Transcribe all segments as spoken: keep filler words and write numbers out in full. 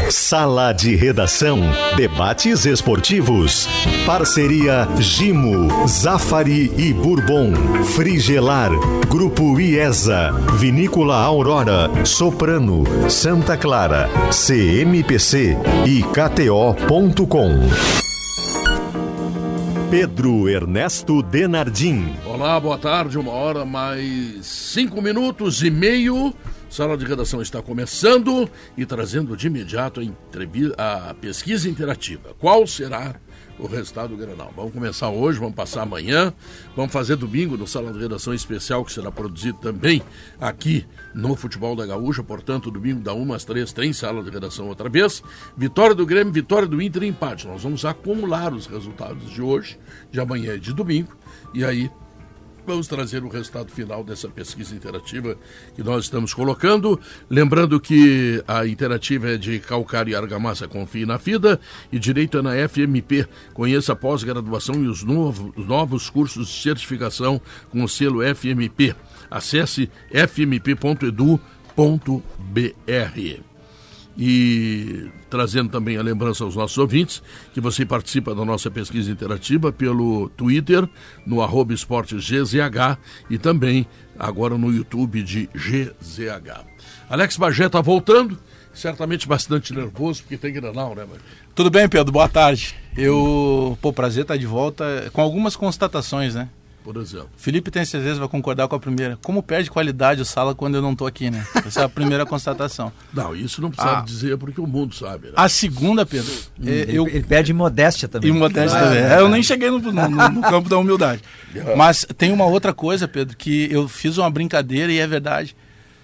Sala de Redação. Debates esportivos. Parceria Gimo, Zafari e Bourbon. Frigelar. Grupo IESA. Vinícola Aurora. Soprano. Santa Clara. C M P C e K T O ponto com. Pedro Ernesto Denardim. Olá, boa tarde, uma hora mais cinco minutos e meio. Sala de Redação está começando e trazendo de imediato a, entrevista, a pesquisa interativa. Qual será o resultado do Grenal? Vamos começar hoje, vamos passar amanhã, vamos fazer domingo no Sala de Redação especial que será produzido também aqui no Futebol da Gaúcha, portanto domingo da uma às três tem Sala de Redação outra vez. Vitória do Grêmio, vitória do Inter e empate. Nós vamos acumular os resultados de hoje, de amanhã e de domingo, e aí vamos trazer o resultado final dessa pesquisa interativa que nós estamos colocando. Lembrando que a interativa é de Calcário e Argamassa, confie na FIDA, e Direito é na F M P. Conheça a pós-graduação e os novos, os novos cursos de certificação com o selo F M P. Acesse f m p ponto edu ponto b r. E trazendo também a lembrança aos nossos ouvintes que você participa da nossa pesquisa interativa pelo Twitter, no arroba esportes G Z H, e também agora no YouTube de G Z H. Alex Bagé está voltando, certamente bastante nervoso, porque tem Grenal, né, mano? Tudo bem, Pedro? Boa tarde. Eu, pô, prazer estar de volta com algumas constatações, né? Por exemplo. Felipe tem certeza, vai concordar com a primeira. Como perde qualidade o Sala quando eu não estou aqui, né? Essa é a primeira constatação. Não, isso não precisa ah, dizer porque o mundo sabe, né? A segunda, Pedro... Hum, é, ele, eu... ele perde modéstia também. E modéstia ah, também. É, eu nem cheguei no, no, no campo da humildade. Mas tem uma outra coisa, Pedro, que eu fiz uma brincadeira e é verdade.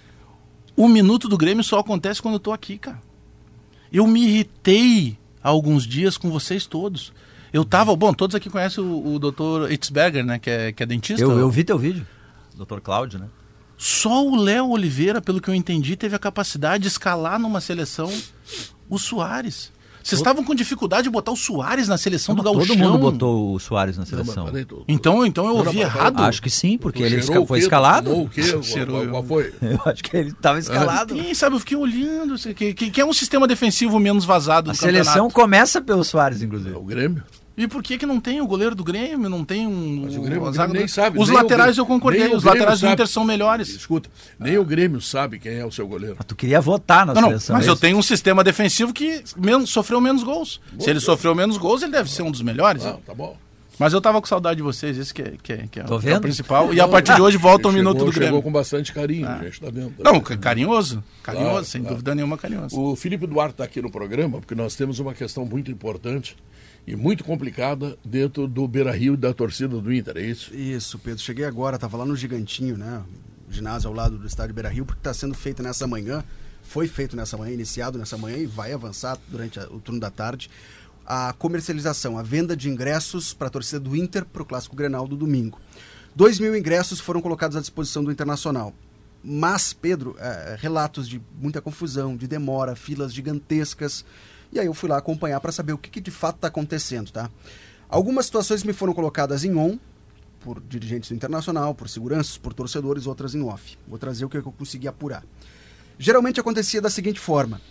O minuto do Grêmio só acontece quando eu estou aqui, cara. Eu me irritei há alguns dias com vocês todos. Eu tava, bom, todos aqui conhecem o, o doutor Itzberger, né, que é, que é dentista. Eu, eu vi teu vídeo, doutor Cláudio, né? Só o Léo Oliveira, pelo que eu entendi, teve a capacidade de escalar numa seleção o Soares. Vocês estavam com dificuldade de botar o Soares na seleção não, do Gauchão. Todo mundo botou o Soares na seleção. Não, tô... Então, então eu ouvi não, errado? Acho que sim, porque ele esca... foi escalado. O quê? Cheirou, qual foi? Eu acho que ele estava escalado. Quem sabe, eu fiquei olhando, que, que, que é um sistema defensivo menos vazado do A seleção campeonato. Começa pelo Soares, inclusive. É o Grêmio. E por que que não tem o goleiro do Grêmio? Não tem um... Mas o Grêmio, o Grêmio nem sabe. Os nem laterais Grêmio, eu concordei, os laterais do Inter são melhores. Escuta, nem ah. o Grêmio sabe quem é o seu goleiro. Mas tu queria votar na não, seleção. Não, mas eu tenho um sistema defensivo que menos, sofreu menos gols. Boa, Se ele Deus. sofreu menos gols, ele deve ser um dos melhores. Ah, tá bom. Mas eu tava com saudade de vocês, esse que é, que é, que é, Tô que vendo? é o principal. E a partir de hoje volta um minuto do Grêmio. Chegou com bastante carinho, ah. gente, tá vendo? Tá não, vendo? carinhoso. Carinhoso, claro, sem claro. dúvida nenhuma carinhoso. O Felipe Duarte está aqui no programa, porque nós temos uma questão muito importante e muito complicada dentro do Beira-Rio e da torcida do Inter, é isso? Isso, Pedro. Cheguei agora, estava lá no Gigantinho, né? O ginásio ao lado do estádio Beira-Rio, porque está sendo feito nessa manhã, foi feito nessa manhã, iniciado nessa manhã e vai avançar durante a, o turno da tarde, a comercialização, a venda de ingressos para a torcida do Inter para o Clássico Grenal do domingo. Dois mil ingressos foram colocados à disposição do Internacional. Mas, Pedro, é, relatos de muita confusão, de demora, filas gigantescas. E aí eu fui lá acompanhar para saber o que, que de fato está acontecendo, tá? Algumas situações me foram colocadas em on, por dirigentes do Internacional, por seguranças, por torcedores, outras em off. Vou trazer o que eu consegui apurar. Geralmente acontecia da seguinte forma.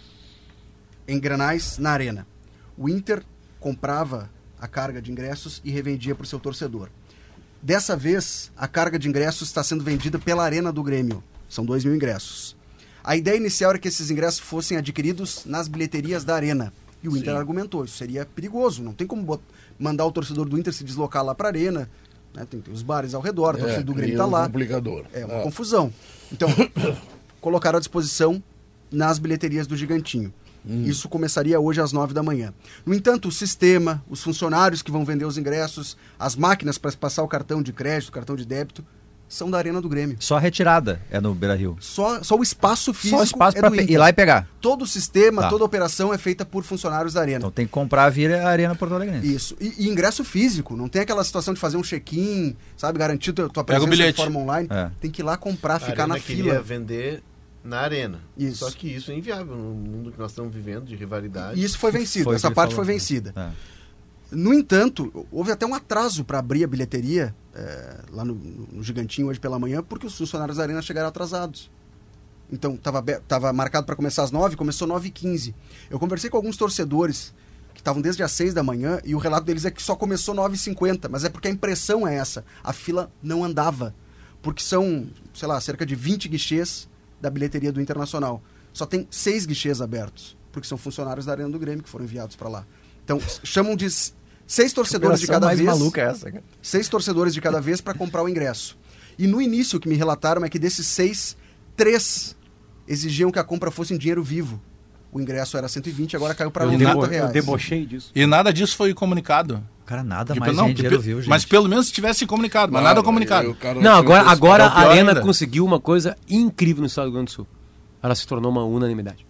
Em Grenais, na Arena. O Inter comprava a carga de ingressos e revendia para o seu torcedor. Dessa vez, a carga de ingressos está sendo vendida pela Arena do Grêmio. São dois mil ingressos. A ideia inicial era que esses ingressos fossem adquiridos nas bilheterias da Arena. E o Inter Sim. argumentou, isso seria perigoso, não tem como bot- mandar o torcedor do Inter se deslocar lá para a Arena, né? tem, tem os bares ao redor, a é, torcida do Grêmio está um lá. Complicador. É uma ah. confusão. Então, colocaram à disposição nas bilheterias do Gigantinho. Hum. Isso começaria hoje às nove da manhã. No entanto, o sistema, os funcionários que vão vender os ingressos, as máquinas para passar o cartão de crédito, cartão de débito, são da Arena do Grêmio. Só a retirada é no Beira-Rio. Só, só o espaço físico Só o espaço é para pe- ir lá e pegar. Todo o sistema, tá. toda a operação é feita por funcionários da Arena. Então tem que comprar via Arena Porto Alegre. Isso. E, e ingresso físico. Não tem aquela situação de fazer um check-in, sabe, garantir tua, tua Pega presença o de forma online. É. Tem que ir lá comprar, a ficar Arena na queria fila. vender na Arena. Isso. Só que isso é inviável no mundo que nós estamos vivendo de rivalidade. E isso foi vencido. Foi Essa parte falou, foi vencida. É. No entanto, houve até um atraso para abrir a bilheteria é, lá no, no Gigantinho hoje pela manhã, porque os funcionários da Arena chegaram atrasados. Então, estava tava marcado para começar às nove, começou nove e quinze. Eu conversei com alguns torcedores que estavam desde as seis da manhã e o relato deles é que só começou nove e cinquenta, mas é porque a impressão é essa. A fila não andava, porque são, sei lá, cerca de vinte guichês da bilheteria do Internacional. Só tem seis guichês abertos, porque são funcionários da Arena do Grêmio que foram enviados para lá. Então, chamam de seis torcedores de cada mais vez. maluca essa, cara. Seis torcedores de cada vez para comprar o ingresso. E no início o que me relataram é que desses seis, três exigiam que a compra fosse em dinheiro vivo. O ingresso era cento e vinte, agora caiu para noventa reais. Eu debochei disso. E nada disso foi comunicado. Cara, nada Tipo, mais não, em dinheiro pe- viu, gente. Mas pelo menos tivesse comunicado, mas Não, nada comunicado. eu- o cara Não, agora, tinha- agora é o a pior Arena ainda. conseguiu uma coisa incrível no estado do Rio Grande do Sul. Ela se tornou uma unanimidade.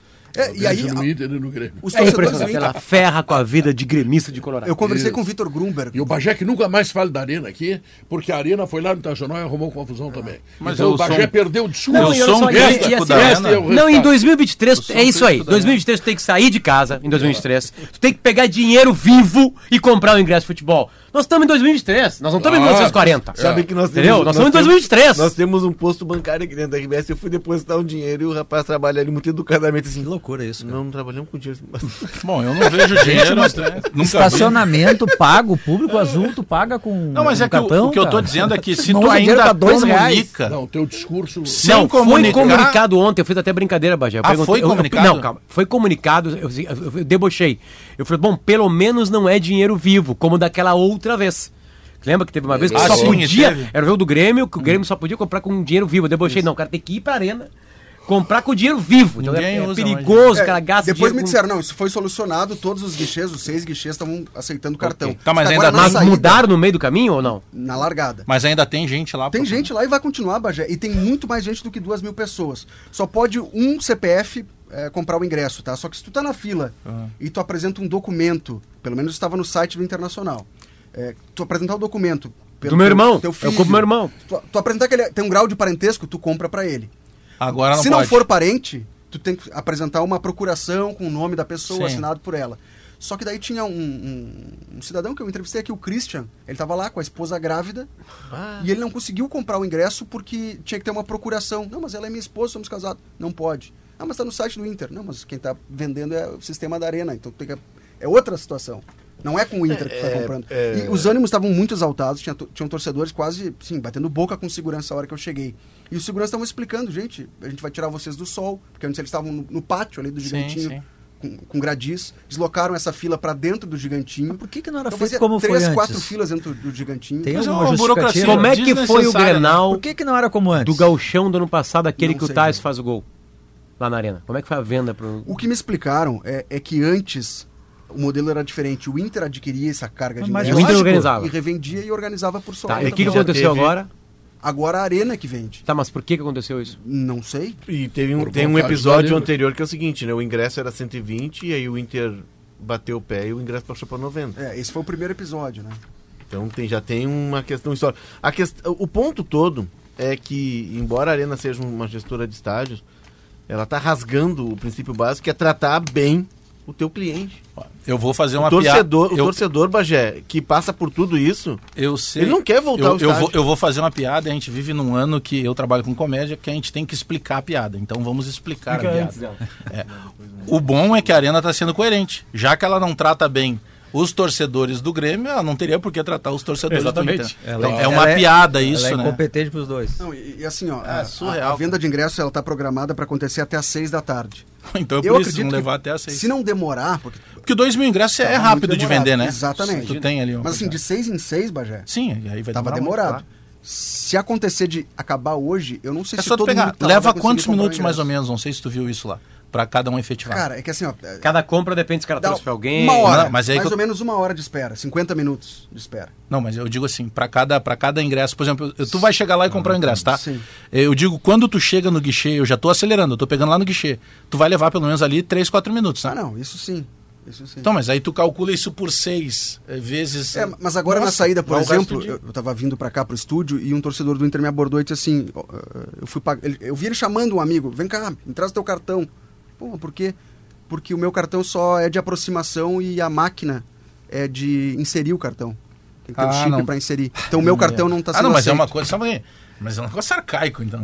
É, e aí, no a- Inter e no Grêmio. os É torcedores do impressionante. Inter... Ela ferra com a vida de gremista de Colorado. Eu conversei Isso. com o Vitor Grumberg. E o Bagé que nunca mais fala da Arena aqui, porque a Arena foi lá no Internacional e arrumou confusão também. Mas então eu o Bagé sou um- perdeu o discurso. eu e sou um olha só, e- crítico e assim, da esta é Arena. o Não, em resultado. dois mil e vinte e três, sou é isso aí. crítico da dois mil e vinte e três tu tem que sair de casa, em dois mil e vinte e três. Tu tem que pegar dinheiro vivo e comprar o ingresso de futebol. Nós estamos em dois mil e vinte e três, nós não estamos em Ah, mil novecentos e quarenta. Sabe que nós Entendeu? temos, Nós estamos em dois mil e vinte e três. Nós temos um posto bancário aqui dentro da R B S. Eu fui depositar um dinheiro e o rapaz trabalha ali muito educadamente assim. Que loucura isso, cara. Não, não trabalhamos com dinheiro. Bom, eu não vejo dinheiro, mas né, nunca vi. Estacionamento pago, público azul, tu paga com Não, mas um é que o- cartão, o que eu tô cara. dizendo é que se Não tu usa dinheiro ainda pra dois reais. comunica, Não, o teu discurso... sem Não, comunicar, foi comunicado ontem, eu fiz até brincadeira, Bagé. Eu Ah, foi eu- eu- comunicado? não, calma. Foi comunicado, eu, eu, eu debochei. Eu falei, bom, pelo menos não é dinheiro vivo, como daquela outra vez. Lembra que teve uma vez que Ah, só sim, podia, teve. era o jogo do Grêmio, que o Grêmio só podia comprar com dinheiro vivo. Eu debochei, não, o cara tem que ir pra Arena, comprar com dinheiro vivo. Então é, Ninguém é usa perigoso, É, o cara gasta depois me dinheiro com- disseram, não, isso foi solucionado, todos os guichês, os seis guichês estavam aceitando cartão. Tá, mas Agora, ainda- na Mas saída, mudaram no meio do caminho ou não? Na largada. mas ainda tem gente lá. Tem pra- gente lá e vai continuar, Bagé. E tem muito mais gente do que duas mil pessoas. Só pode um C P F é, comprar o ingresso, tá? Só que se tu tá na fila Ah. e tu apresenta um documento, pelo menos estava no site do Internacional, é, tu apresentar o documento... pelo Do meu teu- irmão, teu eu filho, compro pro meu irmão. Tu, tu apresentar que ele tem um grau de parentesco, tu compra pra ele. Agora não Se pode. não for parente, tu tem que apresentar uma procuração com o nome da pessoa, Sim. assinado por ela. Só que daí tinha um, um- um cidadão que eu entrevistei aqui, o Christian, ele tava lá com a esposa grávida, Ah. e ele não conseguiu comprar o ingresso porque tinha que ter uma procuração. Não, mas ela é minha esposa, somos casados. Não pode. Ah, mas tá no site do Inter. Não, mas quem tá vendendo é o sistema da Arena, então tem que... é outra situação. Não é com o Inter que tu tá É, comprando. é. E os ânimos estavam muito exaltados, tinha, to- tinham torcedores quase, sim, batendo boca com segurança a hora que eu cheguei. E os seguranças estavam explicando, gente, a gente vai tirar vocês do sol, porque antes eles estavam no, no pátio ali do Sim, Gigantinho, sim. Com, com gradis, deslocaram essa fila para dentro do Gigantinho. Por que que não era Então feito fazia como foi três, antes? quatro filas dentro do Gigantinho. Tem Mas é alguma uma burocracia. justificativa? Como é que foi o desnecessária, Grenal Por que que não era como antes? do gauchão do ano passado, aquele Não que o sei, Tais não. faz o gol? Lá na Arena. Como é que foi a venda pro... O que me explicaram é, é que antes o modelo era diferente. O Inter adquiria essa carga de Mas ingresso o Inter organizava. e revendia e organizava por só. Tá, e o que, que já aconteceu teve- agora? Agora a Arena é que vende. Tá, mas por que, que aconteceu isso? Não sei. E teve um, Por tem um vontade da episódio Arena. anterior que é o seguinte, né? O ingresso era cento e vinte e aí o Inter bateu o pé e o ingresso passou para noventa. É, esse foi o primeiro episódio, né? Então tem, já tem uma questão histórica. A quest... O ponto todo é que, embora a Arena seja uma gestora de estádios, ela está rasgando o princípio básico, que é tratar bem o teu cliente. Eu vou fazer O uma torcedor, piada. o Eu, torcedor, Bagé, que passa por tudo isso, eu sei. ele não quer voltar eu, ao eu estádio. vou, eu vou fazer uma piada. A gente vive num ano que eu trabalho com comédia, que a gente tem que explicar a piada. Então vamos explicar a piada. É. O bom é que a Arena está sendo coerente. Já que ela não trata bem os torcedores do Grêmio, ela não teria por que tratar os torcedores Exatamente. do Inter. Ela- Então, é ela uma é- piada isso, Ela é né? incompetente pros dois. Não, e, e assim, ó, É a, surreal, a, a venda de ingresso ela tá programada para acontecer até às seis da tarde. Então é Eu por isso, acredito vão que levar até às seis. Se não demorar, porque Porque dois mil ingressos é tava rápido muito de demorado. vender, né? Exatamente. Tu tem ali uma Mas assim, de seis em seis, Bagé, Sim, aí vai tava demorar muito, demorado. claro. Se acontecer de acabar hoje, eu não sei É se só tu todo pegar. mundo que tá lá Leva vai conseguir quantos comprar o minutos mais ou ingresso. menos? Não sei se tu viu isso lá. Pra cada um efetivar. Cara, é que assim, ó, Cada compra depende se o cara dá trouxe pra alguém. uma hora, Não, mas aí mais que eu- ou menos uma hora de espera, cinquenta minutos de espera. Não, mas eu digo assim, para cada, pra cada ingresso, por exemplo, eu- tu vai chegar lá e comprar o ingresso, tá? Sim. Eu digo, quando tu chega no guichê, eu já tô acelerando, eu tô pegando lá no guichê, tu vai levar pelo menos ali três, quatro minutos, tá? Ah, não, isso sim. Isso sim. Então, mas aí tu calcula isso por seis eh, vezes... É, mas agora na Nossa, saída, por vai o resto exemplo, do dia. eu, eu tava vindo pra cá pro estúdio e um torcedor do Inter me abordou e disse assim, ó, eu fui pag... ele- eu vi ele chamando um amigo, vem cá, me traz teu cartão. Pô, mas por quê? Porque o meu cartão só é de aproximação e a máquina é de inserir o cartão. Tem que ter Ah, um chip não. pra inserir. Então o meu cartão não tá sendo Ah, não, mas é aceito. uma coisa, sabe, mas é um negócio arcaico, então.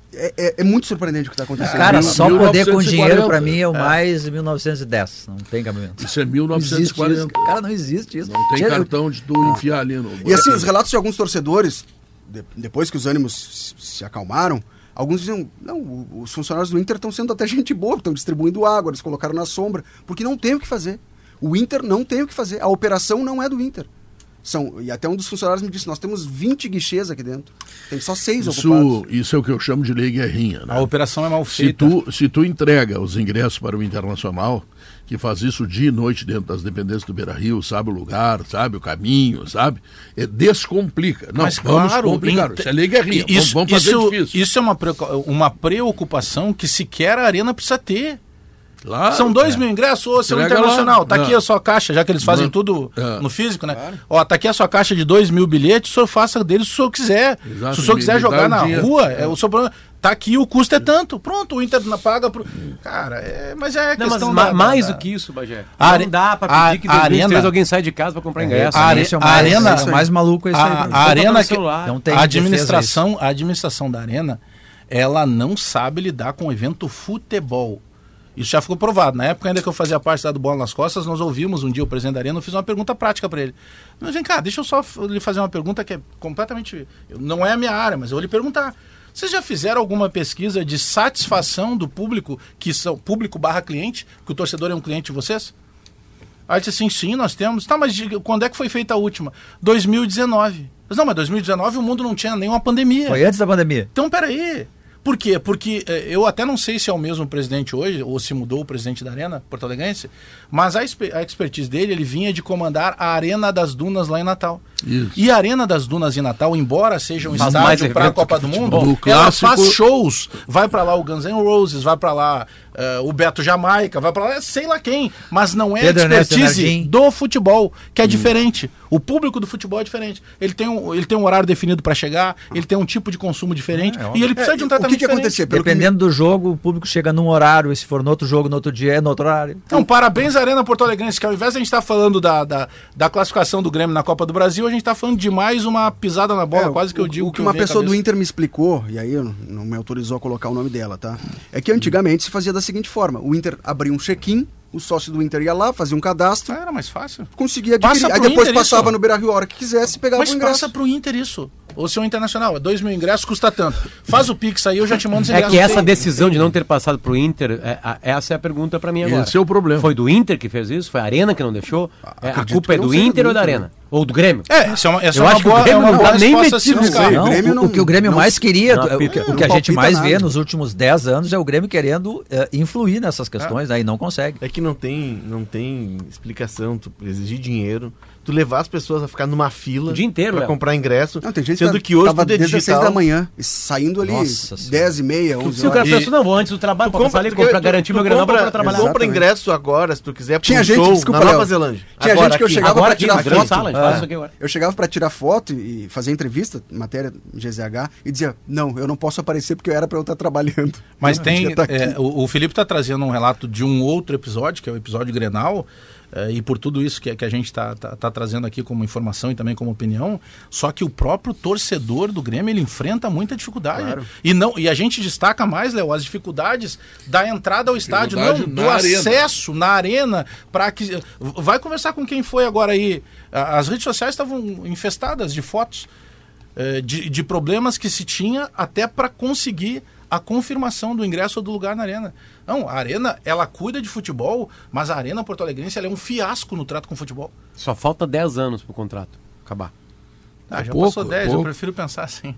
É, é, é muito surpreendente o que está acontecendo. Cara, mil- só mil poder com novecentos e dinheiro quarenta. pra mim é o mais mil novecentos e dez. Não tem cabimento. Isso é mil Não novecentos e existe quarenta. isso. Cara, não existe isso. Não tem Tira- cartão de tu enfiar ali no... E assim, os relatos de alguns torcedores, de- depois que os ânimos se, se acalmaram, alguns diziam, não, o- os funcionários do Inter estão sendo até gente boa, estão distribuindo água, eles colocaram na sombra, porque não tem o que fazer. O Inter não tem o que fazer, a operação não é do Inter. São, e até um dos funcionários me disse, nós temos vinte guichês aqui dentro, tem só seis ocupados. Isso, isso é o que eu chamo de lei guerrinha, né? A operação é mal Se feita. tu, se tu entrega os ingressos para o Internacional, que faz isso dia e noite dentro das dependências do Beira-Rio, sabe o lugar, sabe o caminho, sabe? É, descomplica. Não, Mas vamos claro, complicar. inte- Isso é lei guerrinha. Isso, vamos, vamos fazer isso, difícil. isso é uma, preocu- uma preocupação que sequer a Arena precisa ter. Claro, São dois é. mil ingressos, ô, seu Entrega Internacional, lá. tá aqui É. a sua caixa, já que eles fazem Não. tudo É. no físico, né? Ó, tá aqui a sua caixa de dois mil bilhetes, o senhor faça deles se o senhor quiser. Exato, Se o senhor me- quiser me dá jogar o na dinheiro. rua, é o seu problema. Tá aqui, o custo é tanto. Pronto, o Inter na- paga pro... Cara, é, mas é Não, mas questão ma- da- mais da- do que isso, Bagé. A are- Não dá pra a- pedir que em a dois mil e vinte e três arena- alguém saia de casa pra comprar ingresso. a are- Esse é o a mais, arena- esse é o mais maluco é isso aí. A, né? a arena no que, celular. Não tem a defesa administração, a administração da arena, ela não sabe lidar com o evento futebol. Isso já ficou provado. Na época ainda que eu fazia parte da do Bola nas Costas, nós ouvimos um dia o presidente da arena, eu fiz uma pergunta prática para ele. Mas vem cá, deixa eu só f- lhe fazer uma pergunta que é completamente, não é a minha área, mas eu vou lhe perguntar. Vocês já fizeram alguma pesquisa de satisfação do público, que são público barra cliente, que o torcedor é um cliente de vocês? Aí disse assim, sim, nós temos. Tá, mas de- quando é que foi feita a última? dois mil e dezenove. Mas não, mas dois mil e dezenove o mundo não tinha nenhuma pandemia. Foi antes da pandemia. Então, peraí. Por quê? Porque eh, eu até não sei se é o mesmo presidente hoje, ou se mudou o presidente da Arena Porto Alegrense, mas a, expe- a expertise dele, ele vinha de comandar a Arena das Dunas lá em Natal. Isso. E a Arena das Dunas em Natal, embora seja um Faz mais estádio para a evento Copa que do futebol. Mundo, No ela clássico- faz shows. Vai para lá o Guns N' Roses, vai para lá eh, o Beto Jamaica, vai para lá sei lá quem, mas não é Pedro a Ernesto expertise Nardim. do futebol, que é diferente. O público do futebol é diferente. Ele tem um, ele tem um horário definido para chegar, ele tem um tipo de consumo diferente e ele precisa de um É, o tratamento que, que diferente. acontecia? Pelo que Dependendo do jogo, o público chega num horário, e se for no outro jogo, no outro dia, é no outro horário. Então, parabéns à Arena Porto Alegrense, que ao invés de a gente estar falando da, da, da classificação do Grêmio na Copa do Brasil, a gente está falando de mais uma pisada na bola, É, quase que eu o- digo. O que eu uma vi a pessoa do cabeça. Inter me explicou, e aí eu não- não me autorizou a colocar o nome dela, tá? É que antigamente se fazia da seguinte forma: o Inter abria um check-in, o sócio do Inter ia lá, fazia um cadastro, Ah, era mais fácil. conseguia Passa adquirir. Aí pro depois Inter passava isso. no Beira-Rio a hora que quisesse e pegava Mas o ingresso. passa pro Inter isso. Ou seu Internacional, é dois mil ingressos, custa tanto. Faz o Pix aí, eu já te mando os É ingressos. que essa Tem- decisão de não ter passado pro Inter, é, a- essa é a pergunta pra mim agora. Esse é o problema. Foi do Inter que fez isso? Foi a Arena que não deixou? É, a acredito culpa é que não do seja Inter do ou da Inter, Arena? Ou do Grêmio? É, essa é uma, essa Eu é uma acho que o boa, é Grêmio uma não boa tá nem resposta a se metido buscar. nisso aí. Não, o Grêmio o, não- o que o Grêmio não- mais queria, não o, aplica. o que Não a gente palpita mais nada. vê nos últimos dez anos é o Grêmio querendo eh, influir nessas questões, né, e não consegue. É que não tem, não tem explicação, tu exigir dinheiro, tu levar as pessoas a ficar numa fila O dia inteiro, pra Léo. comprar ingresso, Não, tem gente sendo que, que hoje tava tudo é desde as seis digital. da manhã, e saindo ali Nossa Senhora. dez e meia, onze Se o cara horas. pensou, não, vou antes do trabalho, Tu pra passar ali, tu- comprar, tu- garantir tu meu granão compra- pra trabalhar. Tu compra Exatamente. ingresso agora, se tu quiser, pra Tinha um gente, show desculpa, na Nova Léo. Zelândia. Tinha Agora gente que eu aqui. chegava Agora pra aqui, tirar na grande foto. sala, a gente faz isso aqui agora. Eu chegava pra tirar foto e fazer entrevista, matéria G Z H, e dizia, não, eu não posso aparecer porque eu era pra eu estar trabalhando. Mas Eu tem. devia estar aqui. é, o, o Felipe está trazendo um relato de um outro episódio, que é o episódio Grenal, é, e por tudo isso que, que a gente está tá, tá trazendo aqui como informação e também como opinião, só que o próprio torcedor do Grêmio ele enfrenta muita dificuldade. Claro. E, não, e a gente destaca mais, Léo, as dificuldades da entrada ao estádio, não Dificuldade do na arena. acesso na arena. Para que vai conversar com quem foi agora aí. A- As redes sociais estavam infestadas de fotos. eh, De, de problemas que se tinha até para conseguir a confirmação do ingresso ou do lugar na arena. Não, a arena, ela cuida de futebol, mas a Arena Porto Alegrense ela é um fiasco no trato com o futebol. Só falta dez anos pro contrato acabar. Ah, já pouco, passou é dez, eu pouco. prefiro pensar assim.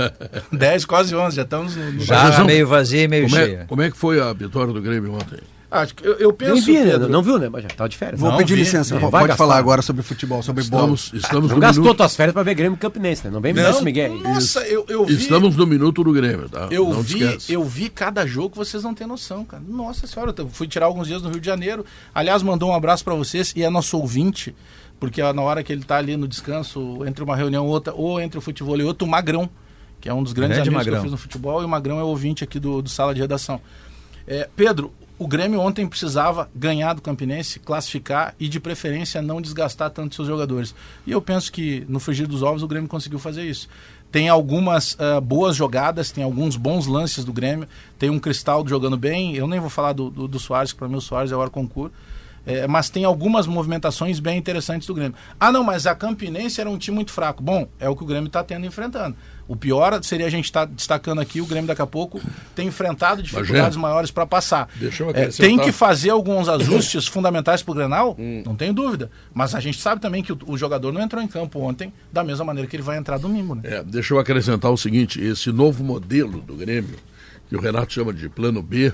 dez, quase onze, já estamos no... no- Já Mas não- meio vazia e meio Como é, cheia. como é que foi a vitória do Grêmio ontem? Acho que eu, eu Nem penso, vi, né? Pedro, Não viu, né? Mas já tava de férias. Vou Não, pedir vi, licença, vi. po- Vai pode gastar. falar agora sobre futebol, sobre bola. Estamos, estamos Não no gastou minuto, tuas férias pra ver Grêmio Campinense, né? Não vem me dar Não, esse Miguel. nossa, eu, eu vi... estamos no minuto do Grêmio, tá? Eu Não vi, esquece. eu vi cada jogo que vocês não têm noção, cara. Nossa senhora, eu fui tirar alguns dias no Rio de Janeiro. Aliás, mandou um abraço pra vocês e é nosso ouvinte, porque na hora que ele tá ali no descanso, entre uma reunião e outra, ou entre o futebol e outro, o Magrão, que é um dos grandes Grande amigos que Magrão. eu fiz no futebol, e o Magrão é ouvinte aqui do, do Sala de Redação. É, Pedro, o Grêmio ontem precisava ganhar do Campinense, classificar e, de preferência, não desgastar tanto seus jogadores. E eu penso que, no frigir dos ovos, o Grêmio conseguiu fazer isso. tem algumas uh, boas jogadas, tem alguns bons lances do Grêmio, tem um Cristaldo jogando bem, eu nem vou falar do, do, do Soares, que para mim o Soares é o Arconcourt, é, mas tem algumas movimentações bem interessantes do Grêmio. Ah não, mas a Campinense era um time muito fraco. Bom, é o que o Grêmio está tendo enfrentando. O pior seria a gente estar tá destacando aqui, o Grêmio daqui a pouco tem enfrentado dificuldades maiores para passar. Deixa eu é, tem que fazer alguns ajustes fundamentais para o Grenal, hum. não tenho dúvida. Mas a gente sabe também que o, o jogador não entrou em campo ontem da mesma maneira que ele vai entrar domingo. Né? É, deixa eu acrescentar o seguinte, esse novo modelo do Grêmio, que o Renato chama de plano B,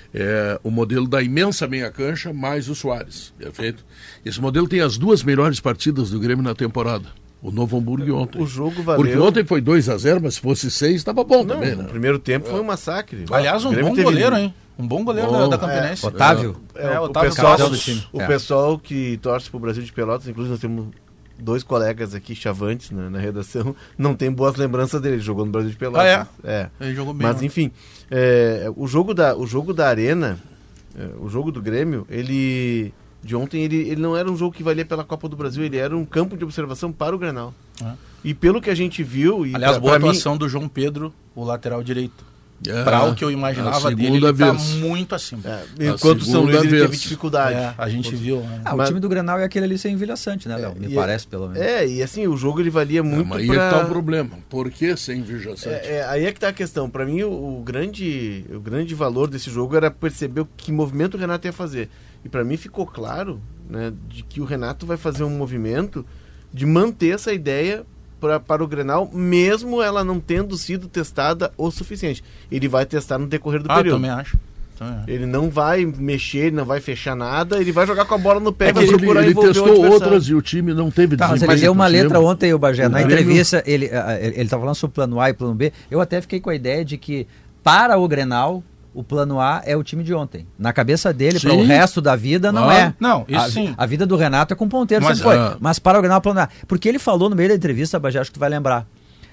é o modelo da imensa meia cancha mais o Soares, perfeito? Esse modelo tem as duas melhores partidas do Grêmio na temporada. O Novo Hamburgo ontem. O jogo valeu. Porque ontem foi dois a zero, mas se fosse seis, estava bom não, também, né? No primeiro tempo é. foi um massacre. Aliás, um bom goleiro, hein? Um bom goleiro bom. da, da Campinense. É. Otávio. É, é, o, Otávio pessoal, do time. O é. pessoal que torce pro Brasil de Pelotas, inclusive nós temos dois colegas aqui, chavantes, né, na redação, não tem boas lembranças dele. Ele jogou no Brasil de Pelotas. Ah, é? é. Ele jogou bem. Mas, enfim, é, o, jogo da, o jogo da Arena, é, o jogo do Grêmio, ele... de ontem, ele, ele não era um jogo que valia pela Copa do Brasil, ele era um campo de observação para o Grenal. É. E pelo que a gente viu... E Aliás, pra, boa pra atuação mim... do João Pedro, o lateral direito. É, para o que eu imaginava dele, ele está muito acima. É, enquanto o São Luís ele teve dificuldade. É, a gente Enquanto... viu. Né? Ah, o mas... time do Grenal é aquele ali sem Vila Sante, né, Léo? Me parece, é, pelo menos. É, e assim, o jogo ele valia muito para... Mas pra... aí é que tá o problema. Por que sem Vila Sante? É, é, aí é que tá a questão. Para mim, o, o, grande, o grande valor desse jogo era perceber o que movimento o Renato ia fazer. E para mim ficou claro, né, de que o Renato vai fazer um movimento de manter essa ideia Pra, para o Grenal, mesmo ela não tendo sido testada o suficiente. Ele vai testar no decorrer do ah, período. Também acho. Também acho. Ele não vai mexer, ele não vai fechar nada, ele vai jogar com a bola no pé. É, mas ele, ele testou outras e o time não teve tá, desempenho. Mas ele deu uma letra ontem, o Bagé, o na Grêmio... entrevista, ele estava falando sobre o plano A e plano B. Eu até fiquei com a ideia de que, para o Grenal, o plano A é o time de ontem. Na cabeça dele, para o resto da vida, não ah, é. Não, isso a, sim. A vida do Renato é com ponteiro, mas, sempre foi. Uh... Mas para o Grenal, o plano A. Porque ele falou no meio da entrevista, Bagé, acho que tu vai lembrar.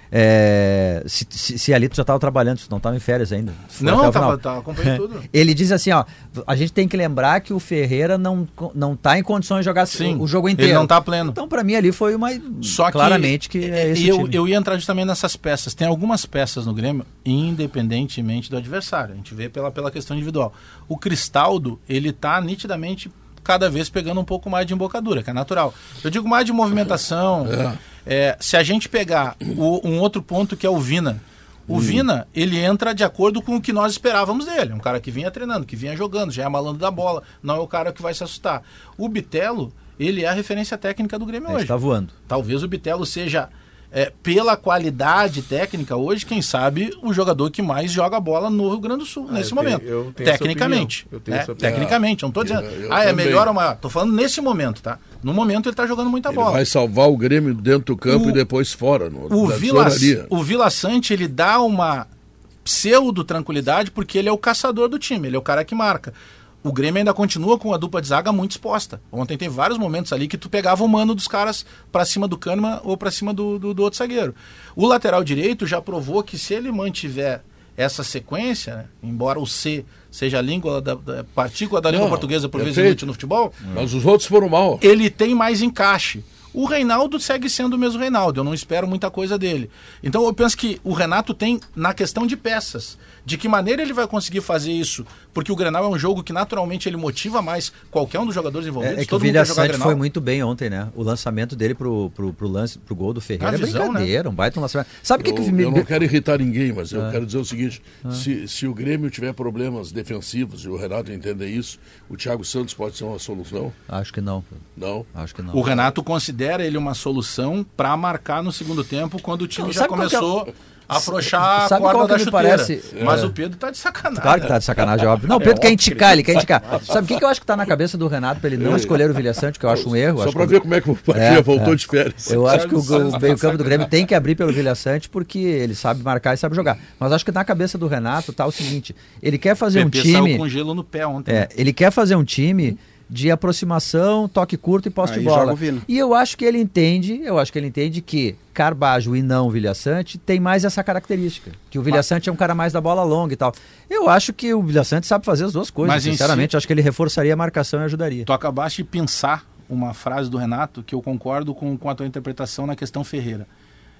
É, se, se, se ali tu já estava trabalhando, tu não estava em férias ainda. Não, tava, tava, acompanhei tudo. Ele diz assim, ó, a gente tem que lembrar que o Ferreira não, não tá em condições de jogar Sim, o jogo inteiro. Ele não tá pleno. Então, para mim, ali foi uma... Só que, claramente que é esse eu, time. eu ia entrar justamente nessas peças. Tem algumas peças no Grêmio, independentemente do adversário. A gente vê pela, pela questão individual. O Cristaldo, ele tá nitidamente cada vez pegando um pouco mais de embocadura, que é natural. Eu digo mais de movimentação. É. É, se a gente pegar o, um outro ponto que é o Vina. O hum. Vina, ele entra de acordo com o que nós esperávamos dele. Um cara que vinha treinando, que vinha jogando, já é malandro da bola. Não é o cara que vai se assustar. O Bitelo, ele é a referência técnica do Grêmio é, hoje. Está voando. Talvez o Bitelo seja... É, pela qualidade técnica hoje, quem sabe o jogador que mais joga bola no Rio Grande do Sul, ah, nesse eu momento. Tenho, eu tenho tecnicamente. Eu tenho é, tecnicamente, eu não estou dizendo, eu, eu ah, é também. melhor ou maior. Estou falando nesse momento, tá? No momento ele está jogando muita ele bola. Vai salvar o Grêmio dentro do campo o, e depois fora. No, o, Vila, o Vila Sante, ele dá uma pseudo-tranquilidade porque ele é o caçador do time, ele é o cara que marca. O Grêmio ainda continua com a dupla de zaga muito exposta. Ontem tem vários momentos ali que tu pegava o mano dos caras pra cima do Kahneman ou pra cima do, do, do outro zagueiro. O lateral direito já provou que se ele mantiver essa sequência, né, embora o C seja a língua da, da partícula da língua Não, portuguesa por vezes inútil no futebol, mas os outros foram mal. Ele tem mais encaixe. O Reinaldo segue sendo o mesmo Reinaldo, eu não espero muita coisa dele. Então eu penso que o Renato tem na questão de peças. De que maneira ele vai conseguir fazer isso? Porque o Grenal é um jogo que naturalmente ele motiva mais qualquer um dos jogadores envolvidos. É, é que Todo o Vila Sante Sante foi muito bem ontem, né? O lançamento dele pro, pro, pro, lance, pro gol do Ferreira a é visão, brincadeira, né? um baita um lançamento. Sabe o que eu, que me... eu não quero irritar ninguém, mas eu ah. quero dizer o seguinte, ah. se, se o Grêmio tiver problemas defensivos e o Renato entender isso, o Thiago Santos pode ser uma solução? Acho que não. Não? Acho que não. O Renato considera ele uma solução para marcar no segundo tempo, quando o time não, já começou... afrouxar sabe a corda qual da que me chuteira. Parece? Mas é. o Pedro tá de sacanagem. Claro que tá de sacanagem, é óbvio. Não, o Pedro é quer indicar, ele quer indicar. Sabe o que, que eu acho que tá na cabeça do Renato pra ele não escolher o Vila Sante, que eu acho um erro? Só acho pra que... ver como é que o Padilha é, voltou é. de férias. Eu acho que o, o meio-campo do Grêmio tem que abrir pelo Vila Sante porque ele sabe marcar e sabe jogar. Mas acho que na cabeça do Renato tá o seguinte, ele quer fazer um time... Saiu com gelo no pé ontem. É, né? ele quer fazer um time... de aproximação, toque curto e posse Aí de bola. joga o Vina. E eu acho que ele entende, eu acho que ele entende que Carbajo e não Vila Sante tem mais essa característica. Que o Vila Sante é um cara mais da bola longa e tal. Eu acho que o Vila Sante sabe fazer as duas coisas. Mas sinceramente, si... acho que ele reforçaria a marcação e ajudaria. Tu acabaste de pensar uma frase do Renato que eu concordo com, com a tua interpretação na questão Ferreira.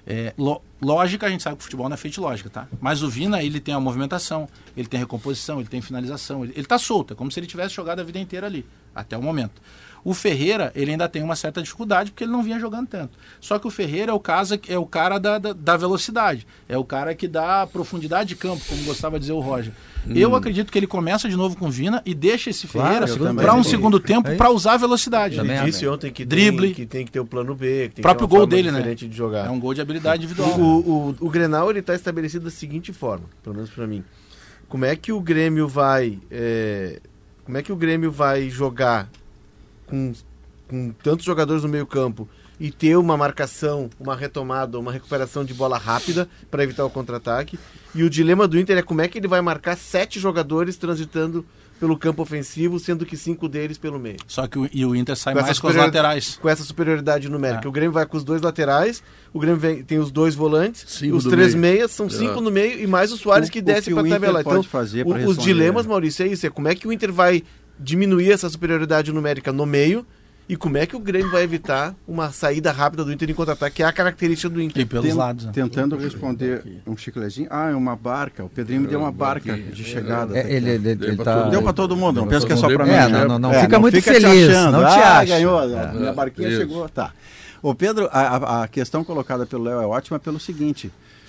É, lo, lógica, a gente sabe que o futebol não é feito de lógica, tá? Mas o Vina, ele tem a movimentação, ele tem recomposição, ele tem finalização, ele, ele tá solto, é como se ele tivesse jogado a vida inteira ali, até o momento. O Ferreira, ele ainda tem uma certa dificuldade, porque ele não vinha jogando tanto. Só que o Ferreira é o, caso, é o cara da, da, da velocidade, é o cara que dá profundidade de campo, como gostava de dizer o Roger. Hum. Eu acredito que ele começa de novo com o Vina e deixa esse Ferreira claro, para um segundo tempo para usar a velocidade. Ele disse ontem que drible, tem, que tem que ter o plano B, que tem o próprio que ter uma gol dele, né? De jogar. É um gol de habilidade individual. O, o, o, o Grenal ele está estabelecido da seguinte forma, pelo menos para mim. Como é que o Grêmio vai, é, como é que o Grêmio vai jogar com com tantos jogadores no meio campo e ter uma marcação, uma retomada, uma recuperação de bola rápida para evitar o contra-ataque. E o dilema do Inter é como é que ele vai marcar sete jogadores transitando pelo campo ofensivo, sendo que cinco deles pelo meio. Só que o, e o Inter sai com mais com os laterais. Com essa superioridade numérica. É. O Grêmio vai com os dois laterais, o Grêmio vem, tem os dois volantes, cinco os três meio. meias, são cinco é. no meio e mais o Soares o, que desce para tabelar. Então, o, os dilemas, Maurício, é isso. É como é que o Inter vai diminuir essa superioridade numérica no meio e como é que o Grêmio vai evitar uma saída rápida do Inter em contra-ataque, que é a característica do Inter. E pelos Tent, lados. Né? Tentando responder um chiclezinho. Ah, é uma barca. O Pedrinho me deu uma barca de chegada. É, ele, ele, ele tá... Deu para todo mundo, não pensa que é só para mim. É, não, não, não é, fica não muito fica feliz, te não te ah, acha. ganhou, é. minha barquinha Isso. chegou, tá. Ô Pedro, a, a questão colocada pelo Léo é ótima pelo seguinte,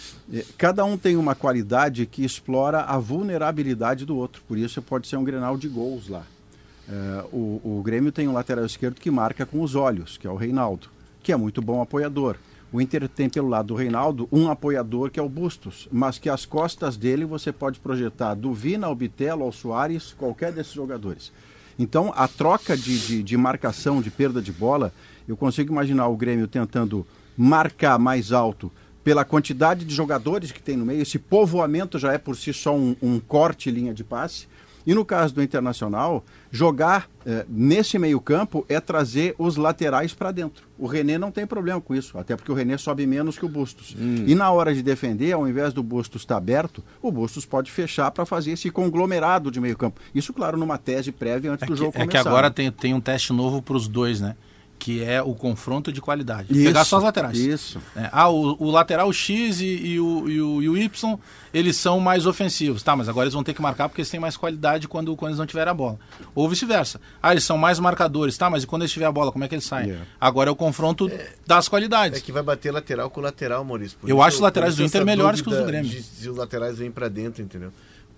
cada um tem uma qualidade que explora a vulnerabilidade do outro, por isso pode ser um Grenal de gols lá. Uh, o, o Grêmio tem um lateral esquerdo que marca com os olhos, que é o Reinaldo, que é muito bom apoiador. O Inter tem pelo lado do Reinaldo um apoiador que é o Bustos, mas que às costas dele você pode projetar do Vina ao Bitelo, ao Soares, qualquer desses jogadores. Então a troca de, de, de marcação, de perda de bola, eu consigo imaginar o Grêmio tentando marcar mais alto pela quantidade de jogadores que tem no meio. Esse povoamento já é por si só um, um corte linha de passe. E no caso do Internacional, jogar eh, nesse meio campo é trazer os laterais para dentro. O René não tem problema com isso, até porque o René sobe menos que o Bustos. Hum. E na hora de defender, ao invés do Bustos estar aberto, o Bustos pode fechar para fazer esse conglomerado de meio campo. Isso, claro, numa tese prévia antes é do que, jogo é começar. É que agora tem, tem um teste novo para os dois, né? Que é o confronto de qualidade. Isso, pegar só as laterais. Isso. É, ah, o, o lateral X e, e, o, e, o, e o Y, eles são mais ofensivos. Tá, mas agora eles vão ter que marcar porque eles têm mais qualidade quando, quando eles não tiverem a bola. Ou vice-versa. Ah, eles são mais marcadores. Tá, mas e quando eles tiverem a bola, como é que eles saem? Yeah. Agora é o confronto é, das qualidades. É que vai bater lateral com lateral, Maurício. Por eu isso, acho os laterais do Inter melhores que os do Grêmio. De, se os laterais vêm para dentro, entendeu?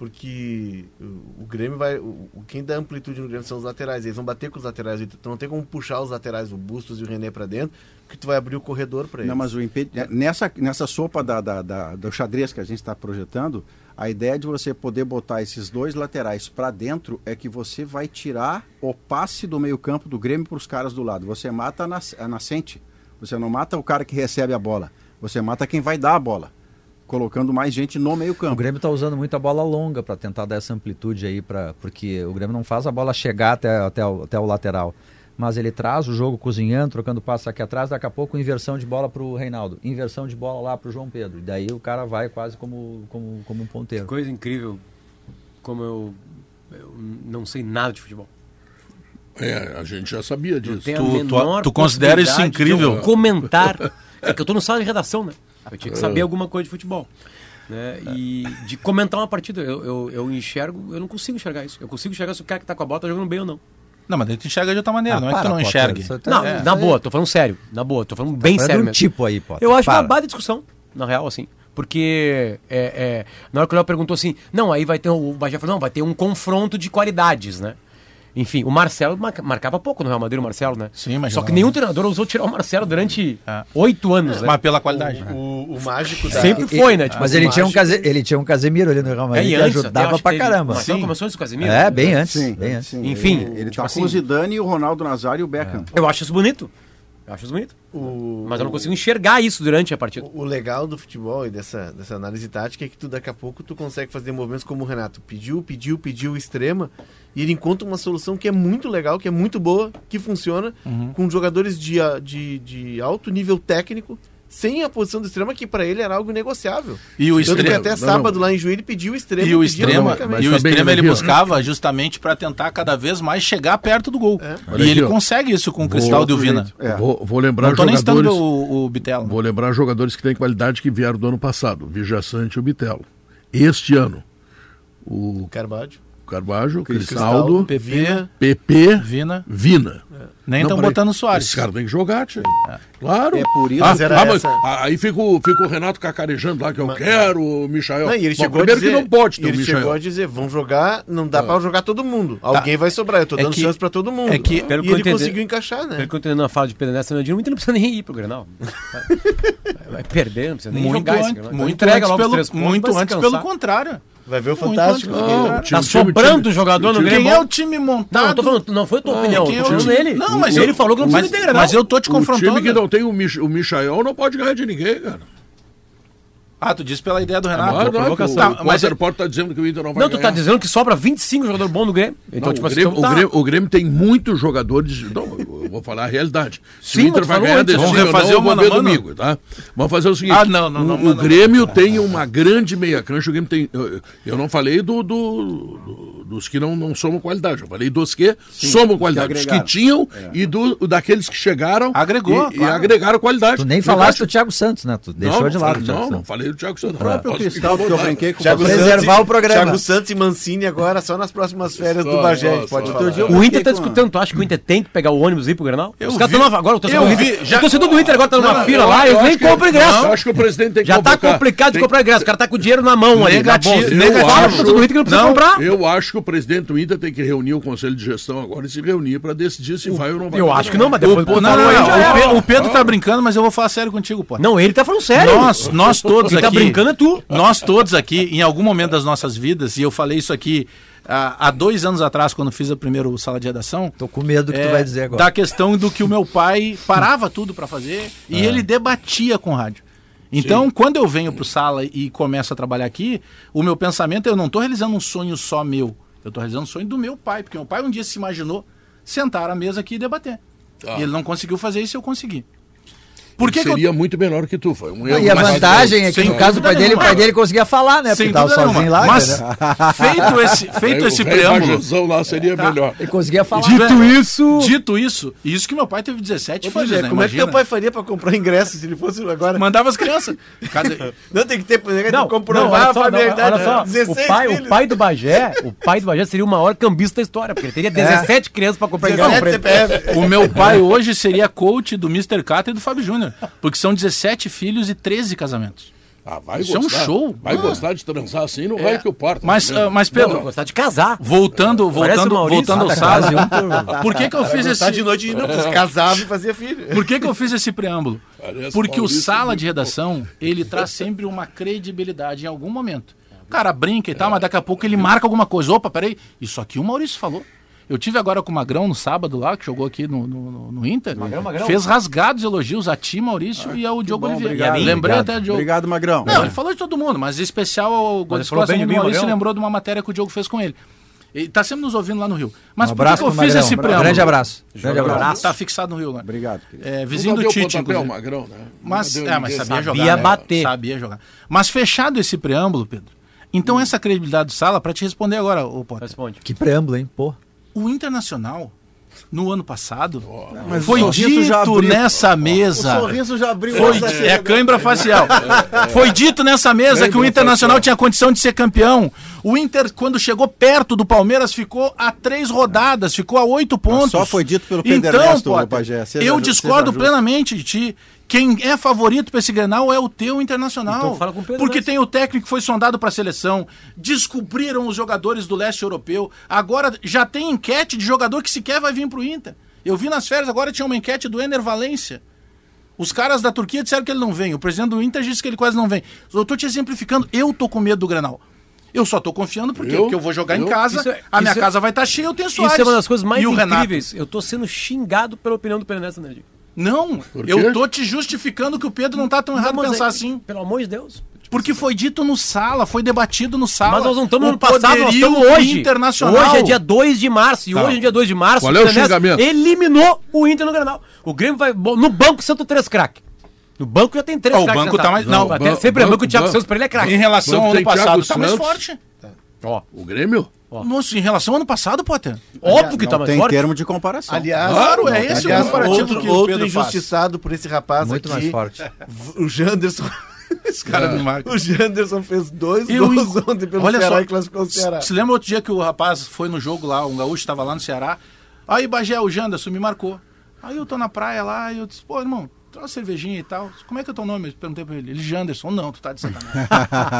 Porque o, o Grêmio vai... O, quem dá amplitude no Grêmio são os laterais. Eles vão bater com os laterais. Então não tem como puxar os laterais, o Bustos e o René para dentro, porque tu vai abrir o corredor para eles. Não, mas o imped... nessa, nessa sopa da, da, da, do xadrez que a gente está projetando, a ideia de você poder botar esses dois laterais para dentro é que você vai tirar o passe do meio campo do Grêmio para os caras do lado. Você mata a, nas... a nascente. Você não mata o cara que recebe a bola. Você mata quem vai dar a bola, colocando mais gente no meio campo. O Grêmio está usando muito a bola longa para tentar dar essa amplitude aí, pra, porque o Grêmio não faz a bola chegar até, até, o, até o lateral, mas ele traz o jogo cozinhando, trocando passo aqui atrás, daqui a pouco inversão de bola para o Reinaldo, inversão de bola lá para o João Pedro, e daí o cara vai quase como, como, como um ponteiro. Que coisa incrível, como eu, eu não sei nada de futebol. É, a gente já sabia disso. Tu, tu, tu considera isso incrível? Comentar, é que eu tô no sala de redação, né? Eu tinha que saber alguma coisa de futebol, né? E de comentar uma partida, eu, eu, eu enxergo, eu não consigo enxergar isso. Eu consigo enxergar se o cara que tá com a bola tá jogando bem ou não. Não, mas daí tu enxerga de outra maneira, ah, não é que tu não enxergue. Tá, não, é, na boa, tô falando sério, na boa, tô falando bem tá sério mesmo. Tipo aí, pô. Eu acho para. Uma baita discussão, na real, assim. Porque é, é, na hora que o Léo perguntou assim, não, aí vai ter, o Bagé falou, não, vai ter um confronto de qualidades, né? Enfim, o Marcelo marcava pouco no Real Madrid, o Marcelo, né? Sim, mas só que nenhum treinador ousou tirar o Marcelo durante oito é. anos, né? Mas pela qualidade. O, o, o mágico da... Sempre foi, né? Tipo, mas ele tinha, um Case... ele tinha um Casemiro ali no Real Madrid é, que ajudava pra caramba. O Marcelo começou antes do Casemiro? É, bem antes. Sim, bem antes. Sim, Enfim. Ele, ele tipo tá assim, com o Zidane e o Ronaldo Nazário e o Beckham. É. Eu acho isso bonito. Eu acho isso bonito. O... Mas eu não consigo enxergar isso durante a partida. O, o legal do futebol e dessa, dessa análise tática é que tu daqui a pouco tu consegue fazer movimentos como o Renato pediu, pediu, pediu extrema e ele encontra uma solução que é muito legal, que é muito boa, que funciona, uhum. com jogadores de, de, de alto nível técnico sem a posição do Extrema, que para ele era algo negociável. E o Extrema, até não, sábado não. lá em Juiz ele pediu o Extrema. E o Extrema, Mas e o tá Extrema bem, ele né? buscava justamente para tentar cada vez mais chegar perto do gol. É. Olha E ele aqui, ó. consegue isso com o Cristaldo e o Vina. É. Vou, vou lembrar Não tô nem citando jogadores... o, o Bitelo. Vou lembrar jogadores que têm qualidade que vieram do ano passado. O Vijaçante e o Bitelo. Este ano, o Carvalho. Carvalho, Cristaldo, Cristaldo, P P, P P, Vina. Vina. Nem Não, estão peraí. botando o Soares. Esses caras têm que jogar, tia. Claro. É por isso Ah, Mas era ah, mas- essa- aí fica o, fica o Renato cacarejando lá, que eu quero o Michael. Não, e ele Bom, chegou a primeiro dizer, que não pode ter e o ele Michael. chegou a dizer, vão jogar, não dá pra jogar todo mundo. Alguém vai sobrar, eu tô é dando que- chance pra todo mundo. é que- pelo e que eu ele entendi- conseguiu encaixar, né? Pelo que eu entendo na fala de Pedro Ernesto Fernandinho, o Inter não precisa nem ir pro Grenal. Vai, vai perder, não precisa nem Muito, jogar esse antes, Grenal. Então muito entrega antes, logo os pelo, três pontos, muito vai se antes cansar. pelo contrário. Vai ver o Muito Fantástico. antes, Não, Tá time- Tá time- sobrando time- jogador no time- Grêmio. Quem é o time montado? Não, eu tô falando, não foi tua Ah, opinião, quem eu é tô o falando time? nele. Não, mas ele eu- falou que não mas, precisa ter Grenal. mas eu tô te O time confrontando. que não tem o, Mich o Michael não pode ganhar de ninguém, cara. Ah, tu disse pela ideia do Renato. Mas, não, provocação. o, Tá, o mas Walter Porto tá dizendo que o Inter não vai Não, tu ganhar. tá dizendo que sobra vinte e cinco jogadores bons no Grêmio. Então, Não, tipo o, assim, Grêmio, então o, tá. Grêmio, o Grêmio tem muitos jogadores. Não, eu vou falar a realidade. Se Sim, o Inter mas vai falou ganhar antes, desse vamos time ou não, refazer eu o vou mano ver a mano? domingo, tá? Vamos fazer o seguinte. Ah, não, não, não, O, mano, o não. Grêmio tem uma grande meia cancha. O Grêmio tem. Eu, eu não falei do, do- do- dos que não, não somam qualidade. Eu falei dos que somam qualidade. Dos que agregaram. tinham e do, daqueles que chegaram Agregou, e, e claro. agregaram qualidade. Tu nem Eu falaste acho- do Thiago Santos, né? Tu deixou não, de não lado falei- o Thiago Não, não Santos. falei do Thiago Santos. O próprio Posso Cristaldo ficar que eu à vontade. brinquei com Thiago o Santos, Preservar o programa. Thiago Santos e Mancini agora só nas próximas férias Só, do Bagé, só, pode só. falar. Outro dia eu O Inter brinquei tá com- discutindo, tu acha que o Inter tem que pegar o ônibus e ir pro Grenal? Eu Os caras vi- tão na- agora o torcedor eu do Inter, vi- já- o torcedor do Inter agora tá numa Não, fila eu- lá, eu eles acho nem que- compram ingresso. não, eu acho que o presidente tem que Já tá convocar. complicado de Tem- comprar ingresso, o cara tá com o dinheiro na mão ali, na Negativo, bolsa. eu Fala pro acho- torcedor do Inter que não precisa não, comprar. Eu acho que o presidente do Inter tem que reunir o conselho de gestão agora e se reunir para decidir se vai ou não vai. Eu acho que não, mas depois O, tu não, falou não, aí, não, já o, era. Pe- o Pedro tá brincando, mas eu vou falar sério contigo, pô. Não, ele tá falando sério. Nós, nós todos Quem aqui. tá brincando é tu. Nós todos aqui, em algum momento das nossas vidas, e eu falei isso aqui ah, há dois anos atrás, quando fiz a primeira sala de redação. Tô com medo do que é, tu vai dizer agora. Da questão do que o meu pai parava tudo para fazer e ele debatia com o rádio. Então, quando eu venho pro sala e começo a trabalhar aqui, o meu pensamento é: eu não tô realizando um sonho só meu. Eu tô realizando um sonho do meu pai, porque meu pai um dia se imaginou sentar à mesa aqui e debater. Ah. E ele não conseguiu fazer isso e eu consegui. Por que, que eu seria muito melhor que tu, foi um erro. E a mas- vantagem é que, sem no caso do pai dúvida dele, o pai nenhuma. dele conseguia falar, né? Sem Porque tava dúvida sozinho nenhuma. lá. Mas entendeu? feito esse, feito Aí esse o velho preâmbulo, Majezão lá seria melhor. Ele conseguia falar. Dito isso. dito isso, e isso que meu pai teve dezessete Ô, filhos, Bagé, né? como é que Imagina. teu pai faria pra comprar ingresso se ele fosse agora? Mandava as crianças. Cada... Não, tem que ter, tem que Não, não, comprovar olha a só, não, familiaridade. olha só. dezesseis O pai, filhos. o pai do Bagé, o pai do Bagé seria o maior cambista da história, porque ele teria dezessete crianças pra comprar ingresso. dezessete pra ele. C P F. O meu pai hoje seria coach do mister Catra e do Fábio Júnior, porque são dezessete filhos e treze casamentos. Ah, vai Isso é um gostar. show. Vai Ah. gostar de transar assim, não vai que o porta. Mas, ah, mas Pedro, Eu gostar de casar. voltando, Parece voltando, o Maurício. voltando ao Ah, sala, quase por que que eu fiz esse... Tá de noite, não, porque casava e fazia filho. Por que que eu fiz esse preâmbulo? Parece Porque o Maurício sala muito de redação, ele traz sempre uma credibilidade em algum momento. O cara brinca e tal, mas daqui a pouco ele marca alguma coisa. Opa, peraí, isso aqui o Maurício falou. Eu tive agora com o Magrão no sábado lá, que jogou aqui no, no, no- no Inter. Magrão, Magrão. Fez rasgados elogios a ti, Maurício, e ao Diogo bom, Oliveira. obrigado, E a mim. Lembrei obrigado. até do Diogo. Obrigado, Magrão. Não, ele falou de todo mundo, mas em especial ao Mas ele falou bem de do mim, Maurício Magrão. lembrou de uma matéria que o Diogo fez com ele. Ele tá sempre nos ouvindo lá no Rio. Mas Um por que abraço que eu pro fiz Magrão. esse preâmbulo? Grande abraço. Grande Jogador. abraço. Tá fixado no Rio agora. Obrigado, querido. É, Nunca vizinho do deu Tite, pontapé ao inclusive. Magrão, né? Mas, Nunca deu é, mas ninguém sabia sabe. jogar. Sabia né? bater. Sabia jogar. Mas fechado esse preâmbulo, Pedro. Então essa credibilidade do Sala, pra te responder agora, ô Potter. Responde. Que preâmbulo, hein? Pô. O Internacional, no ano passado, Mas foi o sorriso já dito abriu. nessa O mesa. sorriso já abriu. Foi, essa é cãibra facial. Foi dito nessa mesa que o Internacional tinha condição de ser campeão. O Inter, quando chegou perto do Palmeiras, ficou a três rodadas, ficou a oito pontos. Só foi dito pelo Pedro Então, Ernesto, Potter, Bagé. Seja eu ju- discordo seja justo. plenamente de ti. Quem é favorito para esse Grenal é o teu Internacional. Então fala com o Pedro porque Ernesto. tem o técnico que foi sondado para a seleção, descobriram os jogadores do leste europeu. Agora já tem enquete de jogador que sequer vai vir para o Inter. Eu vi nas férias, agora tinha uma enquete do Ener Valência. Os caras da Turquia disseram que ele não vem. O presidente do Inter disse que ele quase não vem. Eu tô te exemplificando. Eu tô com medo do Grenal. Eu só tô confiando porque Eu? porque eu vou jogar Eu? em casa, Isso é- a minha isso é- casa vai estar cheia, eu tenho Soares. Isso é uma das coisas mais e o Renato. incríveis. Eu tô sendo xingado pela opinião do Pedro Ernesto Fernandinho. Não, quê? eu tô te justificando que o Pedro não tá tão errado Não, mas pensar é- assim. Pelo amor de Deus. Porque foi dito no sala, foi debatido no sala. Mas nós não estamos O no ano passado, nós poderio estamos hoje. Internacional. Hoje é dia dois de março. E Tá. hoje é dia dois de março. Qual é o Pedro Ernesto xingamento? eliminou o Inter no Grenal. O Grêmio vai no banco Santo três craque. No banco já tem três oh, o banco tá mais... Não, até sempre o banco do Thiago Santos, pra ele é craque. Em relação ao ano passado, tá mais Santos. forte. Ó, o Grêmio? Ó. Nossa, em relação ao ano passado, Potter? Óbvio que não tá mais tem forte. termo de comparação. Aliás, claro, é esse aliás, o comparativo outro, que o outro Pedro injustiçado faz. Por esse rapaz Muito aqui. mais forte. O Janderson. Esse cara me marca. O Janderson fez dois Eu, gols ontem pelo olha Ceará só, e classificou o Ceará. Se lembra outro dia que o rapaz foi no jogo lá, um gaúcho estava lá no Ceará. Aí, Bagé, o Janderson me marcou. Aí eu tô na praia lá e eu disse, pô, irmão, traz uma cervejinha e tal. Como é que é o teu nome? Eu perguntei pra ele. Ele, Janderson. Não, tu tá de sacanagem.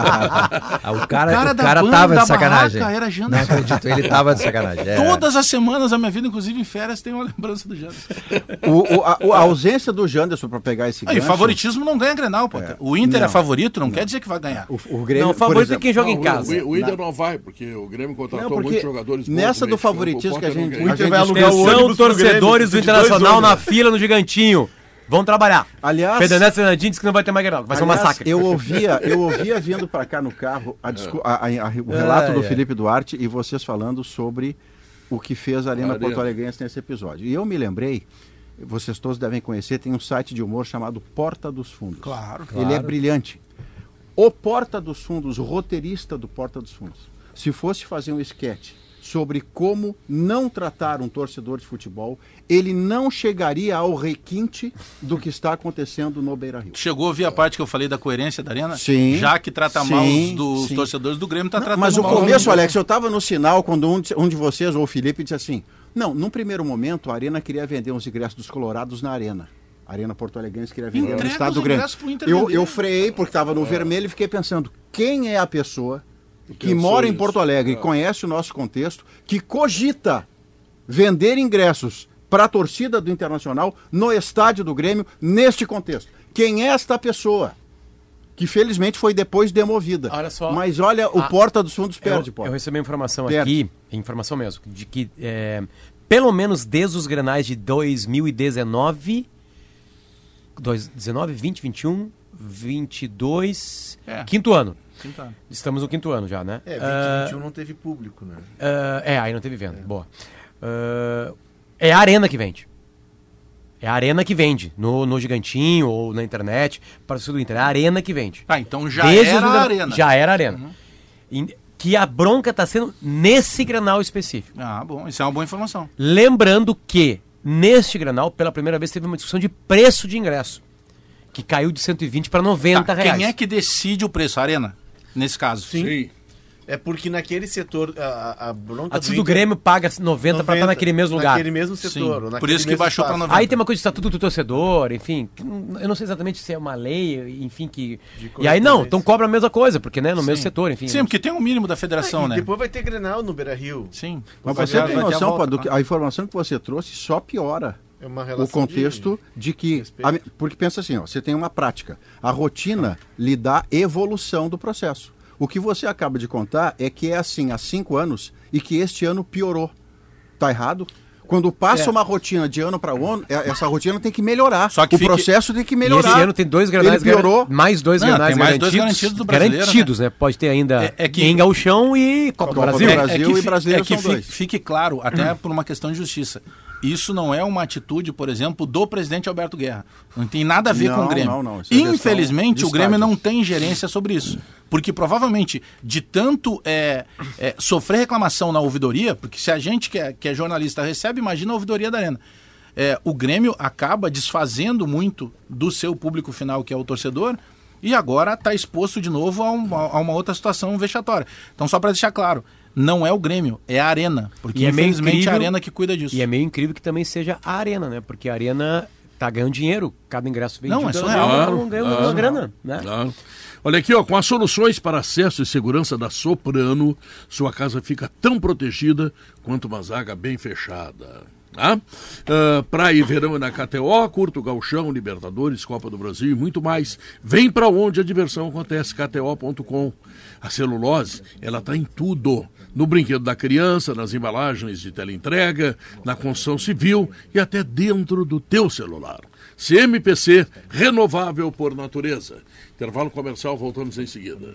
Ah, o cara, O cara o da cara banda, tava da de sacanagem. barraca, era Não Janderson. acredito, ele tava de sacanagem. É. Todas as semanas da minha vida, inclusive em férias, tem uma lembrança do Janderson. O, o, a, a ausência do Janderson para pegar esse Aí, gancho... favoritismo não ganha Grenal, pô. O Inter Não. é favorito, não, não quer dizer que vai ganhar. O, o Grêmio, Não, o por favorito é exemplo, quem joga Não, em casa. O, o Inter não vai, porque o Grêmio contratou Não, porque muitos jogadores. nessa bons do meio de campo, favoritismo o que a Potter gente- não o ganha. Inter vai alugar o Atenção, ônibus pro torcedores do Grêmio, Internacional vinte e dois na fila no Gigantinho. Vão trabalhar. Aliás, Pedro Neto Fernandinho disse que não vai ter mais Grenal, vai ser um aliás, massacre. eu ouvia, eu ouvia vindo para cá no carro a discu- a- a- a- o relato Ai, do ai. Felipe Duarte e vocês falando sobre o que fez a Arena Arena. Porto Alegrense nesse episódio. E eu me lembrei, vocês todos devem conhecer, tem um site de humor chamado Porta dos Fundos. Claro. Ele é brilhante. O Porta dos Fundos, o roteirista do Porta dos Fundos, se fosse fazer um esquete sobre como não tratar um torcedor de futebol, ele não chegaria ao requinte do que está acontecendo no Beira-Rio. Chegou a ouvir a parte que eu falei da coerência da Arena? Sim. Já que trata Sim, mal os, dos sim. torcedores do Grêmio, tá Não, tratando mas o mal os começo, do- Alex, eu estava no sinal quando um de, um de vocês, ou o Felipe, disse assim, não, num primeiro momento a Arena queria vender uns ingressos dos colorados na Arena. A Arena Porto Alegrense queria vender no Entrega estado os do Grêmio. ingressos pro Inter Eu, vender. eu freiei porque estava no vermelho e fiquei pensando, quem é a pessoa que Pensou mora em isso. Porto Alegre, É. conhece o nosso contexto, que cogita vender ingressos para a torcida do Internacional no estádio do Grêmio neste contexto? Quem é esta pessoa? Que felizmente foi depois demovida. Olha só. Mas olha, o Ah, Porta dos Fundos Eu, perde, pô. eu recebi uma informação Perde. aqui, informação mesmo, de que é, pelo menos desde os Grenais de dois mil e dezenove, dois, dezenove, vinte, vinte e um, vinte e dois, É. quinto ano. Quinto ano. Estamos no quinto ano já, né? É, Ah, vinte e vinte e um não teve público, né? ah, é, aí não teve venda. Boa. Ah, é a Arena que vende. É a Arena que vende. No, no Gigantinho ou na internet, para o do Inter. É a Arena que vende. Ah, então já Desde era os- a Arena. Já era a Arena. Em- que a bronca está sendo nesse Grenal específico. Ah, bom, isso é uma boa informação. Lembrando que, neste Grenal, pela primeira vez, teve uma discussão de preço de ingresso. Que caiu de cento e vinte para noventa Tá, reais. quem é que decide o preço? A Arena, nesse caso. Sim. É porque naquele setor, a, a- a bronca A torcida do Grêmio paga noventa para estar naquele mesmo lugar. Naquele mesmo setor. Sim, ou por naquele isso que mesmo baixou pra espaço. noventa. Aí tem uma coisa de estatuto do torcedor, enfim, que não- eu não sei exatamente se é uma lei, enfim, que... De E aí não, correspondência. então cobra a mesma coisa, porque né, no mesmo Sim. setor, enfim. Sim, porque tem um mínimo da federação, E né? depois vai ter Grenal no Beira-Rio. Sim. Mas Vai você ter- tem vai ter a noção, volta, pô, do que, né? a informação que você trouxe só piora É uma relação o contexto de, que... respeito. a- porque pensa assim, ó, você tem uma prática. A rotina lhe dá evolução do processo. O que você acaba de contar é que é assim há cinco anos e que este ano piorou. Tá errado? Quando passa É. uma rotina de ano para ano, é- essa rotina tem que melhorar. Só que o fique- processo tem que E melhorar. esse ano tem dois granais Ele piorou. garan- mais dois Não, granais tem mais dois garantidos, garantidos do brasileiro, garantidos, né? Pode ter ainda É- é que- em Gauchão e Copa do Copa do Brasil. Brasil. que e fi- brasileiro é que são fi- dois. fique claro, até por uma questão de justiça. Isso não é uma atitude, por exemplo, do presidente Alberto Guerra. Não tem nada a ver Não, com o Grêmio. não, não. Isso é Infelizmente, gestão o Grêmio de não tem gerência sobre isso. Porque provavelmente, de tanto é, é, sofrer reclamação na ouvidoria, porque se a gente que é, que é jornalista recebe, imagina a ouvidoria da Arena. É, o Grêmio acaba desfazendo muito do seu público final, que é o torcedor, e agora está exposto de novo a uma, a uma outra situação vexatória. Então, só para deixar claro, não é o Grêmio, é a Arena. Porque, E é meio infelizmente, é a incrível- Arena que cuida disso. E é meio incrível que também seja a Arena, né? Porque a Arena tá ganhando dinheiro, cada ingresso vendido. Não, é ela surreal. ganha- Claro, ganha claro. uma grana, né? Claro. Olha aqui, ó, com as soluções para acesso e segurança da Soprano, sua casa fica tão protegida quanto uma zaga bem fechada. Tá? Ah, praia e verão é na K T O, curto Gauchão, Libertadores, Copa do Brasil e muito mais. Vem pra onde a diversão acontece, K T O ponto com. A celulose, ela tá em tudo. No brinquedo da criança, nas embalagens de teleentrega, na construção civil e até dentro do teu celular. C M P C, renovável por natureza. Intervalo comercial, voltamos em seguida.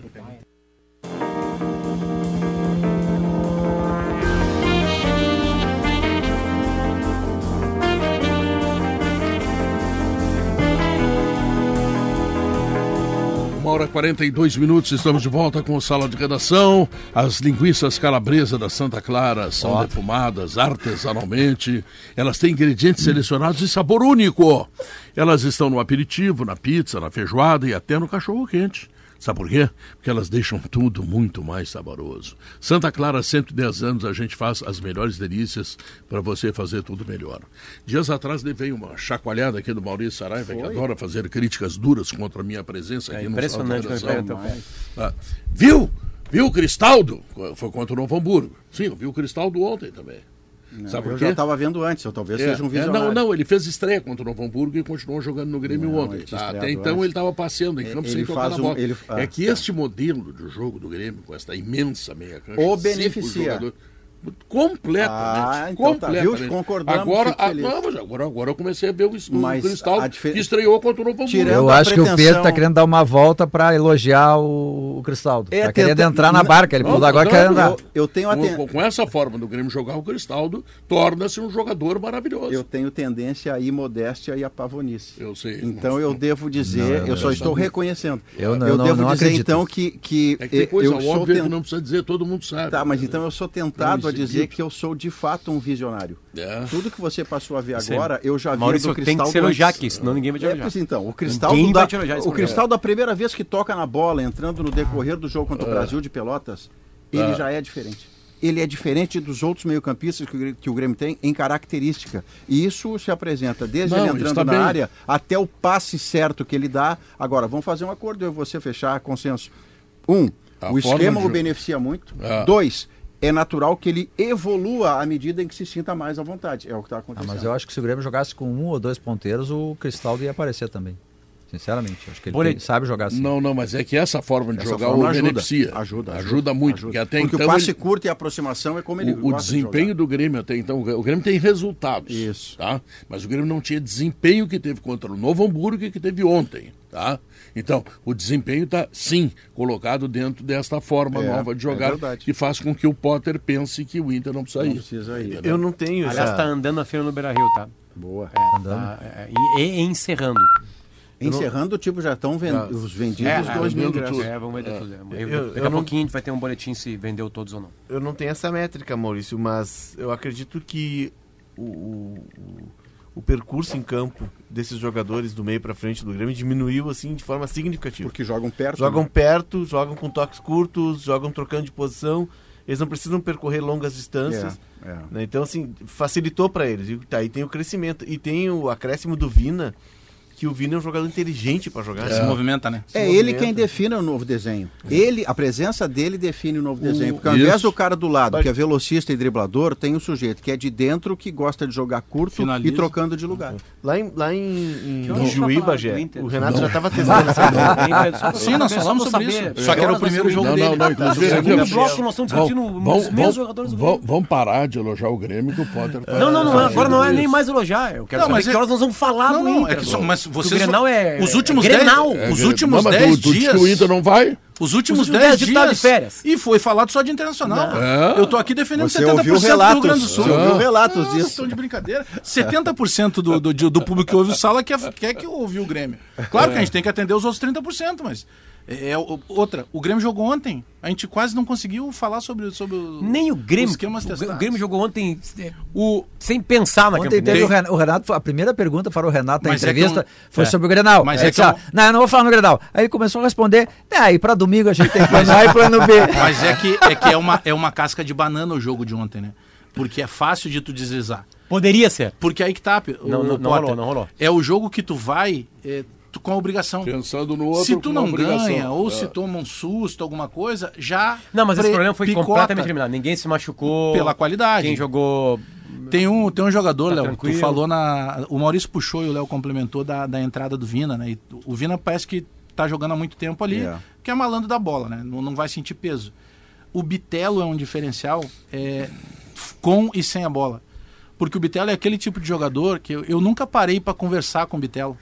hora e quarenta e dois minutos, estamos de volta com o Sala de Redação. As linguiças calabresa da Santa Clara são oh. defumadas artesanalmente. Elas têm ingredientes selecionados e sabor único. Elas estão no aperitivo, na pizza, na feijoada e até no cachorro-quente. Sabe por quê? Porque elas deixam tudo muito mais saboroso. Santa Clara, há cento e dez anos, a gente faz as melhores delícias para você fazer tudo melhor. Dias atrás levei uma chacoalhada aqui do Maurício Saraiva, que adora fazer críticas duras contra a minha presença aqui é no impressionante. Ah, viu? Viu o Cristaldo? Foi contra o Novo Hamburgo. Sim, eu vi o Cristaldo ontem também. Não, Sabe por eu quê? já estava vendo antes, eu talvez é, seja um visionário. É, não, não, ele fez estreia contra o Novo Hamburgo e continuou jogando no Grêmio não, ontem. Tá? Até então antes. ele estava passeando em campo ele sem tocar na um, bola. Ele, ah, é que este modelo de jogo do Grêmio, com essa imensa meia cancha, o beneficia. Completamente. Ah, então completamente. Tá, viu? Concordamos. Agora, a, não, mas agora, agora eu comecei a ver o, o Cristal difer... que estreou contra o Novo Hamburgo. Eu acho pretensão... que o Pedro está querendo dar uma volta para elogiar o, o Cristaldo. Está é, querendo tenta... entrar na barca. Ele pulou agora quer andar. Eu, eu tenho aten... com, com essa forma do Grêmio jogar, o Cristaldo torna-se um jogador maravilhoso. Eu tenho tendência a imodéstia e a pavonice. Eu sei. Então eu devo dizer, não, eu só estou sabia. reconhecendo. Eu, não, eu não, devo não dizer acredito. então que, que é que tem coisa eu óbvia sou que não precisa dizer, todo mundo sabe. Tá, mas então eu sou tentado a dizer que eu sou de fato um visionário. É. Tudo que você passou a ver agora, eu já vi Maurício, do Cristal. Tem que ser elogiar aqui, senão ninguém vai te elogiar. É, então, o Cristal da, o Cristal da primeira vez que toca na bola, entrando no decorrer do jogo contra o Brasil de Pelotas, ele é. já é diferente. Ele é diferente dos outros meio-campistas que, que o Grêmio tem em característica. E isso se apresenta desde Não, ele entrando tá na bem. área até o passe certo que ele dá. Agora, vamos fazer um acordo, eu e você fechar consenso. Um, A o esquema de... o beneficia muito. É. Dois, é natural que ele evolua à medida em que se sinta mais à vontade. É o que está acontecendo. Ah, mas eu acho que se o Grêmio jogasse com um ou dois ponteiros, o Cristaldo ia aparecer também. Sinceramente, acho que ele Porém, tem, sabe jogar assim. Não, não, mas é que essa forma de essa jogar forma o ajuda, beneficia. Ajuda, ajuda, ajuda muito. Ajuda. Porque até porque então o passe ele... curto e a aproximação é como ele O, o gosta desempenho de do Grêmio até então, o Grêmio tem resultados. Isso. Tá? Mas o Grêmio não tinha desempenho que teve contra o Novo Hamburgo e que teve ontem. Tá? Então, o desempenho está, sim, colocado dentro desta forma é, nova de jogar, é que faz com que o Potter pense que o Inter não precisa ir. Não precisa ir. Eu não tenho Aliás, essa... tá andando a feira no Beira-Rio, tá? Boa. É, andando. Tá, é, e, e encerrando. Encerrando, tipo, já estão vend... Ah. os vendidos É, dois mil tudo. ingressos. É, vamos vender É. tudo. Eu- Eu, eu Daqui a não- pouquinho a gente vai ter um boletim se vendeu todos ou não. Eu não tenho essa métrica, Maurício, mas eu acredito que o, o, o, o percurso em campo desses jogadores do meio para frente do Grêmio diminuiu assim de forma significativa. Porque jogam perto. Jogam né? perto, jogam com toques curtos, jogam trocando de posição. Eles não precisam percorrer longas distâncias. É, é. Né? Então, assim, facilitou para eles. E tá, aí tem o crescimento. E tem o acréscimo do Vina, que o Vina é um jogador inteligente para jogar. Se movimenta, né? Se É movimenta. ele quem define o novo desenho. Ele, a presença dele define o novo O- desenho. Porque ao invés isso. do cara do lado, Mas- que é velocista e driblador, tem um sujeito que é de dentro, que gosta de jogar curto Finaliza. e trocando de lugar. Lá em, lá em, em Que horas Juí, vai falar Bagé, do Inter? o Renato já estava testando essa Sim, nós falamos sobre isso. Só que era o primeiro jogo Não, dele. não, não, inclusive, No aqui, segundo ó, bloco nós estamos discutindo os mesmos jogadores do vamos, Grêmio. vamos parar de elogiar o Grêmio, que o Potter tá- Não, não, não. tá Agora não é agindo nem isso. mais elogiar. Eu quero Não, saber mas que é- horas nós vamos falar Não, do não, Inter. é que só- mas Porque vocês o Grenal é... os últimos é dez- Grenal. É, Os é, últimos não, mas dez tu- tu diz dias- que o Inter não vai? Os últimos Os últimos dez dez dias dias. de férias. E foi falado só de internacional. É. Eu tô aqui defendendo Você setenta ouviu por cento do Rio Grande do relatos, Sul. você ouviu relatos Nossa, disso. estão de brincadeira. setenta por cento do, do, do público que ouve o Sala quer, quer que eu ouvi o Grêmio. Claro que a gente tem que atender os outros trinta por cento, mas... É, é, o- outra, o Grêmio jogou ontem. A gente quase não conseguiu falar sobre, sobre o- Nem o Grêmio. os esquemas O testados. Grêmio jogou ontem é, O, sem pensar na Ontem campanha. teve o Renato, o Renato, a primeira pergunta para o Renato na Mas é entrevista que é um- foi é. sobre o Grenal. Mas Aí é disse, que é ah, um- não, eu não vou falar no Grenal. Aí ele começou a responder, ah, e para domingo a gente tem plano A e plano B. mas é que, é, que é, uma, é uma casca de banana o jogo de ontem, né? Porque é fácil de tu deslizar. Poderia ser. Porque aí que tá, o, Não, não, o não Potter, rolou, não rolou. É o jogo que tu vai é, tu, com a obrigação. Pensando no outro Se tu com não obrigação. ganha, ou É. se toma um susto, alguma coisa, já. Não, mas esse pre- problema foi picota completamente eliminado. Ninguém se machucou. pela qualidade. Quem jogou... Tem um, tem um jogador, Tá Léo, tranquilo. tu falou na. O Maurício puxou e o Léo complementou da, da entrada do Vina, né? E o Vina parece que tá jogando há muito tempo ali, É. que é malandro da bola, né? Não, não vai sentir peso. O Bitelo é um diferencial é, com e sem a bola. Porque o Bitelo é aquele tipo de jogador que eu, eu nunca parei para conversar com o Bitelo.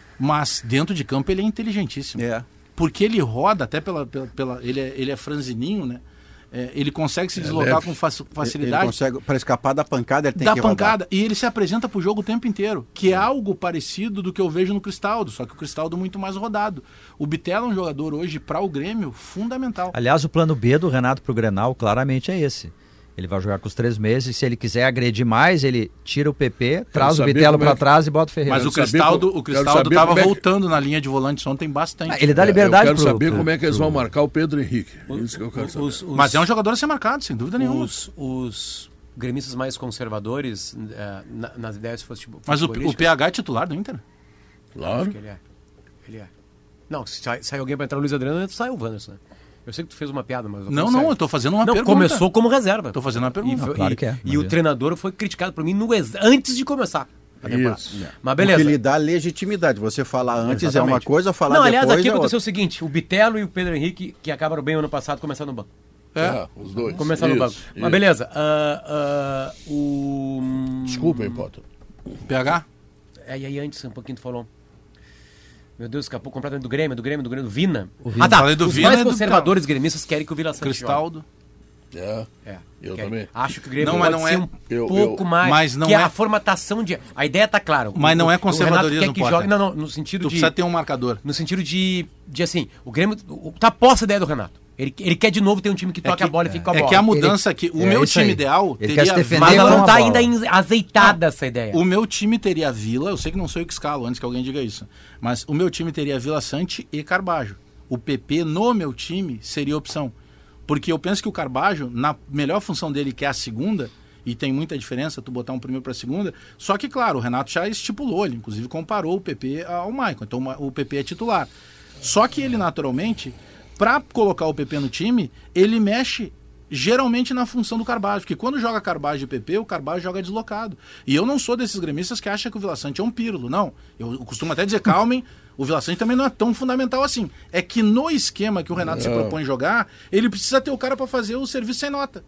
Mas dentro de campo ele é inteligentíssimo. É. Porque ele roda até pela. pela, pela- ele, é, ele é franzininho, né? É, ele consegue se deslocar leve. com fac- facilidade. Ele consegue, para escapar da pancada, ele tem da que pancada. rodar. E ele se apresenta pro jogo o tempo inteiro, que é algo parecido do que eu vejo no Cristaldo, só que o Cristaldo muito mais rodado. O Bitelo é um jogador hoje, para o Grêmio, fundamental. Aliás, o plano B do Renato pro Grenal claramente é esse. Ele vai jogar com os três meses, se ele quiser agredir mais, ele tira o P P, traz o Bitelo é para que... trás e bota o Ferreira. Mas o saber Cristaldo, co- o Cristaldo quero tava saber como é que- voltando na linha de volantes ontem bastante. Ah, ele dá liberdade Eu quero pro, saber pro- como é que eles vão marcar o Pedro Henrique. Isso que eu quero saber. Os, os, Mas é um jogador a ser marcado, sem dúvida nenhuma. os, os gremistas mais conservadores eh, na- nas ideias futebol, Mas o, o futebolísticas, P H é titular do Inter? Claro. acho que ele é. Ele é. Não, se sai, sai alguém para entrar o Luiz Adriano, sai o Wanderson, né? Eu sei que tu fez uma piada, mas... eu Não, falo não, sério. eu tô fazendo uma Não, pergunta. começou como reserva. Tô fazendo uma pergunta. E, foi- Claro e- que é, e mas o é. treinador foi criticado por mim no ex- antes de começar a temporada. Isso. Mas Porque beleza. lhe dá legitimidade. Você falar antes é Exatamente. uma coisa, falar Não, depois aliás, aqui é aconteceu outra. o seguinte, o Bitelo e o Pedro Henrique, que acabaram bem ano passado, começaram no banco. É, os dois. Começaram Isso, no banco. Mas isso. beleza. ah, ah, o... Desculpa, hein, Potter. P H? É, e aí antes, um pouquinho tu falou. Meu Deus, escapou completamente do Grêmio, do Grêmio, do Grêmio, do Vina. Vina. Ah, tá. Falei do Os Vina mais e do conservadores gremistas querem que o Vila Sante Cristaldo. É. É, Eu querem. também. Acho que o Grêmio Não, mas pode não ser é- um eu- pouco eu- mais. mas não que é- a formatação de. A ideia tá clara. Mas não é O- o conservadorismo, Renato quer que Potter. jogue. Não, não, no sentido Tu de. precisa ter um marcador. No sentido de, de assim, o Grêmio. o- Tá posse a ideia do Renato. Ele, ele quer de novo ter um time que toque que- a bola e fique com a É bola. que a mudança aqui, o é meu isso time aí. ideal Ele teria quer se defender Mas ela com não a tá bola. ainda em- azeitada essa ideia. O meu time teria Vila, eu sei que não sou eu que escalo, antes que alguém diga isso, mas o meu time teria Vila Sante e Carbajo. O P P no meu time seria opção. Porque eu penso que o Carbajo, na melhor função dele, que é a segunda, e tem muita diferença tu botar um primeiro para a segunda, só que, claro, o Renato já estipulou, ele inclusive comparou o P P ao Maicon, então o P P é titular. Só que ele, naturalmente, para colocar o P P no time, ele mexe geralmente na função do Carbajo, porque quando joga Carbajo e P P, o Carbajo joga deslocado. E eu não sou desses gremistas que acham que o Vila Sante é um pírulo, não. Eu costumo até dizer, calmem, o Vila Sante também não é tão fundamental assim. É que no esquema que o Renato se propõe jogar, ele precisa ter o cara para fazer o serviço sem nota.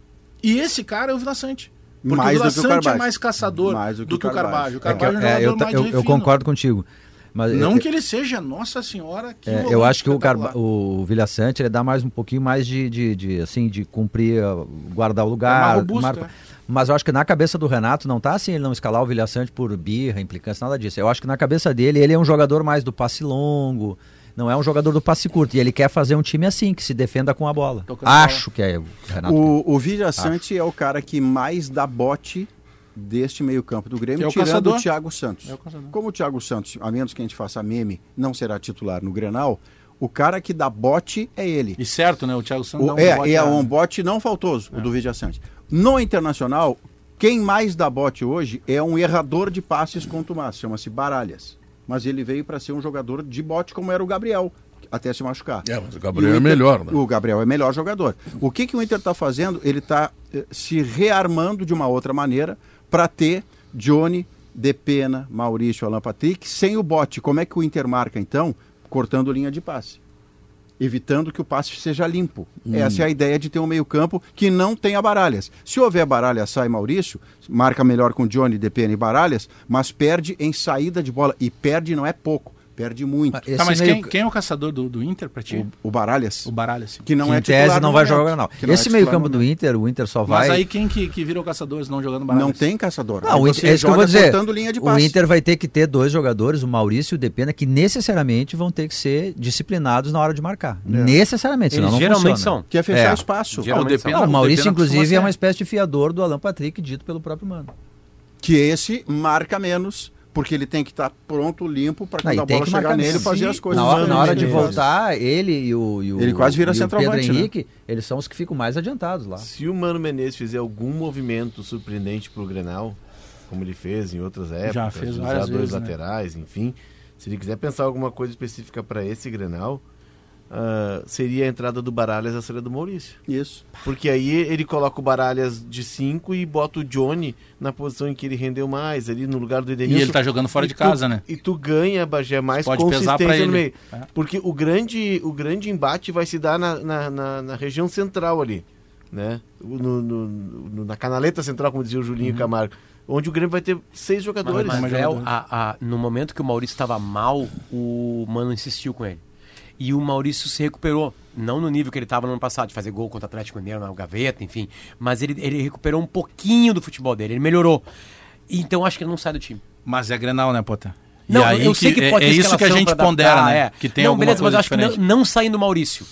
E esse cara é o Vila Sante. Porque Mais o Vila do que o Sante é Carbajo. mais caçador Mais do do que que, o o Carbajo. O Carbajo. Carbajo é, um É, jogador eu, ta- mais eu, de eu refino. concordo contigo. Mas Não eu, que ele seja, nossa senhora, que é, volante eu acho que o, Carba, espetacular. o Vila Sante ele dá mais um pouquinho mais de, de, de, assim, de cumprir, uh, guardar o É lugar. mais robusto, mar- é. Mas eu acho que na cabeça do Renato não tá assim ele não escalar o Vila Sante por birra, implicância, nada disso. Eu acho que na cabeça dele ele é um jogador mais do passe longo, não é um jogador do passe curto. E ele quer fazer um time assim, que se defenda com a bola. Tocando Acho que é o Renato. O, o Vila Sante é o cara que mais dá bote deste meio-campo do Grêmio, É o tirando caçador. o Thiago Santos. É o caçador. Como o Thiago Santos, a menos que a gente faça meme, não será titular no Grenal, o cara que dá bote é ele. E certo, né? O Thiago Santos dá O, um é, bote é a- um bote não faltoso, o do Vila Sante. No Internacional, quem mais dá bote hoje é um errador de passes contumaz, chama-se Baralhas. Mas ele veio para ser um jogador de bote como era o Gabriel, até se machucar. É, mas o E Gabriel é Inter- melhor, né? O Gabriel é melhor jogador. O que, que o Inter está fazendo? Ele está eh, se rearmando de uma outra maneira para ter Johnny, Depena, Maurício, Alan Patrick sem o bote. Como é que o Inter marca, então? Cortando linha de passe. Evitando que o passe seja limpo. Hum. Essa é a ideia de ter um meio-campo que não tenha Baralhas. Se houver Baralhas, sai Maurício, marca melhor com Johnny, Depena e Baralhas, mas perde em saída de bola. E perde não é pouco, perde muito. Esse Tá, mas meio- quem, quem é o caçador do, do Inter pra ti? O, o Baralhas, O Baralho, assim. que não que é em titular tese não no vai momento, jogar o Grenal. que não é Esse titular meio campo no do momento. Inter, o Inter só Mas vai... aí quem que, que vira o caçador se não jogando Baralho? Não tem caçador. Não, o Aí Inter, você é isso que eu joga vou dizer. cortando linha de O passe. Inter vai ter que ter dois jogadores, o Maurício e o Depena, que necessariamente vão ter que ser disciplinados na hora de marcar. Necessariamente, senão Eles não geralmente funciona. são. Que é fechar É. espaço. Geralmente Ah, o Depena- Não, o Maurício, Depena inclusive, costuma é uma ser. espécie de fiador do Alan Patrick, dito pelo próprio Mano. Que esse marca menos, porque ele tem que estar pronto, limpo, para Não, quando e a tem bola que chegar marcar nele mesmo. fazer Sim. as coisas. Na hora, na hora de Ele- voltar, ele e o, e o, Ele quase vira e o Pedro centroavante, né? Henrique, eles são os que ficam mais adiantados lá. Se o Mano Menezes fizer algum movimento surpreendente pro Grenal, como ele fez em outras épocas, Já fez de usar várias dois vezes, né? laterais, enfim, se ele quiser pensar alguma coisa específica para esse Grenal, ah, seria a entrada do Baralhas à saída do Maurício. Isso. Porque aí ele coloca o Baralhas de cinco e bota o Johnny na posição em que ele rendeu mais, ali no lugar do E Edenilson. ele tá jogando fora E de tu- casa, né? E tu ganha, Bagé, mais Pode pesar pra consistência ele. no meio. É. Porque o grande, o grande embate vai se dar na, na, na- na região central ali, né? No, no- no- na canaleta central, como dizia o Julinho Camargo, onde o Grêmio vai ter seis jogadores. Mas, mais Léo, jogadores. a- a- no momento que o Maurício estava mal, o Mano insistiu com ele. E o Maurício se recuperou, não no nível que ele estava no ano passado, de fazer gol contra o Atlético Mineiro na gaveta, enfim, mas ele, ele recuperou um pouquinho do futebol dele, ele melhorou. Então acho que ele não sai do time. Mas é Grenal, né, Potter? Não, e aí eu sei que pode é, ter é isso que a gente pra pondera, adaptar, né? É. Que tem não, alguma beleza, mas coisa eu acho diferente. que não, não saindo do Maurício.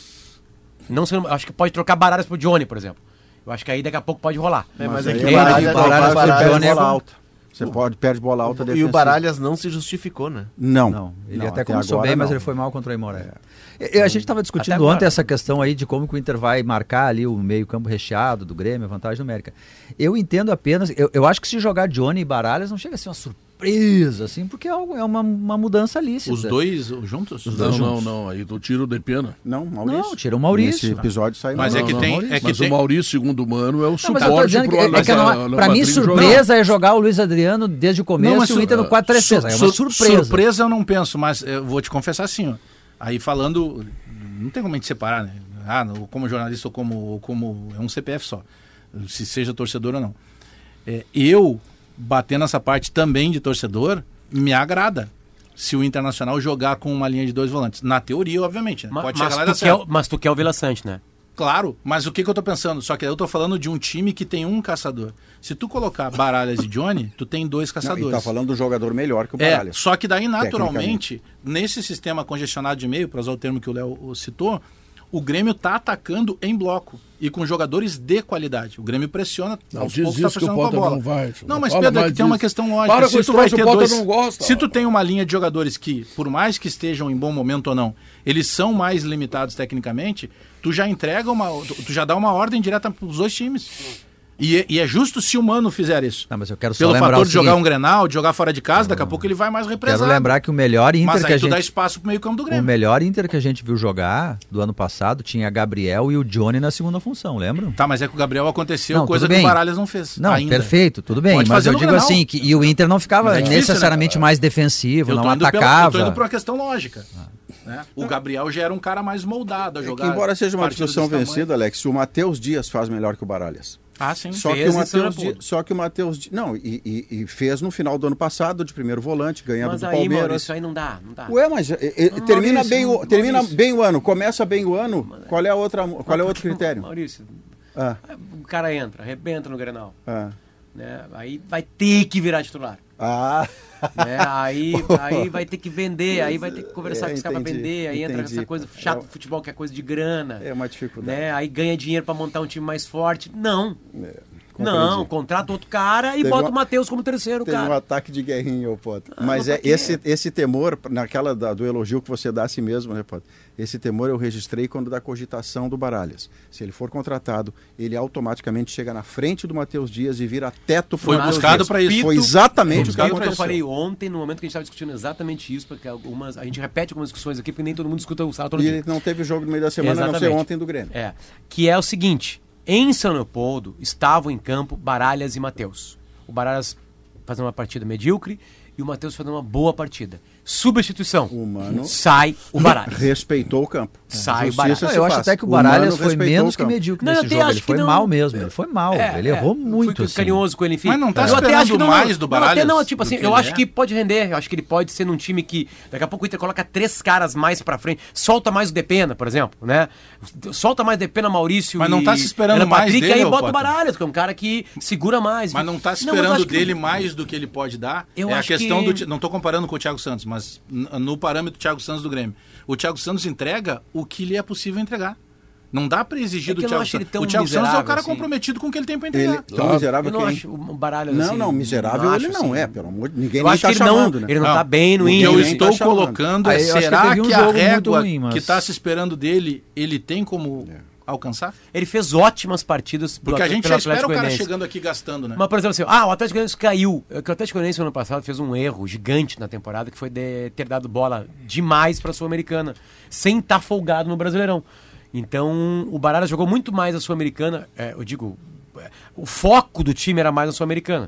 Não saindo, acho que pode trocar Baralhas pro Johnny, por exemplo. Eu acho que aí daqui a pouco pode rolar. É, mas Mas é aí que o é Baralhas, Baralhas, Baralhas, perde Baralhas, bola alta. Você pode, perde bola alta e o defensiva. Baralhas não se justificou, né? Não. Não, ele Não, até até começou agora bem, mas não. ele foi mal contra o Aimoré. É. A gente estava discutindo agora. ontem essa questão aí de como que o Inter vai marcar ali o meio campo recheado do Grêmio, a vantagem numérica. Eu entendo apenas, eu, eu acho que se jogar Johnny e Baralhas não chega a ser uma surpresa, assim, porque é uma, é uma, uma mudança lícita. Os dois juntos? Os Não, dois não, juntos. não. Aí tu tira o Depena. Não, Maurício. Não, tira o Maurício. Nesse episódio sai Mas mal. é que Não, tem... não, É que mas tem... o Maurício, segundo o Mano, é o Não, mas eu tô suporte dizendo que, pro é, é que não, Ale- pra mim Madrid jogar. surpresa é jogar o Luiz Adriano desde o começo mas e o su- Inter no quatro três três. É uma Sur- surpresa. Surpresa eu não penso, mas eu vou te confessar assim, ó. Aí falando, não tem como a gente separar, né? Ah, no- como jornalista ou como, ou como... É um C P F só, se seja torcedor ou não. É, eu, batendo essa parte também de torcedor, me agrada se o Internacional jogar com uma linha de dois volantes. Na teoria, obviamente, né? Ma- Pode mas, chegar lá e dar tu quer, certo. o- mas tu quer o Vila Sante, né? Claro, mas o que, que eu tô pensando? Só que eu tô falando de um time que tem um caçador. Se tu colocar Baralhas e Johnny, tu tem dois Não, caçadores. e tá falando do jogador melhor que o É, Baralhas. só que daí, naturalmente, nesse sistema congestionado de meio, para usar o termo que o Léo citou, o Grêmio tá atacando em bloco e com jogadores de qualidade. O Grêmio pressiona, Não, aos diz poucos tá isso que o pressionando com a Potter bola. não vai. Não, mas Fala Pedro, é mais que tem uma disso. questão lógica. Para com se esse tu vai troço, ter o Potter dois, não gosta. se tu tem uma linha de jogadores que, por mais que estejam em bom momento ou não, eles são mais limitados tecnicamente, tu já entrega uma, tu, tu já dá uma ordem direta para os dois times. E é, e é justo se o Mano fizer isso. Não, mas eu quero só Pelo lembrar fator o de jogar seguinte, um Grenal, de jogar fora de casa, daqui a pouco ele vai mais represado. Quero lembrar que o melhor Inter Mas que aí a tu gente... dá espaço pro meio campo do O Grêmio. melhor Inter que a gente viu jogar do ano passado tinha Gabriel e o Johnny na segunda função, lembram? Tá, mas é que o Gabriel aconteceu Não, coisa tudo que o bem. Baralhas não fez. Não, ainda. perfeito, tudo bem, Pode mas fazer eu no digo Grenal. assim, que, e o Inter não ficava Mas é difícil, necessariamente né? mais defensivo, Eu não tô, indo pela, eu atacava. tô indo por uma questão lógica. Né? O Gabriel já era um cara mais moldado a É jogar. que embora seja uma partidas discussão desse tamanho. vencida, Alex, o Matheus Dias faz melhor que o Baralhas. Ah, sim. Só Fez que, o e Matheus São Dias, Leopoldo. só que o Matheus Dias. Não, e, e- e fez no final do ano passado, de primeiro volante, ganhando Mas do aí, Palmeiras. Maurício, aí não dá, não dá. Ué, mas e- e- Não, termina, Maurício, bem o, Maurício. termina bem o ano, começa bem o ano. Qual é, a outra, qual é o outro critério? Maurício, Ah, o cara entra, arrebenta no Grenal. ah, Né? Aí vai ter que virar titular. ah. Né? Aí, aí vai ter que vender, aí vai ter que conversar É, com os caras pra entendi, vender, aí entra entendi. essa coisa chata É, do futebol, que é coisa de grana. É uma dificuldade. Né? Aí ganha dinheiro pra montar um time mais forte. Não. compreendi. Não, contrata outro cara e Teve bota uma- o Matheus como terceiro Teve um cara. ataque de guerrinha, ô Potter. Ah, Mas mas é pra quê? esse, esse temor, naquela da- do elogio que você dá a si mesmo, né, Potter? Esse temor eu registrei quando da cogitação do Baralhas. Se ele for contratado, ele automaticamente chega na frente do Matheus Dias e vira teto pro Foi Matheus buscado Dias. pra isso. Foi exatamente o que Foi o que eu aconteceu. falei ontem, no momento que a gente estava discutindo exatamente isso, porque algumas, a gente repete algumas discussões aqui, porque nem todo mundo escuta o sábado todo E dia. ele não teve jogo no meio da semana, a não ser Exatamente. ontem do Grêmio. É, que é o seguinte, em São Leopoldo estavam em campo Baralhas e Matheus. O Baralhas fazendo uma partida medíocre e o Matheus fazendo uma boa partida. Substituição. O Mano Sai o Baralhas. respeitou o campo. Sai o Justiça Baralhas. Não, se eu acho faz. até que o O Baralhas Mano foi respeitou menos o que campo. medíocre Não, eu nesse até jogo. acho Ele que foi não. mal mesmo, ele foi mal. É, ele é, errou fui muito. Assim. carinhoso com ele, enfim. Mas não tá eu até esperando acho que não, mais do não, até Baralhas não, tipo do assim, que eu ele acho é? que pode render, eu acho que ele pode ser num time que daqui a pouco o Inter coloca três caras mais pra frente, solta mais o Depena, por exemplo, né? Solta mais o Depena, Maurício Mas não e tá se esperando Ana mais Patrick, dele, aí ô, bota o Potter? Baralhas, que é um cara que segura mais. Mas não tá se Não, mas eu esperando acho que- dele mais do que ele pode dar. Eu é a acho questão que- do. Ti- Não tô comparando com o Thiago Santos, mas n- no parâmetro do Thiago Santos do Grêmio. O Thiago Santos entrega o que lhe é possível entregar. Não dá pra exigir É do que eu não Thiago acho ele Santos. tão O Thiago Santos é o miserável, cara assim. comprometido com o que ele tem pra Ele, entregar. tão miserável Eu não quem? acho o Baralhas Não, assim, não, miserável acho, ele não assim. é, pelo amor de ninguém Eu nem acho tá que ele chamando, não, né? ele não, Não, tá bem no o que índice. eu Ninguém estou tá chamando. colocando Ah, é, eu acho que será teve um que, a jogo muito régua ruim, mas- que está se esperando dele, ele tem como alcançar? Ele fez ótimas partidas do Porque a Atlético- gente pelo já espera o Atlético cara Goianiense. chegando aqui gastando, né? Mas, por exemplo, assim, ah, o Atlético Goianiense caiu. É que o Atlético Goianiense, ano passado, fez um erro gigante na temporada, que foi de ter dado bola demais pra Sul-Americana, sem estar folgado no Brasileirão. Então, o Baralhas jogou muito mais a Sul-Americana, é, eu digo, é, o foco do time era mais a Sul-Americana.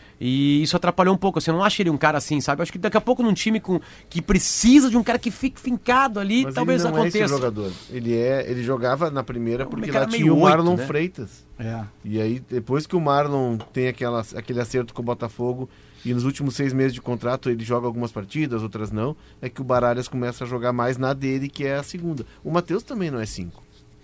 E isso atrapalhou um pouco. Assim, eu não acho ele um cara assim, sabe? Eu acho que daqui a pouco num time com, que precisa de um cara que fique fincado ali, Mas talvez ele não aconteça. é esse jogador. Ele, é, ele jogava na primeira Um porque cara lá meio tinha o oito, Marlon né? Freitas. É. E aí, depois que o Marlon tem aquela, aquele acerto com o Botafogo, e nos últimos seis meses de contrato ele joga algumas partidas, outras não, é que o Baralhas começa a jogar mais na dele, que é a segunda. O Matheus também não é cinco.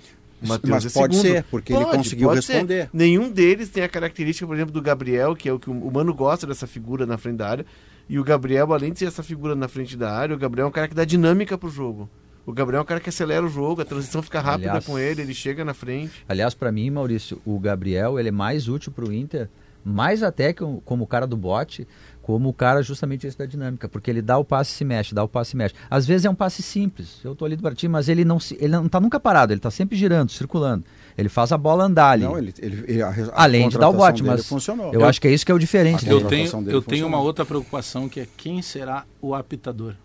O Matheus Mas é pode segundo. ser, porque Pode, ele conseguiu pode responder. Ser. Nenhum deles tem a característica, por exemplo, do Gabriel, que é o que o Mano gosta dessa figura na frente da área. E o Gabriel, além de ser essa figura na frente da área, o Gabriel é um cara que dá dinâmica pro jogo. O Gabriel é um cara que acelera o jogo, a transição fica rápida aliás, com ele, ele chega na frente. Aliás, para mim, Maurício, o Gabriel ele é mais útil pro Inter, mais até que como o cara do bote, como o cara justamente esse da dinâmica, porque ele dá o passe e se mexe, dá o passe e se mexe. Às vezes é um passe simples, eu tô ali do partido, mas ele não, se, ele não tá nunca parado, ele tá sempre girando, circulando. Ele faz a bola andar ali. Não, ele, ele, ele, a, a além de dar o bote, mas funcionou. eu, eu acho que é isso que é o diferente. Eu tenho, eu tenho uma outra preocupação, que é quem será o apitador.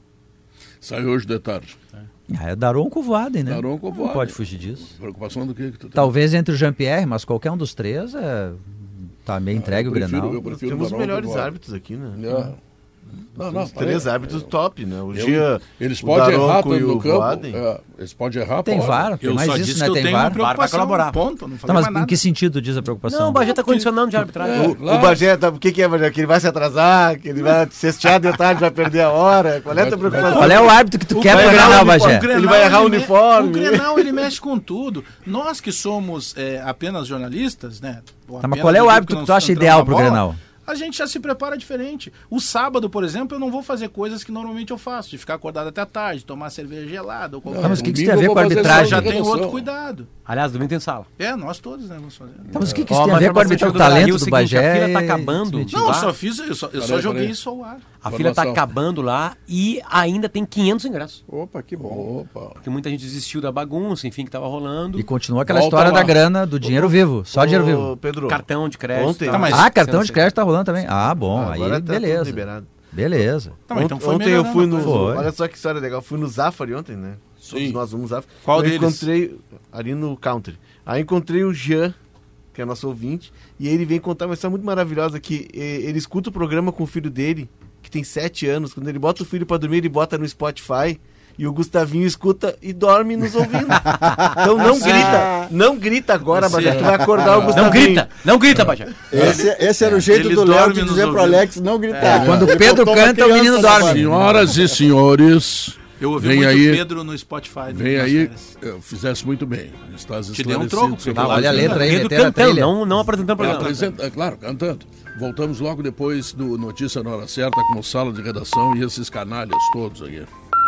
Saiu hoje de tarde. Ah, é Daronco Voaden, né? Daronco Voaden. Não pode fugir disso. Preocupação do que, que tu tem? Talvez entre o Jean-Pierre, mas qualquer um dos três é... tá meio entregue ah, o Grenal. Eu prefiro Temos os melhores árbitros aqui, né? É. Não, não, os três é, árbitros é, top, né? O eu, Gia, eles podem errar no campo. Voaden. É, eles podem errar. Tem VAR, tem mais isso, né? Tem VAR. VAR vai colaborar. Ponto, não tá, mas em que sentido diz a preocupação? Não, o Bagé tá condicionando de arbitragem. É, o, claro. o Bagé, tá, o que, que é, Bagé? Que ele vai se atrasar, que ele vai cestear de tarde, vai perder a hora. Qual é a tua preocupação? Qual é o árbitro que tu o quer pro Grenal, Bagé? Ele vai errar o uniforme. O Grenal, ele mexe com tudo. Nós que somos é, apenas jornalistas, né? Tá, mas qual é o árbitro que, que tu acha ideal pro Grenal? A gente já se prepara diferente. O sábado, por exemplo, eu não vou fazer coisas que normalmente eu faço, de ficar acordado até tarde, tomar cerveja gelada ou qualquer coisa. Ah, mas o que, que isso tem a ver com a arbitragem? Já tem outro cuidado. Aliás, domingo tem sala. É, nós todos, né, vamos fazer. Tá, mas o que, que isso oh, tem a ver com a arbitragem? O talento do Bagé? A fila tá acabando. Não, eu só fiz, eu só, eu só joguei isso ao ar. A fila tá acabando lá e ainda tem quinhentos ingressos. Opa, que bom. Opa. Porque muita gente desistiu da bagunça, enfim, que tava rolando. E continua aquela Volta história lá. da grana, do dinheiro ô, vivo, só ô, dinheiro vivo. Pedro, cartão de crédito. Ontem, tá, mas ah, cartão de crédito tá rolando também. Ah, bom, ah, aí tá beleza. Beleza. Tá, então foi ontem eu fui no... Foi. Olha só que história legal, fui no Zafari ontem, né? Sim. Nós vamos no Zafari. Qual eu deles? Encontrei ali no Country. Aí encontrei o Jean, que é nosso ouvinte, e ele vem contar uma história muito maravilhosa, que ele escuta o programa com o filho dele, que tem sete anos. Quando ele bota o filho pra dormir, ele bota no Spotify, e o Gustavinho escuta e dorme nos ouvindo. Então não grita, não grita agora, Bajé, tu vai acordar o Gustavinho. Não grita, não grita, Bajé. Esse, esse era o jeito ele do Léo de dizer pro Alex não gritar. É. Quando o Pedro canta, o menino dorme. Senhoras e senhores... Eu ouvi vem muito aí, Pedro no Spotify. Vem aí, eu fizesse muito bem. Estás Te dei um troco. Ah, olha a letra aí, Pedro cantando, não, não apresentando o programa. Apresenta, é, claro, cantando. Voltamos logo depois do Notícia na Hora Certa com Sala de Redação e esses canalhas todos aqui.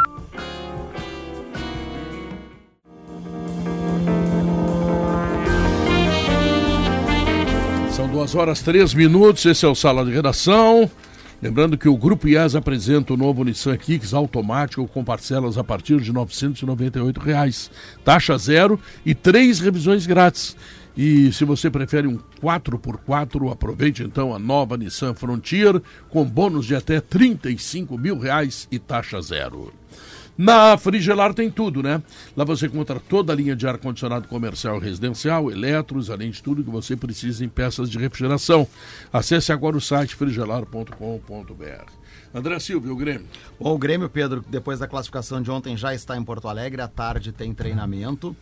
São duas horas, três minutos, esse é o Sala de Redação. Lembrando que o Grupo I E S apresenta o novo Nissan Kicks automático com parcelas a partir de novecentos e noventa e oito reais. Taxa zero e três revisões grátis. E se você prefere um quatro por quatro, aproveite então a nova Nissan Frontier com bônus de até trinta e cinco mil reais e taxa zero. Na Frigelar tem tudo, né? Lá você encontra toda a linha de ar-condicionado comercial e residencial, eletros, além de tudo que você precisa em peças de refrigeração. Acesse agora o site frigelar ponto com ponto b r. André Silva, o Grêmio. Bom, o Grêmio, Pedro, depois da classificação de ontem já está em Porto Alegre, à tarde tem treinamento,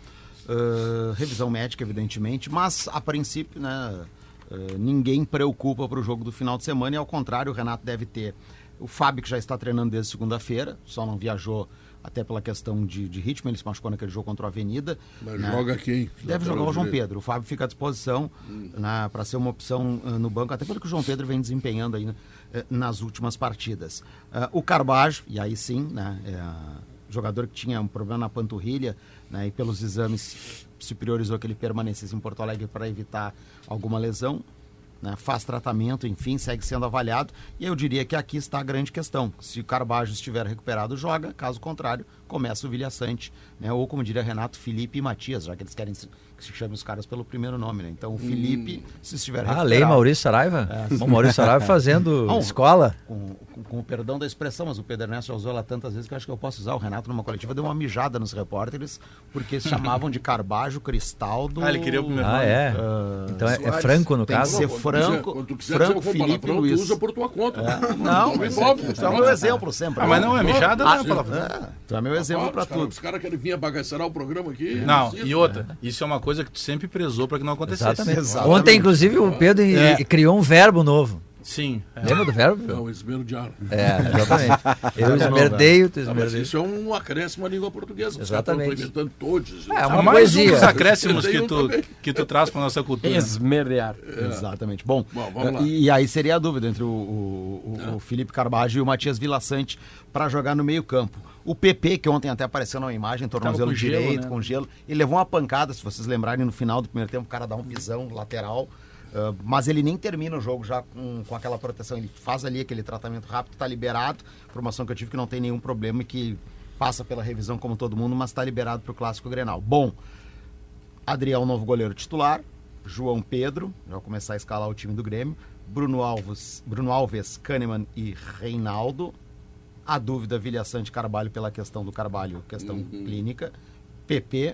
uh, revisão médica, evidentemente, mas a princípio, né, uh, ninguém preocupa para o jogo do final de semana e ao contrário, o Renato deve ter o Fábio, que já está treinando desde segunda-feira, só não viajou até pela questão de, de ritmo, ele se machucou naquele jogo contra a Avenida. Mas né? Joga quem? Deve jogar o João Pedro. O Fábio fica à disposição hum. né, para ser uma opção uh, no banco, até pelo que o João Pedro vem desempenhando aí uh, nas últimas partidas. Uh, o Carbajo, e aí sim, né, é, jogador que tinha um problema na panturrilha, né, e pelos exames se priorizou que ele permanecesse em Porto Alegre para evitar alguma lesão. Né, faz tratamento, enfim, segue sendo avaliado, e eu diria que aqui está a grande questão. Se o Carbajo estiver recuperado, joga, caso contrário, começa o Vilha Sante, né, ou como diria Renato, Felipe e Matias, já que eles querem que se chame os caras pelo primeiro nome, né? Então o Felipe, hum. se estiver recuperado... Ah, lei Maurício Saraiva? É, o Maurício Saraiva fazendo Bom, escola. Com, com, com o perdão da expressão, mas o Pedro Ernesto já usou ela tantas vezes que eu acho que eu posso usar. O Renato numa coletiva deu uma mijada nos repórteres, porque se chamavam de Carbajo, Cristaldo... Ah, ele queria o primeiro ah, nome. é? Uh, então é, é Franco no tem caso? Tem que ser Franco, quando tu quiser, Franco, quiser Felipe palavrão, Luiz. Tu usa por tua conta. É. Não, mas é, tu é meu exemplo sempre. Ah, mas não é mijada, não é palavrão. É, tu é meu exemplo ah, pra cara, tudo. Os caras querem vir abagaçar o programa aqui. Não, e outra, isso é uma coisa que tu sempre prezou para que não acontecesse. Exatamente. Exatamente. Ontem, inclusive, o Pedro é. criou um verbo novo. Sim. É. Lembra do verbo? Não, esmerdear. É, exatamente. Eu esmerdeio, tu Ah, mas esmerdeia. isso é um acréscimo à língua portuguesa. Exatamente. Estou inventando todos. É, uma mais poesia. um dos acréscimos que Eu tu, também. que tu traz para nossa cultura. Esmerdear. Exatamente. Bom, Bom, vamos lá. e, e aí seria a dúvida entre o, o, o, o Felipe Carbajo e o Matias Villaçante para jogar no meio campo. O P P, que ontem até apareceu na imagem, tornozelo com gelo, direito, né? com gelo, ele levou uma pancada, se vocês lembrarem, no final do primeiro tempo, o cara dá um pisão lateral, uh, mas ele nem termina o jogo já com, com aquela proteção, ele faz ali aquele tratamento rápido, tá liberado, informação que eu tive que não tem nenhum problema e que passa pela revisão como todo mundo, mas tá liberado pro Clássico Grenal. Bom, Adriel, novo goleiro titular, João Pedro, já vai começar a escalar o time do Grêmio, Bruno Alves, Bruno Alves, Kahneman e Reinaldo. A dúvida, Villaçante Carvalho pela questão do Carvalho, questão Uhum. clínica. P P,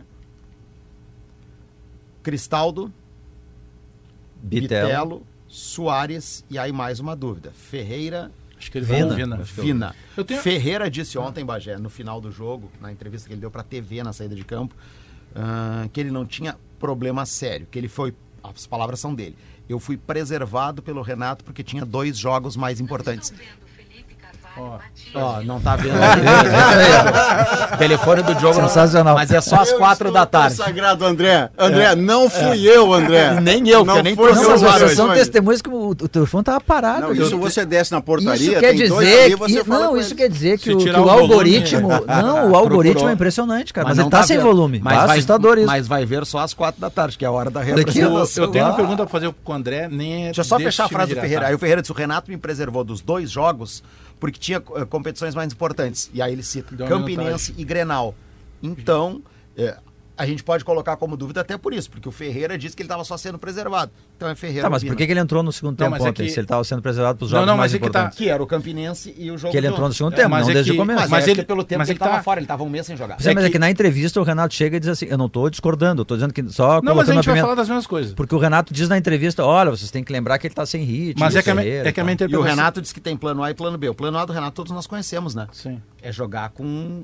Cristaldo, Bitelo. Bitelo, Soares e aí mais uma dúvida. Ferreira, Acho que ele vai Vina. ouvir, né? Vina. Eu tenho- Ferreira disse ontem, Bagé, no final do jogo, na entrevista que ele deu para a T V na saída de campo, ah, que ele não tinha problema sério, que ele foi, as palavras são dele, eu fui preservado pelo Renato porque tinha dois jogos mais importantes. Ó, não tá vendo. Telefone do Diogo. Sensacional. Mas é só às quatro da tarde. Sagrado, André. André, não fui eu, André. Nem eu, porque eu nem foi trouxe Não, eu, mas os vocês André. são testemunhas que o, o telefone tava parado. Não, isso você desce na portaria, Isso quer tem dois dizer, ali, você que, fala não, com isso ele. quer dizer que, Se o, que tirar o o volume, algoritmo, não, o algoritmo Procurou. é impressionante, cara, mas, não ele tá, sem vendo. volume, Mas tá vai, assustador isso. Mas vai ver só às quatro da tarde, que é a hora da Olha aqui, representação. Eu tenho uma Ah. pergunta para fazer com o André, nem é Deixa eu só desse fechar a time frase do direto, Ferreira. tá? Aí o Ferreira disse, o Renato me preservou dos dois jogos porque tinha eh, competições mais importantes. E aí ele cita Deu uma Campinense e Grenal. Então, eh, a gente pode colocar como dúvida até por isso, porque o Ferreira disse que ele estava só sendo preservado. Então é Ferreira. Tá, mas Vina. por que, que ele entrou no segundo Não, tempo mas é ontem, que- se ele tava sendo preservado pros Não, jogos não, mais mas é que tá- importantes? Que era o Campinense e o jogo Que ele de entrou no ontem. segundo É, tempo, mas não é desde que- o começo. Mas, Mas é ele- que pelo tempo mas que é ele que estava tá- fora, ele estava um mês sem jogar. Sim, mas é que- que na entrevista o Renato chega e diz assim, eu não tô discordando, eu tô dizendo que só Não, mas a colocando gente a vai pimenta. falar das mesmas coisas. Porque o Renato diz na entrevista, olha, vocês têm que lembrar que ele tá sem ritmo. Mas é que, a, Ferreira me- é que a minha e tal. E o interpretação... Renato disse que tem plano A e plano B. O plano A do Renato todos nós conhecemos, né? Sim. É jogar com...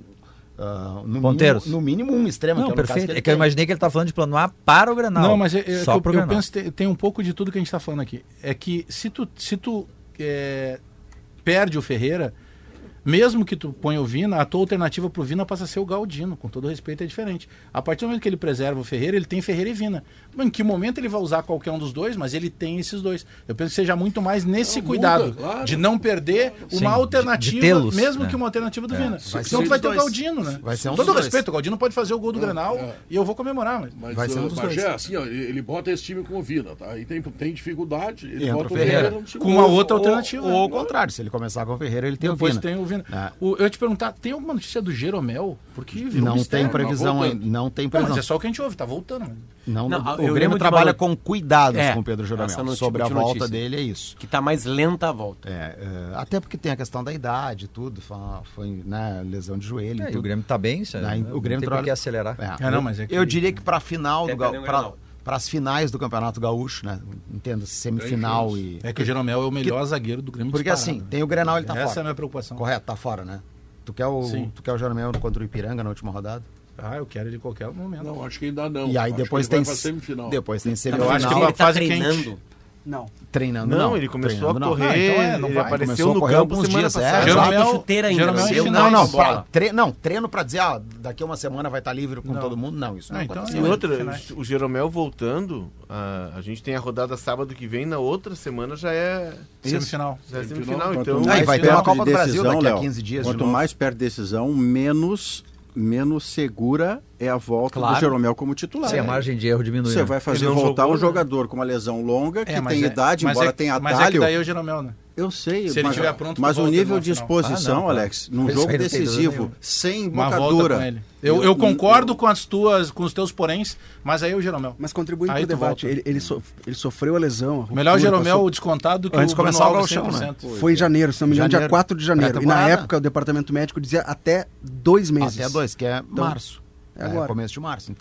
ah, no, Ponteiros. mínimo, no mínimo um extremo. Não, que é o caso perfeito. que ele É que eu tem. imaginei que ele tá falando de plano A para o Grenal. Não, mas é, é só que eu, pro eu Grenal. penso que tem, tem um pouco de tudo que a gente está falando aqui. É que se tu, se tu é, perde o Ferreira, mesmo que tu ponha o Vina, a tua alternativa pro Vina passa a ser o Galdino, com todo respeito, é diferente. A partir do momento que ele preserva o Ferreira, ele tem Ferreira e Vina. Mas em que momento ele vai usar qualquer um dos dois, mas ele tem esses dois. Eu penso que seja muito mais nesse Não, cuidado, muda, claro. de não perder Sim, uma de- alternativa, de tê-los, mesmo né? que uma alternativa do Vina. vai Senão ser tu vai um ter o dos dois. Galdino, né? Vai ser um Com todo dos dois. respeito, o Galdino pode fazer o gol do Grenal é. e eu vou comemorar. Mas... Mas Vai ser um uh, dos Bagé, dois. assim, ó, ele ele bota esse time com o Vina, tá? E tem, tem dificuldade, ele Entra bota o o Ferreira. Ferreira no segundo. Com uma outra Ou- alternativa. Ou, ao contrário, se ele começar com o Ferreira, ele tem Depois o Vina. tem o Vina. É. O- eu ia te perguntar, tem alguma notícia do Jeromel? Porque virou Não mistério. tem previsão voltando. ainda. Não tem Não, previsão. mas é só o que a gente ouve, tá voltando. né? Não, Não, o eu lembro Grêmio de trabalha uma- com cuidados É, com o Pedro essa Jeromel. noti- Sobre a tipo de volta notícia. dele é isso. Que tá mais lenta a volta. É, é, até porque tem a questão da idade e tudo. Foi, foi né, lesão de joelho É, e e tudo. o Grêmio tá bem, isso, Daí, né? o Grêmio não tem trabalha- por que acelerar. É, É, não, eu- mas é que- Eu diria que para final do Quer perder Ga- um pra- Grenal. para as finais do Campeonato Gaúcho, né? Entenda, semifinal e É que o Jeromel é o melhor zagueiro do Grêmio porque disparado, assim, né? tem o Grenal, ele tá Essa é a fora. minha preocupação. Correto, tá fora, né? Tu quer o Sim. tu quer o Jeromel contra o Ipiranga na última rodada? Ah, eu quero ele em qualquer momento. Não, acho que ainda não. E aí Acho depois que ele tem vai pra semifinal. depois tem Eu semifinal. acho que ele uma tá fase treinando. quente. Não. Treinando Não, não. ele começou Treinando, a não. correr, Ah, então é, não ele vai. apareceu Começou a no correr campo alguns semana dias, é. passada. Jeromel- Jeromel, chuteira ainda, Jeromel não em deu finais Não, não, de bola. pra, tre, não, treino pra dizer, ah, daqui a uma semana vai estar livre com Não. todo mundo. Não, isso não, Ah, então aconteceu. E é. outra, finais. o Jeromel voltando, a, a gente tem a rodada sábado que vem, na outra semana já é, Semifinal. já é Semifinal. semifinal. Quanto Então, Aí mais vai ter perto uma Copa de do Brasil decisão, daqui a Léo, quinze dias de Quanto novo. mais perto de decisão, menos, menos segura é a volta Claro. do Jeromel como titular. Sim, a margem de erro diminui. Você né? vai fazer Ele não voltar jogou, um né? jogador com uma lesão longa, que É, mas tem é- idade, mas embora é- tenha Mas é que atalho. daí é o Jeromel, né? Eu sei, Se ele mas, tiver pronto, mas tu o volta nível no de final. exposição, Ah, não, claro. Alex, num Isso jogo aí não tem dúvida decisivo, nenhuma. sem Uma volta embocadura. com ele. Eu, eu concordo com as tuas, com os teus poréns, mas aí é o Jeromel. Mas contribuindo Aí para o tu debate, volta. ele, ele, so- ele sofreu a lesão. a Melhor o ruptura, Jeromel passou- descontado do que Antes o de Bruno começar o Alves gauchão, cem né? por cento. Foi em janeiro, se não me engano, dia Janeiro. quatro de janeiro. E na Pré-temporada. época o departamento médico dizia até dois meses. Até dois, que é Então, março. é É, agora. começo de março. Então,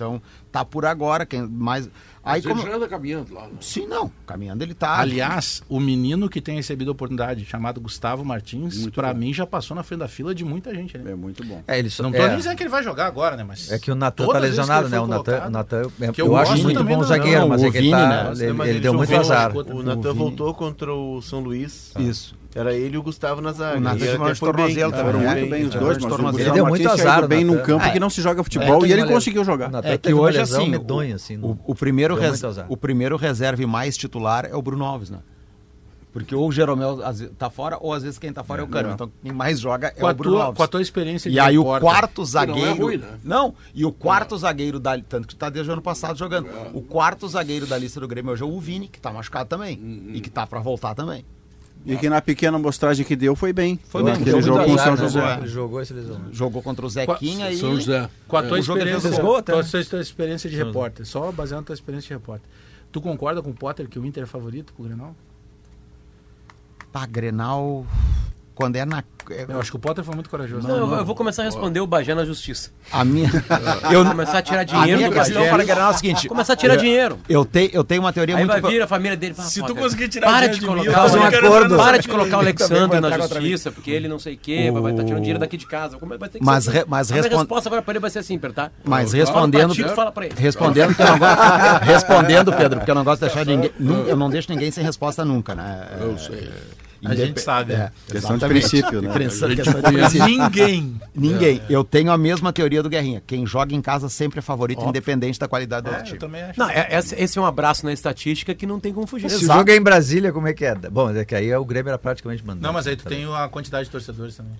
tá por agora, quem mais... Aí Mas como... ele já anda caminhando lá. Né? Sim, não, caminhando ele tá... Aliás, o menino que tem recebido a oportunidade, chamado Gustavo Martins, pra mim já passou na frente da fila de muita gente, né? É muito bom. É, ele só, Não tô é, nem dizendo que ele vai jogar agora, né? Mas é que o Natan todas tá as vezes que lesionado, ele né? foi O Natan, colocado, o Natan eu, que eu eu acho gosto muito também bom do- zagueiro, não, mas o é que ele, Vini, tá, né? ele, Mas ele ele deu muito jogou- azar. O Natan voltou contra o São Luís. Isso. Era ele e o Gustavo na zaga. O Natan E de até maior foi bem. tornozelo Foram também, Foram né? muito bem os É, dois, de mas o tornozelo. Gustavo Ele deu muito Martins azar, chegou bem o num Natan. campo É. que não se joga É, futebol teve e ele uma conseguiu lesão. jogar. O Natan É que teve uma hoje, lesão assim, medonha, assim, o, no- o, primeiro deu res- muito azar. o primeiro reserva mais titular é o Bruno Alves, né? Porque ou o Jeromel às vezes, tá fora, ou às vezes quem tá fora é, é o Kahneman. Então quem mais joga é Com a, o Bruno tua, Alves. com a tua experiência de E aí o repórter, quarto zagueiro... não é ruim, né? Não, e o quarto zagueiro da... Tanto que tá desde o ano passado jogando. O quarto zagueiro da lista do Grêmio hoje é o Vini, que tá machucado também. E que tá pra voltar também. E que na pequena amostragem que deu foi bem. Foi bem, Porque deu ele muito jogou com o azar, São né? José. Ele jogou esse lesão. Jogou contra o Zequinha e... São José. com a tua o jogo experiência, fez gol até, com a né? tua tua experiência de repórter, só baseado na tua experiência de repórter. Tu concorda com o Potter que o Inter é favorito pro Grenal? Pá, Grenal... Quando é na... Eu acho que o Potter foi muito corajoso. Não, eu vou- eu vou começar a responder o Bagé na justiça. A minha... Eu começar a tirar A dinheiro minha do questão Bagé. para Grenal é o seguinte... Começar a tirar eu, dinheiro. Eu, te, eu tenho uma teoria Aí muito... vai vir a família dele. "Ah, Se tu Potter, conseguir tirar para dinheiro de de mim, colocar, eu Faz um também quero acordo. para de colocar o Também Alexandre vou na entrar contra justiça, porque ele não sei o quê, vai estar tirando dinheiro daqui de casa. Como é- vai ter que Mas ser re- assim. mas A minha respon- resposta agora para ele vai ser assim, tá? Mas Claro, respondendo... Patife fala pra ele. Respondendo, que eu não gosto, respondendo, Pedro, porque eu não gosto de deixar ninguém... nu- Eu não deixo ninguém sem resposta nunca, né? É, Eu sei. A gente sabe. É, Questão de exatamente. princípio, né? Questão- A gente questão de conhece. princípio. Ninguém. Ninguém. Eu tenho a mesma teoria do Guerrinha. Quem joga em casa sempre é favorito, independente da qualidade do outro Eu time. também acho. Não, é- esse, esse é um abraço na estatística que não tem como fugir. Se o jogo é em Brasília, como é que é? Bom, é que aí o Grêmio era praticamente mandado. Não, mas aí tu tem a quantidade de torcedores também.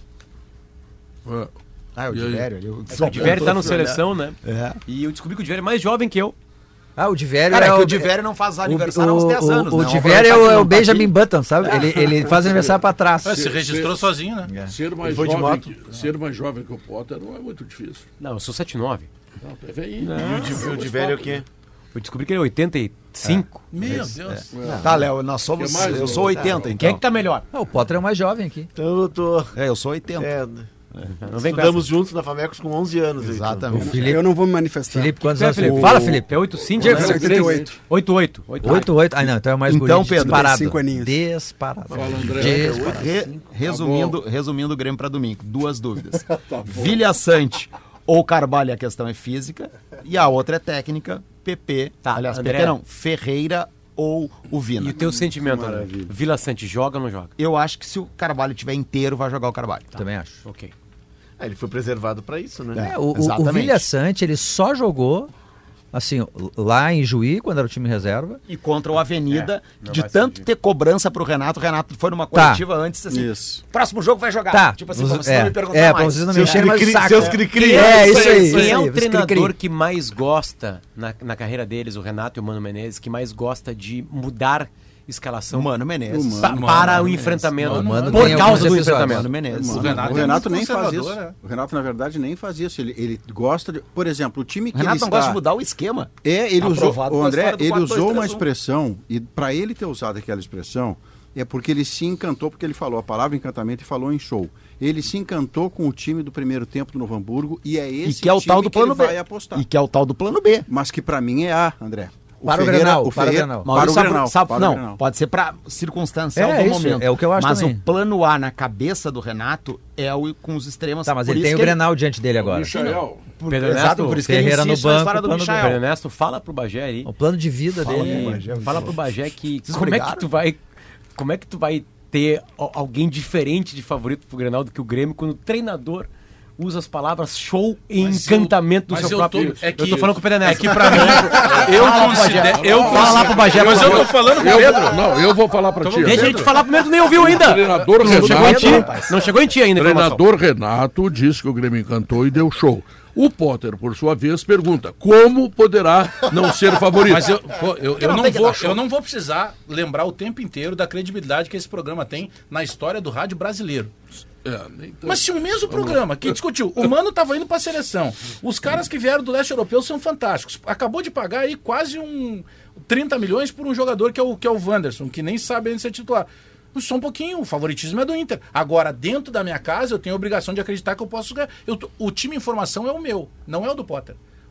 É. Ah, o E aí? Diverio ali. O O Diverio tá na seleção, né? É. E eu descobri que o Diverio é mais jovem que eu. Ah, o Diverio Cara, é é que o... o Diverio não faz o- aniversário há uns o- dez anos, O, né? o Uma Diverio é coisa o, que é o não tá Benjamin aqui. Button, sabe? Ele, ele faz aniversário pra trás. Ah, se Se- registrou se- sozinho, né? Ser mais, foi de jovem moto. que, ser mais jovem que o Potter não é muito difícil. Não, eu sou setenta e nove. Não, tu é velhinho. E o de, o de velho é o quê? Eu descobri que ele é oitenta e cinco. Meu Deus. Tá, Léo, nós somos... Que mais, eu ô? sou oitenta, então. Quem é que tá melhor? Ah, o Potter é o mais jovem aqui. Então eu tô... É, eu sou oitenta. É, Não vem com estudamos juntos na Famecos com onze anos. então. Exatamente. Felipe, Eu não vou me manifestar. Felipe quantos É, anos? Felipe? Fala, Felipe. É oitenta e cinco, Diego, né? oitenta e oito. oitenta e oito. oito, oito. Ah, não, então é o mais Então, guri, Pedro, disparado. cinco aninhos. Disparado. Fala, André. Disparado. Re- resumindo, resumindo o Grêmio para domingo, duas dúvidas. Vilha Sante ou Carvalho, a questão é física, e a outra é técnica, P P, Tá, aliás, André. P P não, Ferreira ou o Vina. E o teu sentimento, André? Vila Sante joga ou não joga? Eu acho que se o Carvalho tiver inteiro, vai jogar o Carvalho. Também acho. Ok. Ah, ele foi preservado pra isso, né? É, o, o, o exatamente. Vilha Sante, ele só jogou, assim, lá em Juí, quando era o time reserva. E contra o Avenida, não de vai tanto servir. ter cobrança pro Renato, o Renato foi numa Tá. coletiva antes, assim, Isso. próximo jogo vai jogar. Tá. Tipo assim, Os- pra você é, não me perguntar é, pra mais. vocês não me Seus encherem mais o cri-cri- saco. Seus É. cri-cri. É, isso aí, isso Quem aí. é o os cri-cri. treinador que mais gosta, na, na carreira deles, o Renato e o Mano Menezes, que mais gosta de mudar escalação Mano Menezes. pa- Mano para o Menezes. enfrentamento, Mano, Mano por tem causa alguns do episódios. enfrentamento. Mano Menezes. O O Renato, Renato é muito nem faz conservador, isso. né? O Renato, na verdade, nem faz isso. Ele, ele gosta de... Por exemplo, o time que O Renato ele não está... gosta de mudar o esquema. É, ele usou... Aprovado O com a André, história do ele quatro dois usou uma três um. expressão, e para ele ter usado aquela expressão, é porque ele se encantou, porque ele falou a palavra encantamento e falou em show. Ele se encantou com o time do primeiro tempo do Novo Hamburgo e é E esse que é o time tal do que ele plano B. vai apostar. E que é o tal do plano B. Mas que para mim é A, André. Para o Ferreira- Grenal, para o Ferreira- Grenal. Para o Maurício, sabe- Grenal. sabe- para o não, Grenal. pode ser para circunstancial É, do isso, momento. é o que eu acho Mas também. o plano A na cabeça do Renato é o com os extremos. Tá, mas por ele isso tem o que Grenal diante dele agora. Michael. Por, Pedro exato, Ernesto, por isso que Ferreira ele no insiste na banco, história do plano B. Michael. Pedro Ernesto, fala pro Bagé aí. O plano de vida Fala dele. pro Bagé. Fala pro Bagé que Vocês como é brigaram? que tu vai, como é que tu vai ter a- alguém diferente de favorito pro Grenal do que o Grêmio quando o treinador usa as palavras show e Mas eu- encantamento do mas seu eu próprio. tô- é que- eu tô falando com o Pedro É Ernesto. que pra mim, eu considero... Eu Fala lá pro Bagé, Mas por eu tô favor. falando com o Eu, Pedro. não, eu vou falar pra ti. Deixa ele te falar primeiro, tu nem ouviu ainda. Treinador Não chegou em ti. Renato, Não chegou em ti ainda a informação. treinador Renato disse que o Grêmio encantou e deu show. O Potter, por sua vez, pergunta como poderá não ser favorito. Mas eu, pô, eu, eu não não tem que vou, dar show. eu não vou precisar lembrar o tempo inteiro da credibilidade que esse programa tem na história do rádio brasileiro. É, nem tanto. Mas se o mesmo programa que discutiu, o Mano tava indo pra seleção, os caras que vieram do leste europeu são fantásticos. Acabou de pagar aí quase um trinta milhões por um jogador que é o, que é o Wanderson, que nem sabe ainda ser titular. Só um pouquinho, o favoritismo é do Inter. Agora, dentro da minha casa, eu tenho a obrigação de acreditar que eu posso ganhar. Eu tô- o time em formação é o meu, não é o do Potter.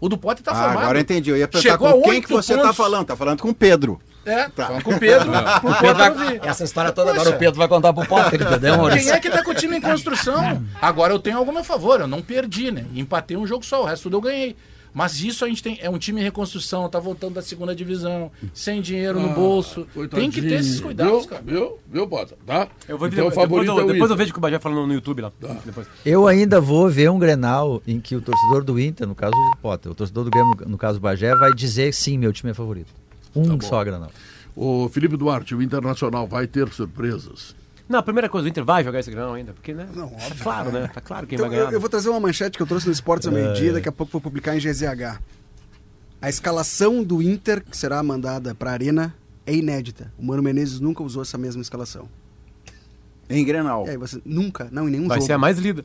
O do Potter tá Ah, formado. agora eu entendi. Eu ia perguntar Chegou com a quem oito que você pontos. tá falando. Tá falando com o Pedro. É, tá. Falando com o Pedro. pro Potter ouvir. Essa história toda Poxa. agora o Pedro vai contar pro Potter, entendeu, Maurício? Quem é que tá com o time em construção? Agora eu tenho algo a meu favor, eu não perdi, né? Empatei um jogo só, o resto tudo eu ganhei. Mas isso a gente tem. É um time em reconstrução, tá voltando da segunda divisão, sem dinheiro no bolso. Tem que ter esses cuidados, viu? cara. Viu? Viu, Bota? Tá? Eu vou então, ver, o favorito depois, eu, é o depois eu Inter. vejo o que o Bagé falando no YouTube lá. Depois. Eu ainda vou ver um Grenal em que o torcedor do Inter, no caso o Potter, o torcedor do Grêmio, no caso o Bagé, vai dizer sim, meu time é favorito. Um Tá só Grenal. O Felipe Duarte, o Internacional vai ter surpresas. Não, a primeira coisa, o Inter vai jogar esse grão ainda, porque, né? Não, tá óbvio. claro, né? Tá claro quem Então, vai ganhar. eu, eu vou trazer uma manchete que eu trouxe no Esportes ao meio-dia, daqui a pouco vou publicar em G Z H. A escalação do Inter, que será mandada para a Arena, é inédita. O Mano Menezes nunca usou essa mesma escalação. Em Grenal. E aí você, nunca, não, em nenhum Vai jogo. ser a mais lida.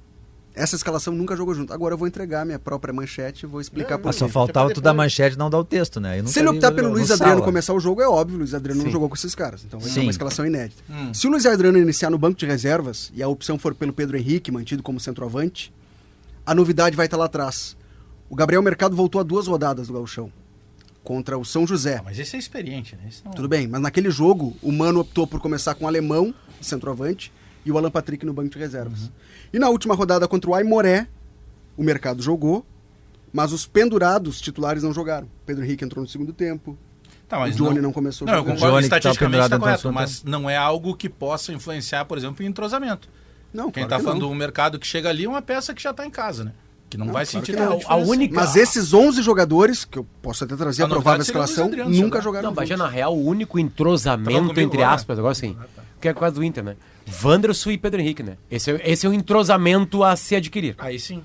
Essa escalação nunca jogou junto. Agora eu vou entregar minha própria manchete e vou explicar por Mas quê. só faltava tu dar manchete e não dar o texto, né? Eu nunca Se ele vi optar no- pelo no Luiz Adriano sala. começar o jogo, é óbvio, o Luiz Adriano não Sim. jogou com esses caras. Então vai ser Sim. uma escalação inédita. Se o Luiz Adriano iniciar no banco de reservas e a opção for pelo Pedro Henrique, mantido como centroavante, a novidade vai estar lá atrás. O Gabriel Mercado voltou a duas rodadas do Gauchão contra o São José. Ah, mas esse é experiente, né? Esse não... Tudo bem, mas naquele jogo o Mano optou por começar com o Alemão, centroavante, e o Alan Patrick no banco de reservas. Uhum. E na última rodada contra o Aimoré, o Mercado jogou, mas os pendurados titulares não jogaram. Pedro Henrique entrou no segundo tempo, Tá, mas o Johnny não, começou Não, eu jogando. concordo Johnny que tá estatisticamente pendurado está no correto, assunto, mas não é algo que possa influenciar, por exemplo, em entrosamento. Não, Quem claro tá que falando não. do mercado que chega ali é uma peça que já tá em casa, né? Que não, Não, vai claro sentir que não. nada. A única... Mas esses onze jogadores, que eu posso até trazer A a provável novidade seria o Luiz escalação, Adriano nunca jogar. jogaram Não, Bagé, juntos. na real, o único Tava entrosamento, comigo entre agora. aspas, agora sim, que é quase do Inter, né? Wanderson e Pedro Henrique, né? Esse é, esse é um entrosamento a se adquirir. Aí sim.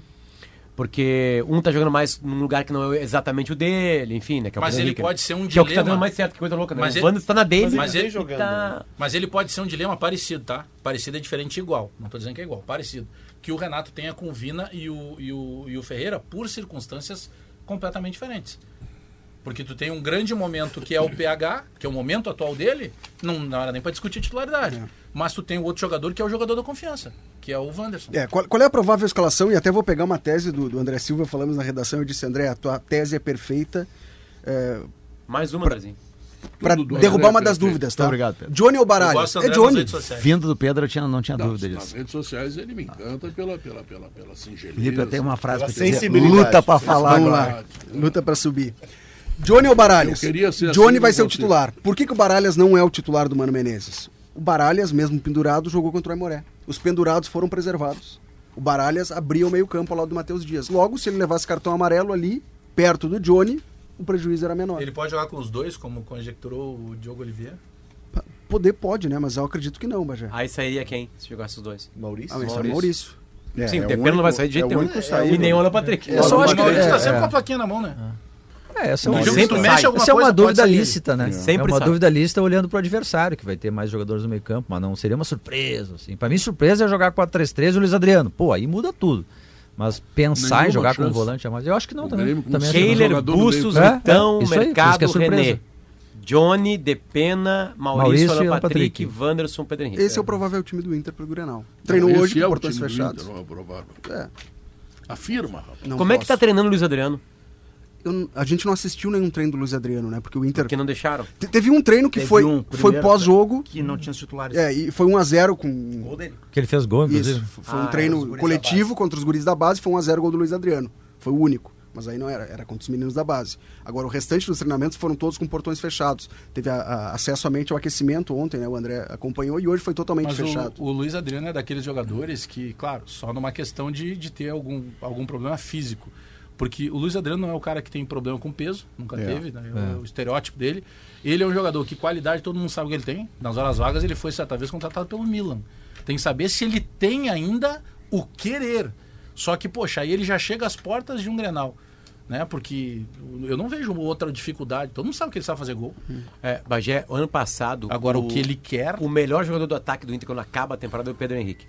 Porque um tá jogando mais num lugar que não é exatamente o dele, enfim, né? Que é o Mas Pedro ele Henrique, pode né? ser um Que é o que tá dilema. dando mais certo, que coisa louca, né? Mas o ele- Wanderson tá na dele. mas ele- e tá... Mas ele pode ser um dilema parecido, tá? Parecido é diferente e igual. Não tô dizendo que é igual, parecido. Que o Renato tenha com o Vina e o, e o, e o Ferreira por circunstâncias completamente diferentes. Porque tu tem um grande momento que é o P H, que é o momento atual dele, não, não era nem para discutir titularidade. Mas tu tem o outro jogador que é o jogador da confiança, que é o Wanderson. É, qual, qual é a provável escalação? E até vou pegar uma tese do, do André Silva, falamos na redação, eu disse, André, a tua tese é perfeita é, Mais uma, Pra- Brasil. para Tudo do derrubar André uma das perfeito. dúvidas, tá? Muito obrigado, Pedro. Johnny ou Eu Baralhas? gosto do É André nas Johnny. redes sociais. Vindo do Pedro, eu tinha, não tinha Não, dúvida nas disso. redes sociais ele me encanta pela, pela, pela, pela singeleza. Felipe, eu tenho uma frase Pela pra te dizer. sensibilidade. Luta pra falar Vamos agora. lá, luta pra subir. Johnny ou Baralhas? Eu queria ser Johnny assim, vai não ser o consigo. titular. Por que, que o Baralhas não é o titular do Mano Menezes? O Baralhas, mesmo pendurado, jogou contra o Aimoré. Os pendurados foram preservados. O Baralhas abria o meio-campo ao lado do Matheus Dias. Logo, se ele levasse cartão amarelo ali, perto do Johnny, o prejuízo era menor. Ele pode jogar com os dois, como conjecturou o Diogo Oliveira? Poder pode, né? Mas eu acredito que não, Bajé. Aí sairia quem, se jogasse os dois? Maurício? Ah, mas é o Maurício. Maurício. É, Sim, é o o Depena único- não vai sair de jeito é o nenhum. único E saído. nem o Alan Patrick. Eu só O acho que Maurício é- tá sempre é. com a plaquinha na mão, né? É, essa é uma, No jogo Se tu Sempre mexe sai. alguma essa é uma coisa, pode dúvida sair. lícita, né? Sempre é uma sai. dúvida lícita olhando pro adversário, que vai ter mais jogadores no meio campo, mas não seria uma surpresa, assim. Pra mim, surpresa é jogar quatro três três e o Luiz Adriano. Pô, aí muda tudo. Mas pensar Nenhuma em jogar com um chance. volante a mais, eu acho que não O também. Grêmio com também acho seis que não. Keiler, jogador no Bustos, meio. É, Vitão, é, isso aí, por isso que é Mercado, surpresa. René. Johnny, Depena, Maurício, Maurício e Alan Alan Patrick, Patrick. Wanderson, Pedro Henrique. Esse é o provável time do Inter pro Grenal. Treinou Esse hoje é com o portões time do fechados. Inter, não é provável. É, Afirma, rapaz. não Como é que tá posso. treinando o Luiz Adriano? Eu não- a gente não assistiu nenhum treino do Luiz Adriano, né? Porque o Inter... Porque não deixaram. Te- Teve um treino que Teve foi, um foi primeiro, pós-jogo. Que não tinha os titulares. É, e foi um a zero com... Gol dele. Que ele fez gol, inclusive. Isso, foi Ah, um é, treino os guris da coletivo base. contra os guris da base, foi um a zero gol do Luiz Adriano. Foi o único, mas aí não era, era contra os meninos da base. Agora, o restante dos treinamentos foram todos com portões fechados. Teve a- a- acesso somente ao aquecimento ontem, né? O André acompanhou e hoje foi totalmente Mas fechado. o, o Luiz Adriano é daqueles jogadores que, claro, só numa questão de, de ter algum, algum problema físico. Porque o Luiz Adriano não é o cara que tem problema com peso, nunca É. teve, né? É. O, o estereótipo dele. Ele é um jogador que qualidade todo mundo sabe que ele tem. Nas horas vagas ele foi certa vez contratado pelo Milan. Tem que saber se ele tem ainda o querer. Só que, poxa, aí ele já chega às portas de um Grenal. Né? Porque eu não vejo outra dificuldade. Todo mundo sabe que ele sabe fazer gol. É, Bagé, ano passado... Agora, o que ele quer... O melhor jogador do ataque do Inter quando acaba a temporada é o Pedro Henrique.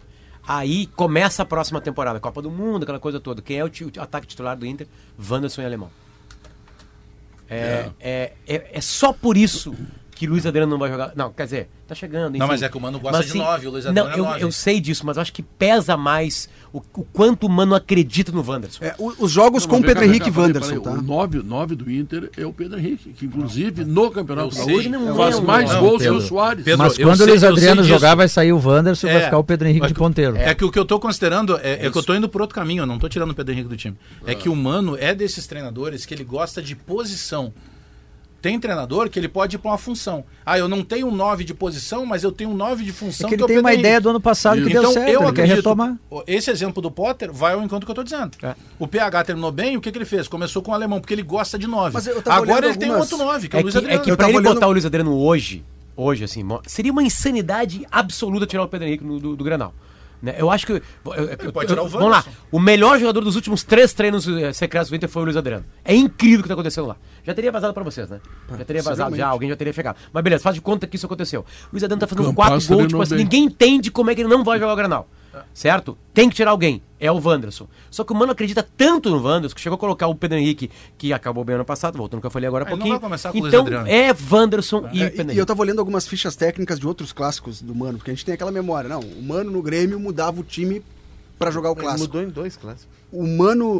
Aí começa a próxima temporada, Copa do Mundo, aquela coisa toda. Quem é o, ti- o ataque titular do Inter? Wanderson e Alemão. É, é. É, é só por isso que Luiz Adriano não vai jogar. Não, quer dizer, tá chegando. Enfim. Não, mas é que o Mano gosta mas, de assim, nove, o Luiz Adriano não, é eu, nove. eu sei disso, mas eu acho que pesa mais o, o quanto o Mano acredita no Wanderson. É, o- os jogos Não, com mas Pedro vem cá, Henrique e vem cá, Wanderson, peraí, tá? O nove, nove do Inter é o Pedro Henrique, que inclusive no Campeonato Eu Gaúcho sei. Não faz é um- mais não, gols que Pedro. o Soares. Pedro, Mas eu quando sei- o Luiz eu Adriano sei jogar, disso. vai sair o Wanderson e vai É. ficar o Pedro Henrique É de que- ponteiro. É que o que eu tô considerando é, é que eu tô indo por outro caminho, eu não tô tirando o Pedro Henrique do time. É que o Mano é desses treinadores que ele gosta de posição. Tem treinador que ele pode ir pra uma função. Ah, eu não tenho um nove de posição, mas eu tenho um nove de função. É que ele é o tem Pedro uma Henrique. ideia do ano passado que Então, deu certo, eu ele quer acredito, retomar. esse exemplo do Potter vai ao encontro que eu tô dizendo. É. O P H terminou bem, o que, que ele fez? Começou com o alemão, porque ele gosta de nove. Mas eu tava Agora olhando ele tem um algumas- outro nove, que é, É o Luiz que, é Adriano. que Eu pra tava ele olhando- botar o Luiz Adriano hoje, hoje assim, mo- seria uma insanidade absoluta tirar o Pedro Henrique no- do, do Grenal. Né? Eu acho que. eu- eu- pode tirar o vamos lá. Wanderson. O melhor jogador dos últimos três treinos eh, secretos do Inter foi o Luiz Adriano. É incrível o que tá acontecendo lá. Já teria vazado pra vocês, né? Já teria vazado, possivelmente. já, alguém já teria chegado. Mas beleza, faz de conta que isso aconteceu. O Luiz Adriano tá fazendo Campasso quatro gols, tipo treinou assim, bem. ninguém entende como é que ele não vai jogar o Grenal. Certo? Tem que tirar alguém. É o Wanderson. Só que o Mano acredita tanto no Wanderson que chegou a colocar o Pedro Henrique, que acabou bem ano passado, voltando ao que eu falei agora há Ah, ele não pouquinho. vai começar com o Luiz Então Adriano. é Wanderson e É, Pedro e, e eu Henrique. tava olhando algumas fichas técnicas de outros clássicos do Mano, porque a gente tem aquela memória. Não, o Mano no Grêmio mudava o time pra jogar o Ele clássico. mudou em dois clássicos. O Mano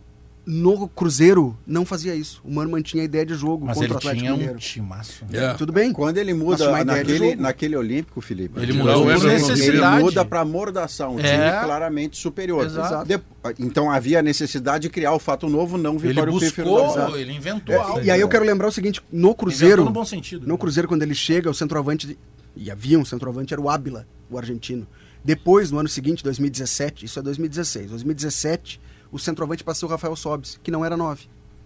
no Cruzeiro não fazia isso. O Mano mantinha a ideia de jogo Mas contra ele o Atlético tinha um Mineiro. timaço. É. Tudo bem? Quando ele Mas muda uma ideia de naquele, jogo. naquele Olímpico, Felipe, Ele ele, mudou por ele necessidade. muda para amordaçar um É. time claramente superior. Exato. De- então havia necessidade de criar o fato novo, não Ele Vitório Pífero da buscou, Visão. ele inventou É, algo. e aí eu quero lembrar o seguinte, no Cruzeiro, Inventou no bom sentido. no Cruzeiro quando ele chega, o centroavante, e havia um centroavante, era o Ábila, o argentino. Depois, no ano seguinte, dois mil e dezessete, isso é dois mil e dezesseis, dois mil e dezessete, o centroavante passou o Rafael Sobis, que não era nove.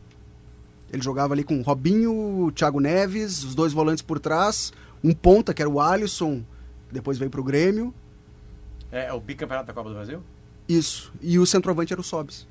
Ele jogava ali com Robinho, Thiago Neves, os dois volantes por trás, um ponta, que era o Alisson, que depois veio pro Grêmio, É, é o bicampeonato da Copa do Brasil? isso. E o centroavante era o Sobis.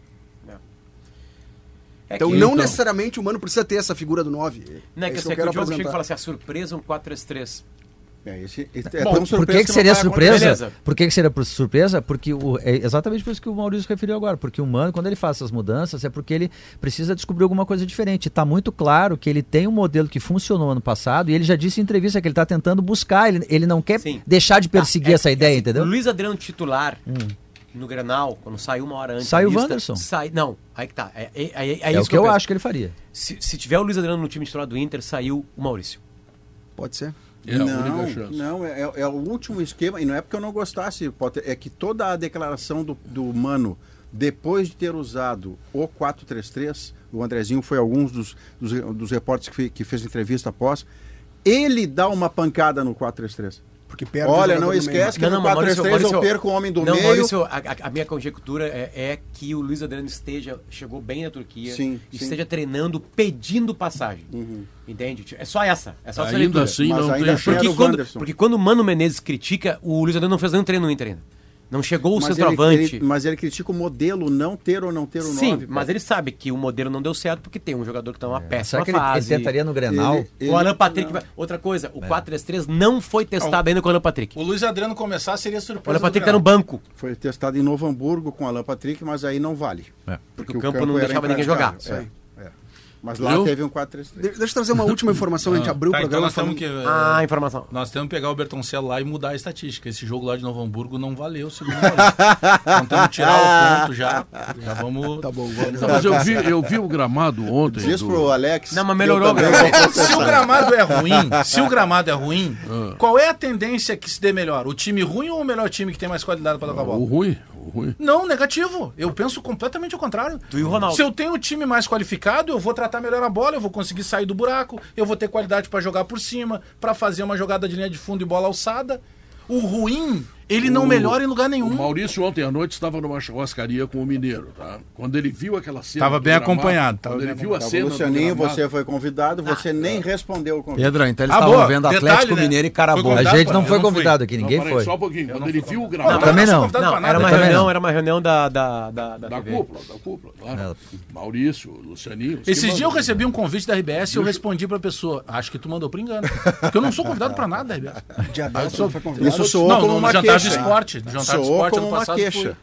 É Então, que- não então- necessariamente o Mano precisa ter essa figura do nove. Não é que, isso eu sei que o Diogo chega e apresentar. fala assim, a surpresa um quatro três três. É, esse, esse, é Bom, tão Por surpresa que, que seria não vai surpresa? Beleza. Por que, que seria por- surpresa? Porque o, é exatamente por isso que o Maurício referiu agora. Porque o Mano, quando ele faz essas mudanças, é porque ele precisa descobrir alguma coisa diferente. Está muito claro que ele tem um modelo que funcionou ano passado e ele já disse em entrevista que ele está tentando buscar. Ele, ele não quer Sim. deixar de perseguir Tá, é- essa é ideia, assim, entendeu? O Luiz Adriano titular no Grenal, quando saiu uma hora antes. Sai da o lista, Wanderson. Sai, não, aí que tá. É, é, é, é É, isso o que eu, penso. acho que ele faria. Se, se tiver o Luiz Adriano no time titular do Inter, saiu o Maurício. Pode ser. É a única Não, chance. não é, é o último esquema, e não é porque eu não gostasse, Potter, é que toda a declaração do, do Mano, depois de ter usado o quatro três três, o Andrezinho foi alguns dos, dos, dos repórteres que, fe, que fez entrevista após, ele dá uma pancada no quatro três três. Porque perde o Olha, jogador não do meio. esquece que Não, no não, quatro três Maurício, três eu Maurício- perco o homem do não, meio. Maurício, a, a- a minha conjectura é, é que o Luiz Adriano esteja, chegou bem na Turquia, Sim, e sim. esteja treinando, pedindo passagem. Entende? É só essa. É só essa Ainda leitura. assim Mas não ainda tem assim chance. era Porque o quando, Wanderson. porque quando o Mano Menezes critica, o Luiz Adriano não fez nenhum treino no Inter ainda. Não chegou o Mas centroavante. Ele, ele, mas ele critica o modelo não ter ou não ter o Sim, nove. mas ele sabe que o modelo não deu certo porque tem um jogador que está numa péssima Será que ele, ele fase. tentaria no Grenal? Ele- ele- O Alan Patrick vai... Outra coisa, o quatro três três não foi testado ainda com o Alan Patrick. O Luiz Adriano começar seria O surpresa. Alan do Patrick tá no Grenal. banco. Foi testado em Novo Hamburgo com Alan Patrick, mas aí não vale. Porque o campo não deixava ninguém jogar. É, é. Mas lá Viu? teve um quatro três três. De- Deixa eu trazer uma última informação, a gente abriu Tá, o então programa nós temos falando... que... Ah, informação. Nós temos que pegar o Bertoncello lá e mudar a estatística. Esse jogo lá de Novo Hamburgo não valeu, segundo o Maurício. Então temos que tirar o ponto já. Já vamos... Tá bom, vamos Não, mas eu vi, eu vi o gramado ontem. Diz do- pro Alex. Não, mas que melhorou eu também o gramado. vou Se o processar. gramado é ruim, se o gramado é ruim, qual é a tendência que se dê melhor? O time ruim ou o melhor time que tem mais qualidade para tocar a O bola? ruim, o ruim. Não, negativo. Eu penso completamente ao contrário. Tu e o Ronaldo. Se eu tenho o time mais qualificado, eu vou tratar melhor a bola, eu vou conseguir sair do buraco, eu vou ter qualidade para jogar por cima, para fazer uma jogada de linha de fundo e bola alçada. O ruim, ele não O- melhora em lugar O nenhum. Maurício ontem à noite estava numa churrascaria com o Mineiro, tá? Quando ele viu aquela cena... Tava do bem gramado, acompanhado, tava Quando ele bem viu a Tava o cena do Lucianinho, gramado, você foi convidado, você nem respondeu o convite. Pedro, então eles Ah, estavam boa. vendo Detalhe, Atlético né? Mineiro e Foi Carabobo. A convidado, gente pô, não eu foi não fui. convidado aqui, Não, ninguém peraí, foi. só um pouquinho. Quando ele viu o Não, gramado... também sou não. convidado Não, pra nada. era uma também reunião, não. era uma reunião da, da, da, da, Da T V. cúpula, da cúpula, claro. Maurício, Lucianinho... Esses dias eu recebi um convite da R B S e eu respondi pra pessoa, acho que tu mandou por engano. Porque eu não sou convidado pra nada da R B S. Diabetes, não foi convidado. Isso soou Não, como no uma jantar queixa. do esporte. Do jantar do Soou esporte como ano uma passado queixa. fui.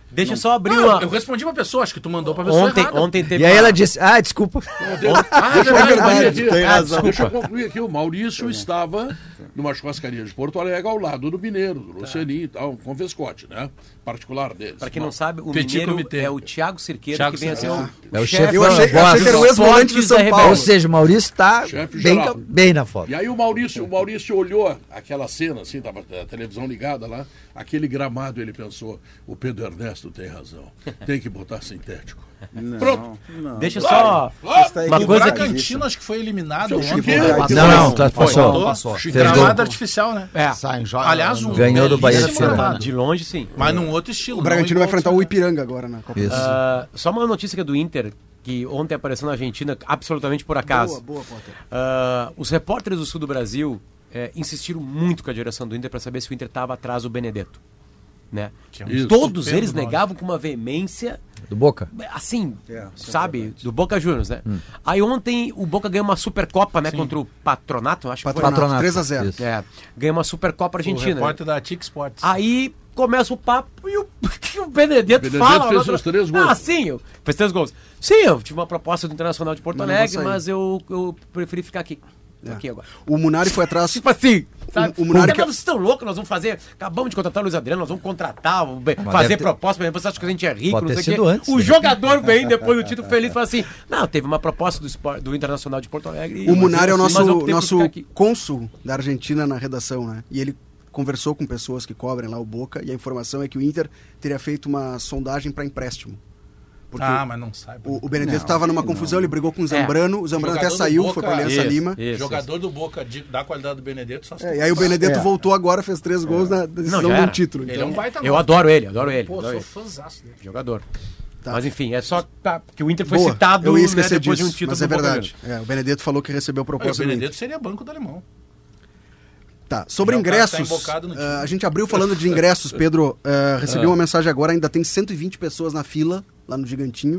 Deixa eu não. só abrir Não, uma... Eu respondi uma pessoa, acho que tu mandou pra pessoa Ontem, errada. ontem teve E aí uma- ela disse, ah, desculpa. Ah, É verdade, aqui, tem ah, razão. Deixa eu concluir aqui. O Maurício estava numa churrascaria de Porto Alegre ao lado do Mineiro, do Lucianinho e tal, com Vescote, né? Particular deles. Pra quem não sabe, o Petit Mineiro Comitê. é o Thiago Cirqueira, Thiago que vem a ser o, É o chefe chefe Eu da achei, eu boa achei que era o ação. ex-volante de São Esportes da Paulo. Ou seja, o Maurício tá Chefe bem, geral. bem na foto. E aí o Maurício, o Maurício olhou aquela cena, assim, tava a televisão ligada lá, aquele gramado, ele pensou, o Pedro Ernesto tem razão, tem que botar sintético. Não, Pronto. não. Deixa só... Está Uma O coisa que- Bragantino acho que foi eliminado Seu ontem. Chiquinho. Não, não, tá- Foi, passou. passou. Passou. Fez Gramado gol. artificial, né? É, Sai, joga Aliás, um Ganhou do Bahia de belíssimo Feira. gramado. de longe, sim. Mas num outro estilo. O Bragantino vai não igual enfrentar ao o Ipiranga agora na Copa. Isso. Ah, só uma notícia que é do Inter, que ontem apareceu na Argentina, absolutamente por acaso. Boa, boa, Potter. Ah, os repórteres do sul do Brasil eh, insistiram muito com a direção do Inter para saber se o Inter estava atrás do Benedetto. Né? Isso. Todos Estupendo eles nome. negavam com uma veemência, Do Boca. assim, É, sabe, do Boca Juniors, né? Aí ontem o Boca ganhou uma Supercopa, né, contra o Patronato, eu acho que foi. Patronato, Patronato. três a zero. Isso. É, ganhou uma Supercopa O Argentina. repórter da Tic Sports. Aí começa o papo e o, que o Benedetto, O Benedetto fala. fez lá os pra- três gols. Ah, sim, eu, fez três gols. Sim, eu tive uma proposta do Internacional de Porto Mas não vou Alegre, sair. mas eu, eu preferi ficar aqui. Tô aqui agora. O Munari foi atrás. Tipo assim, sabe? o Munari Mas que- vocês estão loucos, nós vamos fazer. Acabamos de contratar o Luiz Adriano, nós vamos contratar, vamos be- Mas fazer deve ter- proposta. Mas você acha que a gente é rico, Pode não ter sei o sido quê. antes, O né? jogador vem depois do título feliz e fala assim: não, teve uma proposta do, Sport, do Internacional de Porto Alegre. e- O Munari é o mas eu nosso, optei por nosso ficar aqui. cônsul da Argentina na redação, né? E ele conversou com pessoas que cobrem lá o Boca e a informação é que o Inter teria feito uma sondagem para empréstimo. Porque Ah, mas não sai. o, o Benedetto Não, estava numa não. confusão, ele brigou com o Zambrano, o Zambrano até Jogador do saiu, Boca- foi para Aliança Isso, Lima. isso. Jogador do Boca de- da qualidade do Benedetto só se É, e aí o Benedetto É. voltou agora, fez três gols na decisão Não, já de um era. título. Ele é Então, um baita Eu nome. adoro ele, adoro ele. Pô, adoro sou ele. fãzaço dele. Jogador. Tá. Mas enfim, é só tá, que o Inter foi boa, citado, eu ia né, esquecer depois disso, de um título mas é do Boca verdade. É, o Benedetto falou que recebeu Olha, o proposta do Inter. Benedetto seria banco do alemão. Tá, sobre Já o cara tá ingressos, embocado no time. ah, a gente abriu falando de ingressos, Pedro, ah, recebi uma mensagem agora, ainda tem cento e vinte pessoas na fila, lá no Gigantinho,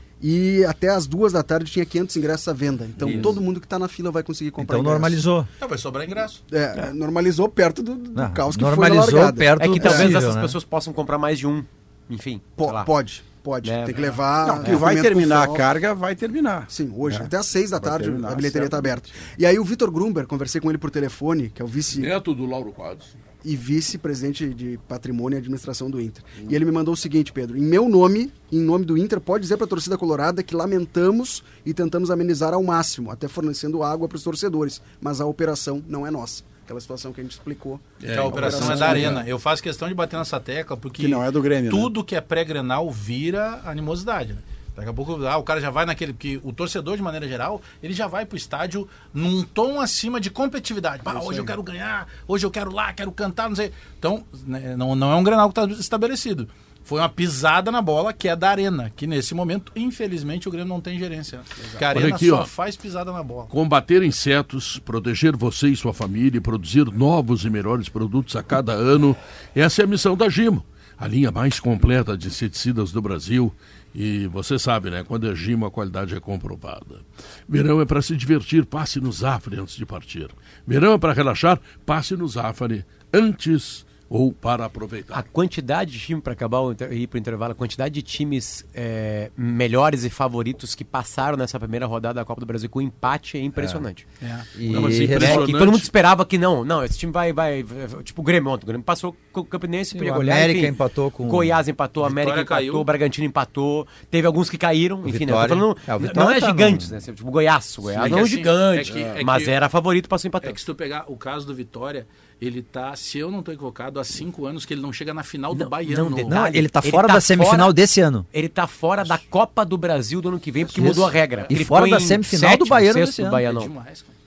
e até as duas da tarde tinha quinhentos ingressos à venda, então Isso. todo mundo que está na fila vai conseguir comprar Então ingresso. normalizou. Não, vai sobrar ingresso. É, normalizou perto do, do Não, caos que normalizou foi na largada. perto É que do talvez possível, essas né? pessoas possam comprar mais de um. Enfim. Po- sei lá. pode, pode, É, tem que é. levar... Não, que vai documento terminar a com carga, vai terminar. Sim, hoje, É. até às seis da Vai tarde terminar, a bilheteria está certo. aberta. E aí o Vitor Grumber, conversei com ele por telefone, que é o vice... Neto do Lauro Quadros. e vice-presidente de Patrimônio e Administração do Inter. E ele me mandou o seguinte, Pedro, em meu nome, em nome do Inter, pode dizer para a torcida colorada que lamentamos e tentamos amenizar ao máximo, até fornecendo água para os torcedores, mas a operação não é nossa. Aquela situação que a gente explicou. Que a operação é da Arena. Eu faço questão de bater nessa tecla, porque Que não é do Grêmio, né? tudo que é pré-grenal vira animosidade. Né? Daqui a pouco ah, o cara já vai naquele... Porque o torcedor, de maneira geral, ele já vai pro estádio num tom acima de competitividade. Pá, hoje eu quero ganhar, hoje eu quero lá, quero cantar, não sei. Então, né, não, não é um Grenal que está estabelecido. Foi uma pisada na bola que é da Arena, que nesse momento, infelizmente, o Grêmio não tem gerência. Né? Porque a Arena Olha aqui, só ó. faz pisada na bola. Combater insetos, proteger você e sua família e produzir novos e melhores produtos a cada ano. Essa é a missão da Gimo, a linha mais completa de inseticidas do Brasil. E você sabe, né? Quando é Gimo, a qualidade é comprovada. Verão é para se divertir, passe no Zafari antes de partir. Verão é para relaxar, passe no Zafari antes ou para aproveitar. A quantidade de time, para acabar o inter- ir para o intervalo, a quantidade de times é, melhores e favoritos que passaram nessa primeira rodada da Copa do Brasil com empate é impressionante. E Não, mas Né, impressionante. que todo mundo esperava que não, não, esse time vai, vai, vai- tipo o Grêmio ontem, o Grêmio passou com o Campinense, o podia golear, América enfim, empatou com- Goiás empatou, Vitória América empatou, caiu. o Bragantino empatou, teve alguns que caíram, enfim, né, eu tô Vitória. falando, É, o não Vitória é tá gigantes, no- né, tipo o Goiás, o Goiás É não que é um assim, gigante, é que- é mas que- era favorito, passou É empatando. que se tu pegar o caso do Vitória, ele tá, se eu não estou equivocado, há cinco anos que ele não chega na final do Não, Baiano. não, Não, detalhe, ele tá Ele fora tá da semifinal fora- desse ano. Ele tá fora da Copa do Brasil do ano que vem, porque Isso. mudou a regra. E Ele fora ficou da em semifinal do sétimo, Baiano sexto desse ano. É Baianão. demais, cara.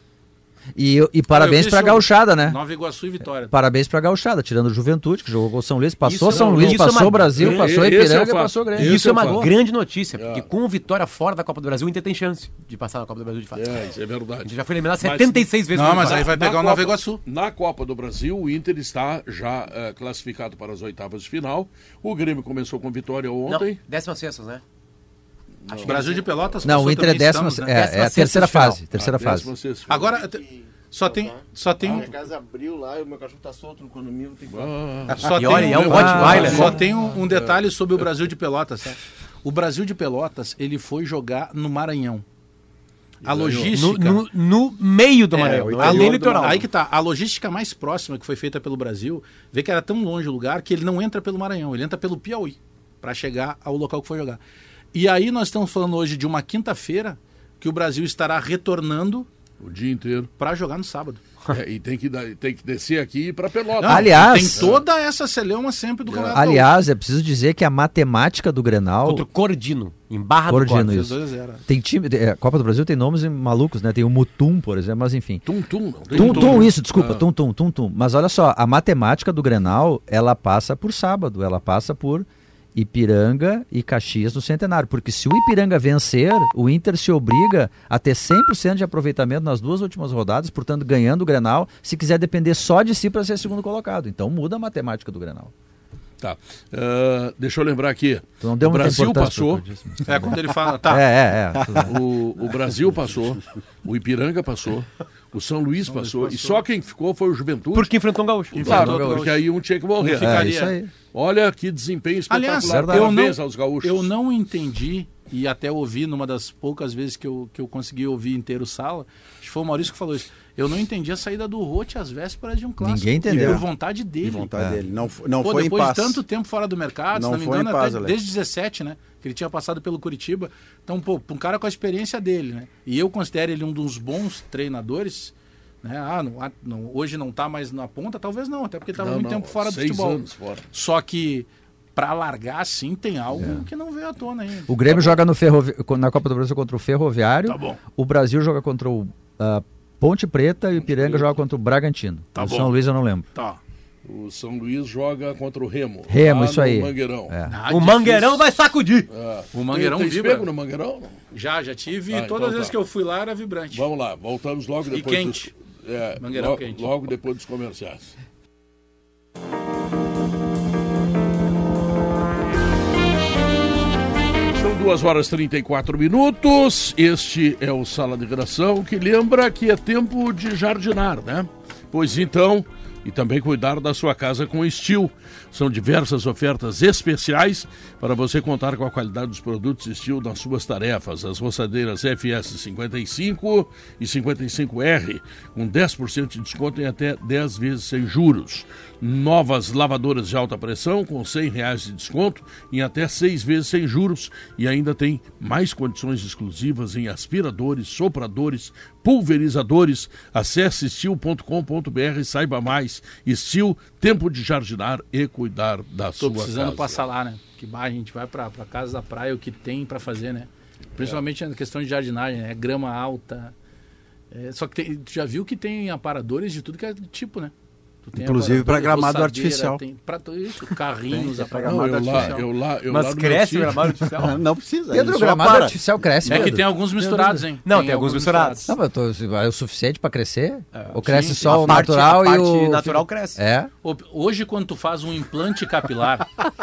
E, e parabéns Eu vi pra esse Gauchada, né? Nova Iguaçu e Vitória. Parabéns pra Gauchada, tirando o Juventude, que jogou com o São Luís, passou Isso São não- Luís, isso é passou uma- o Brasil, e- passou esse é o Ipiranga e fato. passou o Grêmio. Isso Esse é é o uma fato. grande notícia, porque É. com o Vitória fora da Copa do Brasil, o Inter tem chance de passar na Copa do Brasil de fato. É, isso é A verdade. gente já foi eliminado Mas- setenta e seis vezes. Não, por mas Vitória. aí vai pegar o Copa- Nova Iguaçu. Na Copa do Brasil, o Inter está já eh, classificado para as oitavas de final. O Grêmio começou com vitória Não, ontem. décima sexta, né? Acho que Brasil de Pelotas Não, passou o Inter é também, décima, estamos, né? é, é a Décima terceira sexta de fase, final. terceira A fase. décima sexta. Agora, te- Só tem, só tem A um, minha casa abriu lá e o meu cachorro tá solto no condomínio. Tem que... Ah, só E tem olha, um, é um ah, Rottweiler. só tem um, um detalhe sobre o Brasil de Pelotas, tá? O Brasil de Pelotas, ele foi jogar no Maranhão. A No, logística... no, no meio do É, Maranhão, o não é interior nem do litoral. Maranhão. Aí que tá, a logística mais próxima que foi feita pelo Brasil, vê que era tão longe o lugar que ele não entra pelo Maranhão, ele entra pelo Piauí, para chegar ao local que foi jogar. E aí nós estamos falando hoje de uma quinta-feira que o Brasil estará retornando o dia inteiro. para jogar no sábado. É, e tem que, dar- tem que descer aqui para Pelotas. Não, Aliás- tem toda essa celeuma sempre do Campeonato Aliás, é preciso dizer que a matemática do Grenal... Contra o Cordino, em Barra Cordino, do Corte. isso. dois a zero. Tem time, é, a Copa do Brasil tem nomes malucos, né? Tem o Mutum, por exemplo, mas enfim. Tum, tum, não. Tem Tum, tum. tum, isso, desculpa, Ah. tum, tum, tum, tum. Mas olha só, a matemática do Grenal, ela passa por sábado, ela passa por Ipiranga e Caxias no Centenário. Porque se o Ipiranga vencer, o Inter se obriga a ter cem por cento de aproveitamento nas duas últimas rodadas, portanto ganhando o Grenal, se quiser depender só de si para ser segundo colocado. Então muda a matemática do Grenal. Tá. Ah, deixa eu lembrar aqui. Tu não deu o muita Brasil importância passou. pro que eu disse, mas tá É, bom. quando ele fala, tá, É, é, é. tudo bem. O, o Brasil passou, o Ipiranga passou, o São Luís passou, e só quem ficou foi o Juventude. Porque enfrentou um gaúcho. Claro, enfrentou o porque aí um tinha que morrer. Um ficaria. É isso aí. Olha que desempenho Aliás, espetacular. eu Parabéns não, aos gaúchos. eu não entendi, e até ouvi numa das poucas vezes que eu, que eu consegui ouvir inteiro sala, acho que foi o Maurício que falou isso. Eu não entendi a saída do Rote às vésperas de um clássico. Ninguém entendeu. E por vontade dele. De vontade É. dele. Não, f- não Pô, foi em depois paz. de tanto tempo fora do mercado, Não se não me foi em engano, paz, até Ale. desde dezessete, né? Que ele tinha passado pelo Curitiba. Então, pô, um cara com a experiência dele, né? E eu considero ele um dos bons treinadores, né? Ah, não, ah, não, hoje não tá mais na ponta, talvez não, até porque estava Não, muito não, tempo fora do seis futebol. anos fora. Só que para largar assim tem algo que não veio à tona ainda. O Grêmio joga no Ferrovi... na Copa do Brasil contra o Ferroviário. Tá bom. O Brasil joga contra o ah, Ponte Preta e o Ipiranga joga contra o Bragantino. Tá o bom. São Luís eu não lembro. Tá. O São Luís joga contra o Remo. Remo, lá isso no aí. Mangueirão. É. Ah, O difícil. Mangueirão vai sacudir. Ah, O Mangueirão tem, tem vibra. pego no Mangueirão? Já, já tive. Ah, e todas então as vezes tá. que eu fui lá era vibrante. Vamos lá, voltamos logo E depois quente. dos, é, Mangueirão logo, quente. logo depois dos comerciais. São duas horas e trinta e quatro minutos. Este é o Sala de Redação, que lembra que é tempo de jardinar, né? Pois então, e também cuidar da sua casa com estilo. São diversas ofertas especiais para você contar com a qualidade dos produtos Steel nas suas tarefas. As roçadeiras F S cinquenta e cinco e cinquenta e cinco R com dez por cento de desconto em até dez vezes sem juros. Novas lavadoras de alta pressão com cem reais de desconto em até seis vezes sem juros. E ainda tem mais condições exclusivas em aspiradores, sopradores, pulverizadores. Acesse steel ponto com ponto br e saiba mais. Steel, tempo de jardinar e cuidar da Tô sua precisando casa. passar lá, né? Que bah, a gente vai pra, pra casa da praia, o que tem pra fazer, né? Principalmente na questão de jardinagem, né? Grama alta. É, só que tem, tu já viu que tem aparadores de tudo que é tipo, né? Tu tem Inclusive pra aparador, gramado roçadeira, artificial. Tem pra tudo isso, carrinhos, Tem, é pra aparador. Não, eu lá, artificial. eu lá, eu Mas lá no meu cresce o sítio- gramado artificial. Não precisa. Pedro, ele o só gramado para. artificial cresce, É que Pedro? tem alguns misturados, hein? Não, tem alguns misturados. Não, mas tô, é o suficiente para crescer? Ou cresce sim, só a o parte- natural a e parte o... natural cresce. É? Ô, hoje, quando tu faz um implante capilar,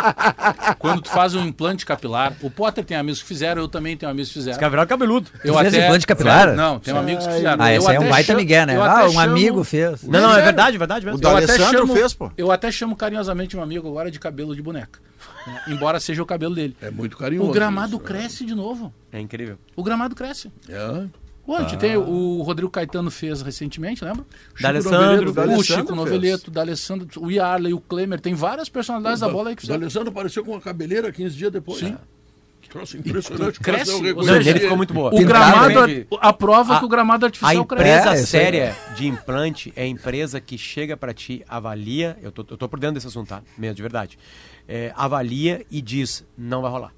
quando tu faz um implante capilar, o Potter tem amigos que fizeram, eu também tenho amigos que fizeram. Os caras viraram cabeludo. Eu Tu fez implante capilar? Não, tem amigos que fizeram. Ah, Eu esse aí é até um baita chamo- migué, né? eu Ah, até um chamo- amigo fez. Não, não, é Sério? verdade, verdade mesmo. O Eu até D'Alessandro chamo- fez, pô. Eu até chamo carinhosamente um amigo agora de cabelo de boneca. né? Embora seja o cabelo dele. É muito carinhoso. O gramado isso, né? cresce de novo. É incrível. O gramado cresce. É. Pô, a gente tem o Rodrigo Caetano fez recentemente, lembra? Chico D'Alessandro, Noveleto, o D'Alessandro Chico fez. Noveleto, o D'Alessandro, o Yarley, o Klemer, tem várias personalidades da bola aí que O fizeram. D'Alessandro apareceu com uma cabeleira quinze dias depois. Sim. Troço impressionante. Cresce, Eu ou reconheci Não, seja, ele ele. ficou muito boa. O Pintado, gramado, né? a prova A- que o gramado A artificial empresa cresce. É, isso aí. séria de implante é a empresa que chega pra ti, avalia, eu tô, eu tô por dentro desse assunto, tá? Mesmo, de verdade. É, avalia e diz, não vai rolar.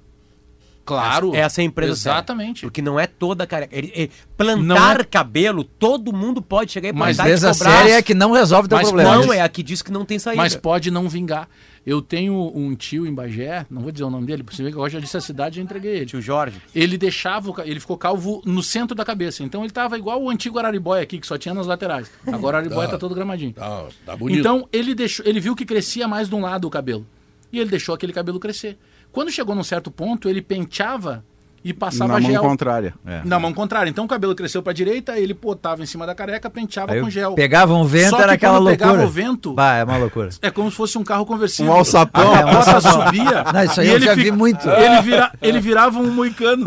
Claro. Essa é a empresa Exatamente. séria. Porque não é toda careca. Ele- ele- plantar Não é- cabelo, todo mundo pode chegar e Mas plantar e te Empresa cobrar. séria é que não resolve teu Mas problema. Não, é a que diz que não tem saída. Mas pode não vingar. Eu tenho um tio em Bagé, não vou dizer o nome dele, por você ver que eu já disse a cidade e entreguei ele. Tio Jorge. Ele deixava, o ca- ele ficou calvo no centro da cabeça. Então ele tava igual o antigo Araribóia aqui, que só tinha nas laterais. Agora o Araribóia Tá. tá todo gramadinho. Tá, tá bonito. Então ele deixou, ele viu que crescia mais de um lado o cabelo. E ele deixou aquele cabelo crescer. Quando chegou num certo ponto, ele penteava e passava na mão gel. contrária. É. Na mão contrária. Então o cabelo cresceu pra direita, ele botava em cima da careca, penteava Aí com gel. Pegava um vento, Só era que aquela quando loucura. pegava o vento, Bah, é uma loucura. é como se fosse um carro conversível. Um alçapão. A capota subia. Não, isso aí e eu ele já fi- vi muito. Ele, vira, ele virava um moicano.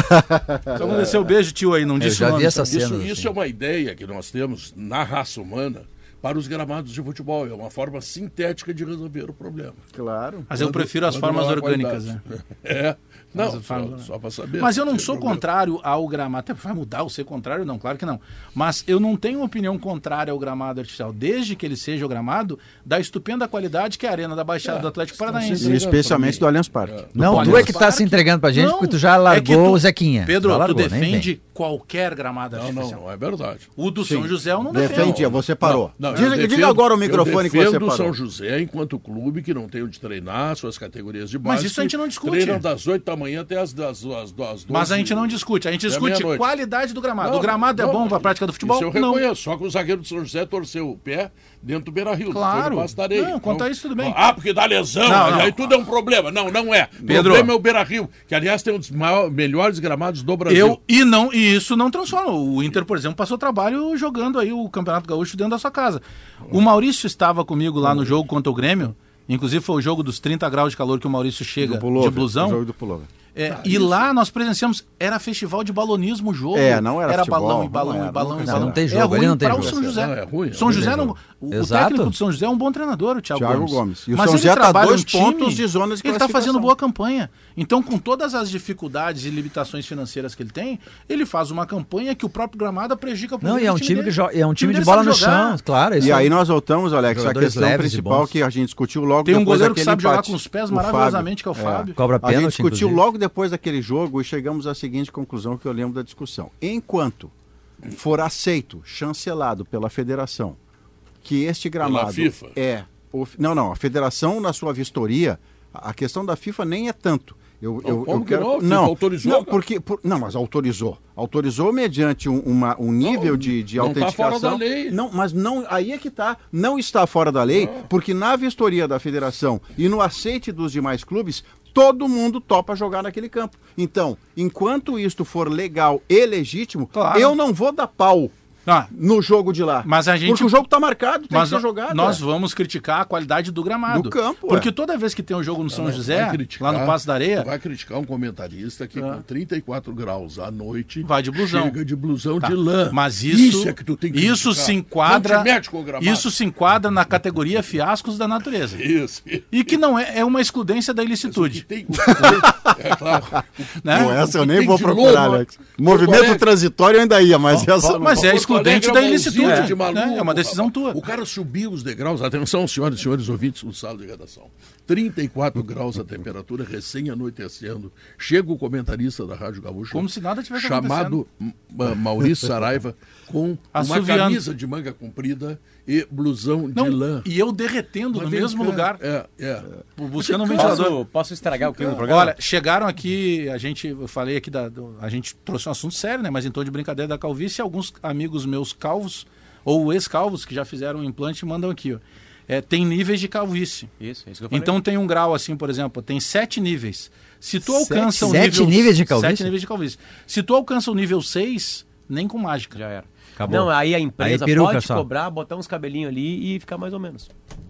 Só aconteceu, beijo, tio, aí, não Eu disse já o nome. vi essa sabe? cena. Isso, isso é uma ideia que nós temos na raça humana para os gramados de futebol. É uma forma sintética de resolver o problema. Claro. Mas eu Quando- prefiro as quando formas não há orgânicas, né? qualidade. É. Não, Mas só, eu- só para saber. Mas eu não Sem sou problema. contrário ao gramado. Até vai mudar o ser contrário? Não, claro que não. Mas eu não tenho opinião contrária ao gramado artificial, desde que ele seja o gramado da estupenda qualidade que é a Arena da Baixada É, do Atlético estão Paranaense. se E especialmente do Allianz Parque. É. Não, Pode. tu é que tá Parque. se entregando pra gente, Não, porque tu já é largou que tu- o Zequinha. Pedro, Já largou, tu nem vem. defende qualquer gramado Não, artificial. não, não é verdade. O do São José eu não defendo. Defendia, você parou. Não, eu diga, defendo- diga agora o microfone eu que você defendo o parou. São José enquanto clube que não tem onde treinar suas categorias de base. Mas isso a gente não que discute. Treinam das oito da manhã até as, das, das, das doze. Mas a gente não discute, a gente da discute meia-noite. qualidade do gramado. Não, o gramado é não, bom para a prática do futebol? Isso eu Não. reconheço, só que o zagueiro do São José torceu o pé dentro do Beira-Rio. Claro. Não, Não, quanto a isso, tudo bem. Ah, porque dá lesão, Não, aí não. tudo é um problema. Não, não é. O Pedro. problema é o Beira-Rio, que aliás tem um dos maiores, melhores gramados do Brasil. Eu, e, não, e isso não transforma. O Inter, por exemplo, passou trabalho jogando aí o Campeonato Gaúcho dentro da sua casa. O Maurício estava comigo lá no jogo contra o Grêmio. Inclusive foi o jogo dos trinta graus de calor que o Maurício chega Do pullover, de blusão. o jogo do pullover. É, e lá nós presenciamos, era festival de balonismo o jogo. É, não era futebol, balão e não balão era, e balão nunca e será. balão. Não tem é jogo, ruim ali não tem para o jogo. São José. Não, é ruim, é São ruim. José não, o, o Exato. técnico do São José é um bom treinador, o Thiago, Thiago Gomes. Gomes. E o Mas São ele José tá trabalha dois um time, pontos de zona de ele está fazendo classificação. boa campanha. Então, com todas as dificuldades e limitações financeiras que ele tem, ele faz uma campanha que o próprio gramado prejudica Não, e é um time que joga, é um O time de dele bola sabe no jogar. chão, claro. isso E é- aí nós voltamos, Alex, a Jogadores questão leves e principal bons. que a gente discutiu logo Tem um depois goleiro que daquele sabe jogar empate. com os pés O maravilhosamente, que é o Fábio. Fábio. Cobra A gente pênalti, discutiu inclusive. logo depois daquele jogo e chegamos à seguinte conclusão que eu lembro da discussão. Enquanto for aceito, chancelado pela federação, que este gramado FIFA? é... of- Não, não, a federação na sua vistoria, a a questão da FIFA nem é tanto. Eu, Não, eu, como eu que quero... não? A FIFA não, autorizou, não, cara. porque, por- não, mas autorizou. Autorizou mediante um, uma- um nível Não, de, de não tá autenticação. fora da lei. Não, mas não, aí é que tá. Não está fora da lei, porque na vistoria da federação e no aceite dos demais clubes, todo mundo topa jogar naquele campo. Então, enquanto isto for legal e legítimo, Claro. eu não vou dar pau Ah, no jogo de lá. Mas a gente- Porque o jogo tá marcado, tem mas que ser jogado. nós é. vamos criticar a qualidade do gramado. Do campo, Porque é. toda vez que tem um jogo no São Não, José, vai criticar- lá no Passo da Areia, Vai criticar um comentarista que com trinta e quatro graus à noite Vai de blusão. chega de blusão Tá. de lã. Mas isso, é que tu tem que isso criticar. se enquadra, Não te mete com o gramado. isso se enquadra na categoria fiascos da natureza. Isso. E que não é, é uma excludência da O que ilicitude. tem- o que tem- é claro. Né? Com essa eu o que nem tem vou de procurar, louco, Alex. Porto Movimento Alegre- transitório eu ainda ia, mas essa não. Mas é Porto excludente Alegre da é uma ilicitude. usina É, de maluco, é uma decisão rapaz. tua. O cara subiu os degraus, atenção, senhoras e senhores ouvintes do sala de redação. trinta e quatro graus a temperatura, recém anoitecendo. Chega o comentarista da Rádio Gaúcha. Como se nada tivesse chamado Ma- Maurício Saraiva, com uma Assoviando. camisa de manga comprida e blusão de Não, lã. e eu derretendo Mas no vem mesmo cá, lugar, É, é. buscando um ventilador. Posso, posso estragar o clima do programa? Olha, chegaram aqui, a gente, eu falei aqui, da, do- a gente trouxe um assunto sério, né? Mas em tom de brincadeira da calvície, alguns amigos meus calvos, ou ex-calvos, que já fizeram um implante, mandam aqui, ó. É, tem níveis de calvície. Isso, é isso que eu falei. Então tem um grau assim, por exemplo, tem sete níveis. Se tu Sete- alcança o sete nível... níveis de calvície? Sete níveis de calvície. Se tu alcança o nível seis, nem com mágica. Já era. Acabou. Não, aí a empresa Aí peruca pode só. cobrar, botar uns cabelinhos ali e ficar mais ou menos.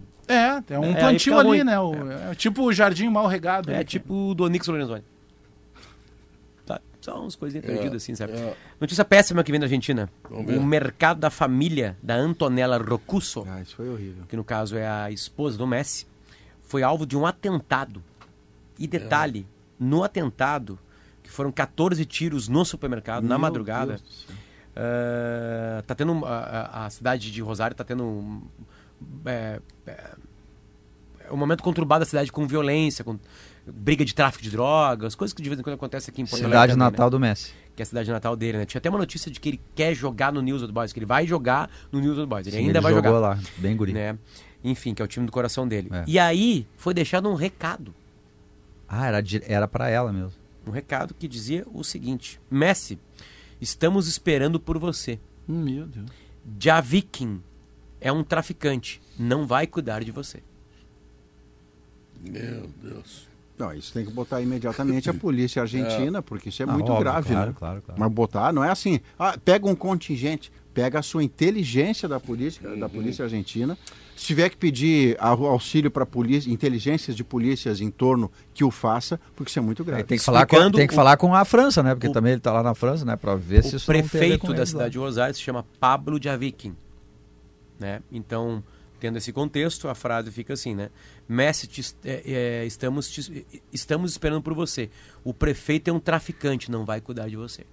É, é um É, aí plantio fica ali, ruim. né? O, é. tipo o jardim mal regado. É né? tipo o do Onix Lorenzoni. Tá, só uns coisinhas perdidas assim, sabe? é. Notícia péssima que vem da Argentina. Vamos ver. O mercado da família da Antonella Rocusso, Ah, isso foi horrível. que no caso é a esposa do Messi, foi alvo de um atentado. E detalhe, no atentado, que foram catorze tiros no supermercado, na Meu madrugada, Deus do céu. ah, tá tendo a, a- a cidade de Rosário tá tendo um, é, é, um momento conturbado da cidade com violência, com briga de tráfico de drogas, coisas que de vez em quando acontece aqui em Porto Alegre Cidade também, natal né? do Messi. Que é a cidade natal dele, né? Tinha até uma notícia de que ele quer jogar no News Old Boys, que ele vai jogar no News Old Boys, ele Sim, ainda ele vai jogou jogar, lá, bem guri. né? Enfim, que é o time do coração dele. É. E aí foi deixado um recado, Ah, era, di- era pra ela mesmo. um recado que dizia o seguinte: Messi, estamos esperando por você. Hum, Meu Deus. Javikin é um traficante, não vai cuidar de você. Meu Deus. Não, isso tem que botar imediatamente a polícia argentina, é. porque isso é ah, muito óbvio, grave, claro, né? Claro, claro. Mas botar, não é assim, ah, pega um contingente, pega a sua inteligência da polícia, uhum. da polícia argentina, se tiver que pedir auxílio para polícia, inteligências de polícias em torno, que o faça, porque isso é muito grave. É, tem que, falar com, tem que o, falar com a França, né? Porque o, também ele está lá na França, né? Para ver se isso não tem a ver com ele. O prefeito da cidade lá. de Rosário se chama Pablo Javiquin, né? Então, tendo esse contexto, a frase fica assim, né? Messi, te, é, é, estamos, te, estamos esperando por você. O prefeito é um traficante, não vai cuidar de você.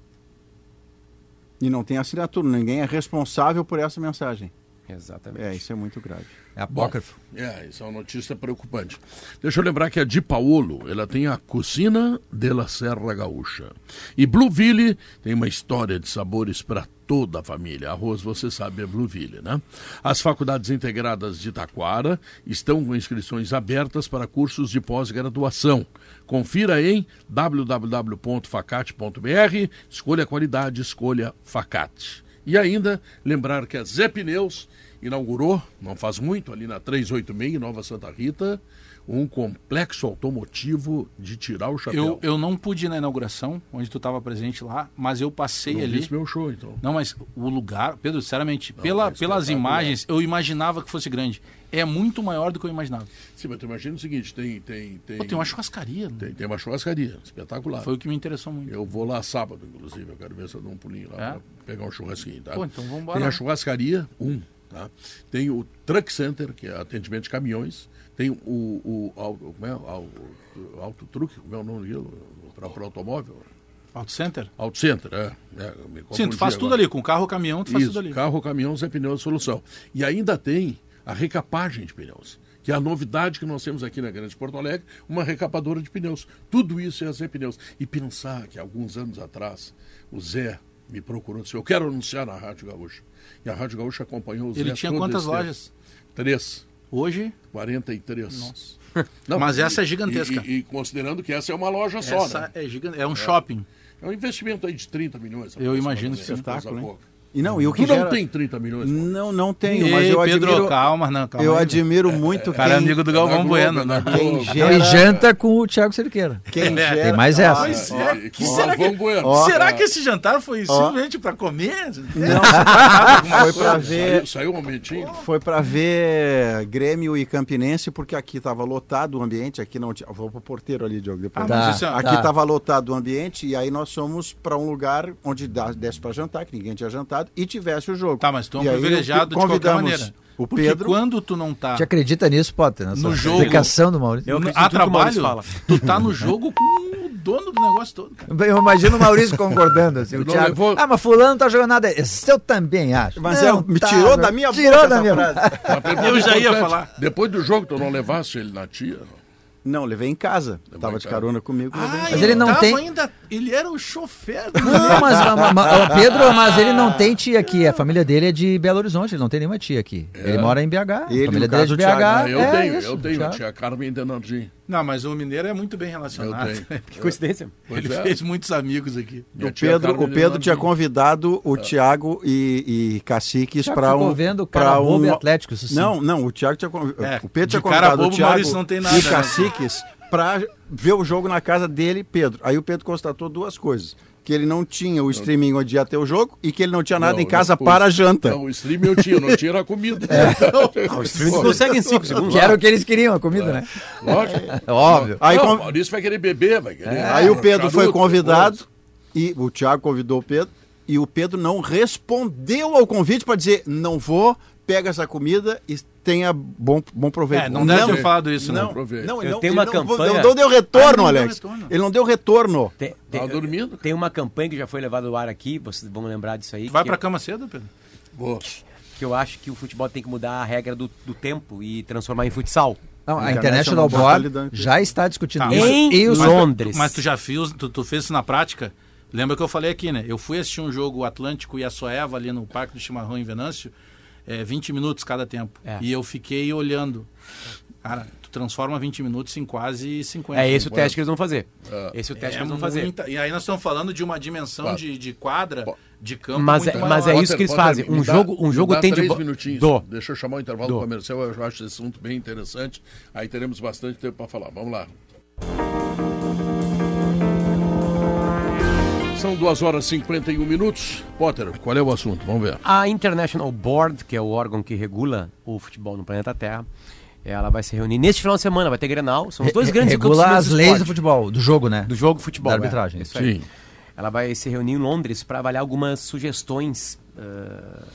E não tem assinatura, ninguém é responsável por essa mensagem. Exatamente. É, isso é muito grave. É apócrifo. Bom, é, isso é uma notícia preocupante. Deixa eu lembrar que a Di Paolo, ela tem a Cocina de la Serra Gaúcha. E Blueville tem uma história de sabores para toda a família. Arroz, você sabe, é Blueville, né? As faculdades integradas de Taquara estão com inscrições abertas para cursos de pós-graduação. Confira em w w w ponto facate ponto b r. Escolha a qualidade, escolha Facate. E ainda lembrar que a Zé Pneus inaugurou, não faz muito, ali na trezentos e oitenta e seis, em Nova Santa Rita, um complexo automotivo de tirar o chapéu. Eu, eu não pude ir na inauguração, onde tu estava presente lá, mas eu passei não ali. Não meu show, então. Não, mas o lugar, Pedro, sinceramente, não, pela, pelas imagens, eu imaginava que fosse grande. É muito maior do que eu imaginava. Sim, mas tu imagina o seguinte, tem... Tem, tem, Pô, tem uma churrascaria. Né? Tem, tem uma churrascaria, espetacular. Foi o que me interessou muito. Eu vou lá sábado, inclusive, eu quero ver se eu dou um pulinho lá é? para pegar um churrasquinho, tá? Pô, então vamos embora. Tem a churrascaria, um, tá? Tem o Truck Center, que é atendimento de caminhões. Tem o, o, o, como é? o, o Auto Truck, como é o nome daquilo? Para o automóvel? Auto Center? Auto Center, é. é Sim, tu faz agora. tudo ali, com carro, caminhão, tu faz Isso, tudo ali. Carro, caminhão, Zé Pneus, solução. E ainda tem a recapagem de pneus, que é a novidade que nós temos aqui na Grande Porto Alegre, uma recapadora de pneus. Tudo isso é a Zé Pneus. E pensar que alguns anos atrás, o Zé me procurou e disse, eu quero anunciar na Rádio Gaúcha. E a Rádio Gaúcha acompanhou o Zé. Ele tinha quantas lojas? Tempo. Três. Hoje? quarenta e três. Nossa. Não, mas e, essa é gigantesca. E, e, e considerando que essa é uma loja essa só, né? É, gigante, é um é. shopping. É um investimento aí de trinta milhões. Eu imagino que espetáculo, hein? E não, e o que tu não gera... tem trinta milhões? Pô. Não, não tenho, Ei, mas eu Pedro, admiro... calma, não, calma. Eu aí, admiro muito quem... Cara, amigo do Galvão Globo, Bueno, né? Quem gera... Não, e janta com o Thiago Cerqueira. Quem gera... Tem mais essa. Mas ó, é, que ó, será que, bueno. ó, será ó, que esse jantar foi ó, simplesmente para comer? Não, foi para ver... Saiu, saiu um momentinho. Foi para ver Grêmio e Campinense, porque aqui estava lotado o ambiente, aqui não tinha... Vou pro porteiro ali, Diogo, depois. Ah, tá, aqui estava tá. lotado o ambiente, e aí nós fomos para um lugar onde desse para jantar, que ninguém tinha jantado, e tivesse o jogo. Tá, mas tu é um privilegiado de qualquer maneira. O Porque Pedro... quando tu não tá... Te acredita nisso, Potter? Nessa no jogo... explicação do Maurício. Eu a trabalho, fala. Tu tá no jogo com o dono do negócio todo, cara. Eu imagino o Maurício concordando, assim, o Thiago. Levou... Ah, mas fulano tá jogando nada. Isso eu também acho. Mas não, é, me tá, tirou meu... da minha tirou boca da minha frase. Eu já ia falar. Depois do jogo, tu não levasse ele na tia? Não, levei em casa. Levou Tava em de casa. carona comigo. Ah, mas ele não tava tem... ainda... Ele era o chofer. Não, mas, mas, mas Pedro, mas ele não tem tia aqui. A família dele é de Belo Horizonte, ele não tem nenhuma tia aqui. É. Ele mora em B H. Ele, a família no dele é de caso, B H. Ah, eu é tenho, isso, eu tenho. A Thiago. tia Carmen Denardim. Não, mas o mineiro é muito bem relacionado. Eu tenho. Que coincidência. Pois Ele é. fez muitos amigos aqui. Minha O tia Pedro, Carmen o Pedro tinha Denardim. convidado o Thiago e, e Caciques Já para ficou um... vendo pra cara bobo um... e Atlético, isso sim. Não, não, o Thiago tinha convidado... É, o Pedro tinha de cara convidado bobo, o Thiago Maurício não tem nada, e né? Caciques para ver o jogo na casa dele, Pedro. Aí o Pedro constatou duas coisas. Que ele não tinha o streaming onde ia ter o jogo e que ele não tinha nada Não, em casa não, para o- a janta. Não, o stream eu tinha, não tinha a comida. Ah, o streaming consegue em cinco segundos. Que era o que eles queriam, a comida, né? Lógico. É óbvio. Aí, Não, com- o Maurício vai querer beber, vai querer. Aí o Pedro foi Canudo, convidado e o Thiago convidou o Pedro e o Pedro não respondeu ao convite para dizer não vou, pega essa comida e tenha bom, bom proveito. É, não deve ter falado isso, não. né? Proveito. Não, Eu não, tenho ele uma não, campanha- Não, não deu Ah, retorno, ele não deu Alex. retorno. Ele não deu retorno. Tem, Tava tem, dormindo. tem uma campanha que já foi levada ao ar aqui, vocês vão lembrar disso aí. Tu vai que, pra cama cedo, Pedro? Vou. que eu acho que o futebol tem que mudar a regra do, do tempo e transformar em futsal. Não, a International International Board Board já está discutindo Tá, isso. em E os Londres. Mas tu já fez, tu, tu fez isso na prática? Lembra que eu falei aqui, né? Eu fui assistir um jogo Atlântico e a Soeva ali no Parque do Chimarrão em Venâncio, é, vinte minutos cada tempo. É. E eu fiquei olhando. Cara, tu transforma vinte minutos em quase cinquenta. É esse o teste que eles vão fazer. É. Esse é o teste É que eles vão fazer. muita- E aí nós estamos falando de uma dimensão Claro. de, de quadra, Pô. de campo Mas, muito é, maior. mas é isso que eles Potter, fazem. me Um dá- jogo, um me jogo dá tem de... três bo- minutinhos. Do. Deixa eu chamar o intervalo Do. comercial, eu acho esse assunto bem interessante. Aí teremos bastante tempo para falar. Vamos lá. São duas horas e cinquenta e um minutos. Potter, qual é o assunto? Vamos ver. A International Board, que é o órgão que regula o futebol no planeta Terra, ela vai se reunir neste final de semana, vai ter Grenal. São os dois Re- grandes regula as do leis esporte. do futebol, do jogo, né? Do jogo futebol. Da arbitragem. É, isso aí. Sim. Ela vai se reunir em Londres para avaliar algumas sugestões uh,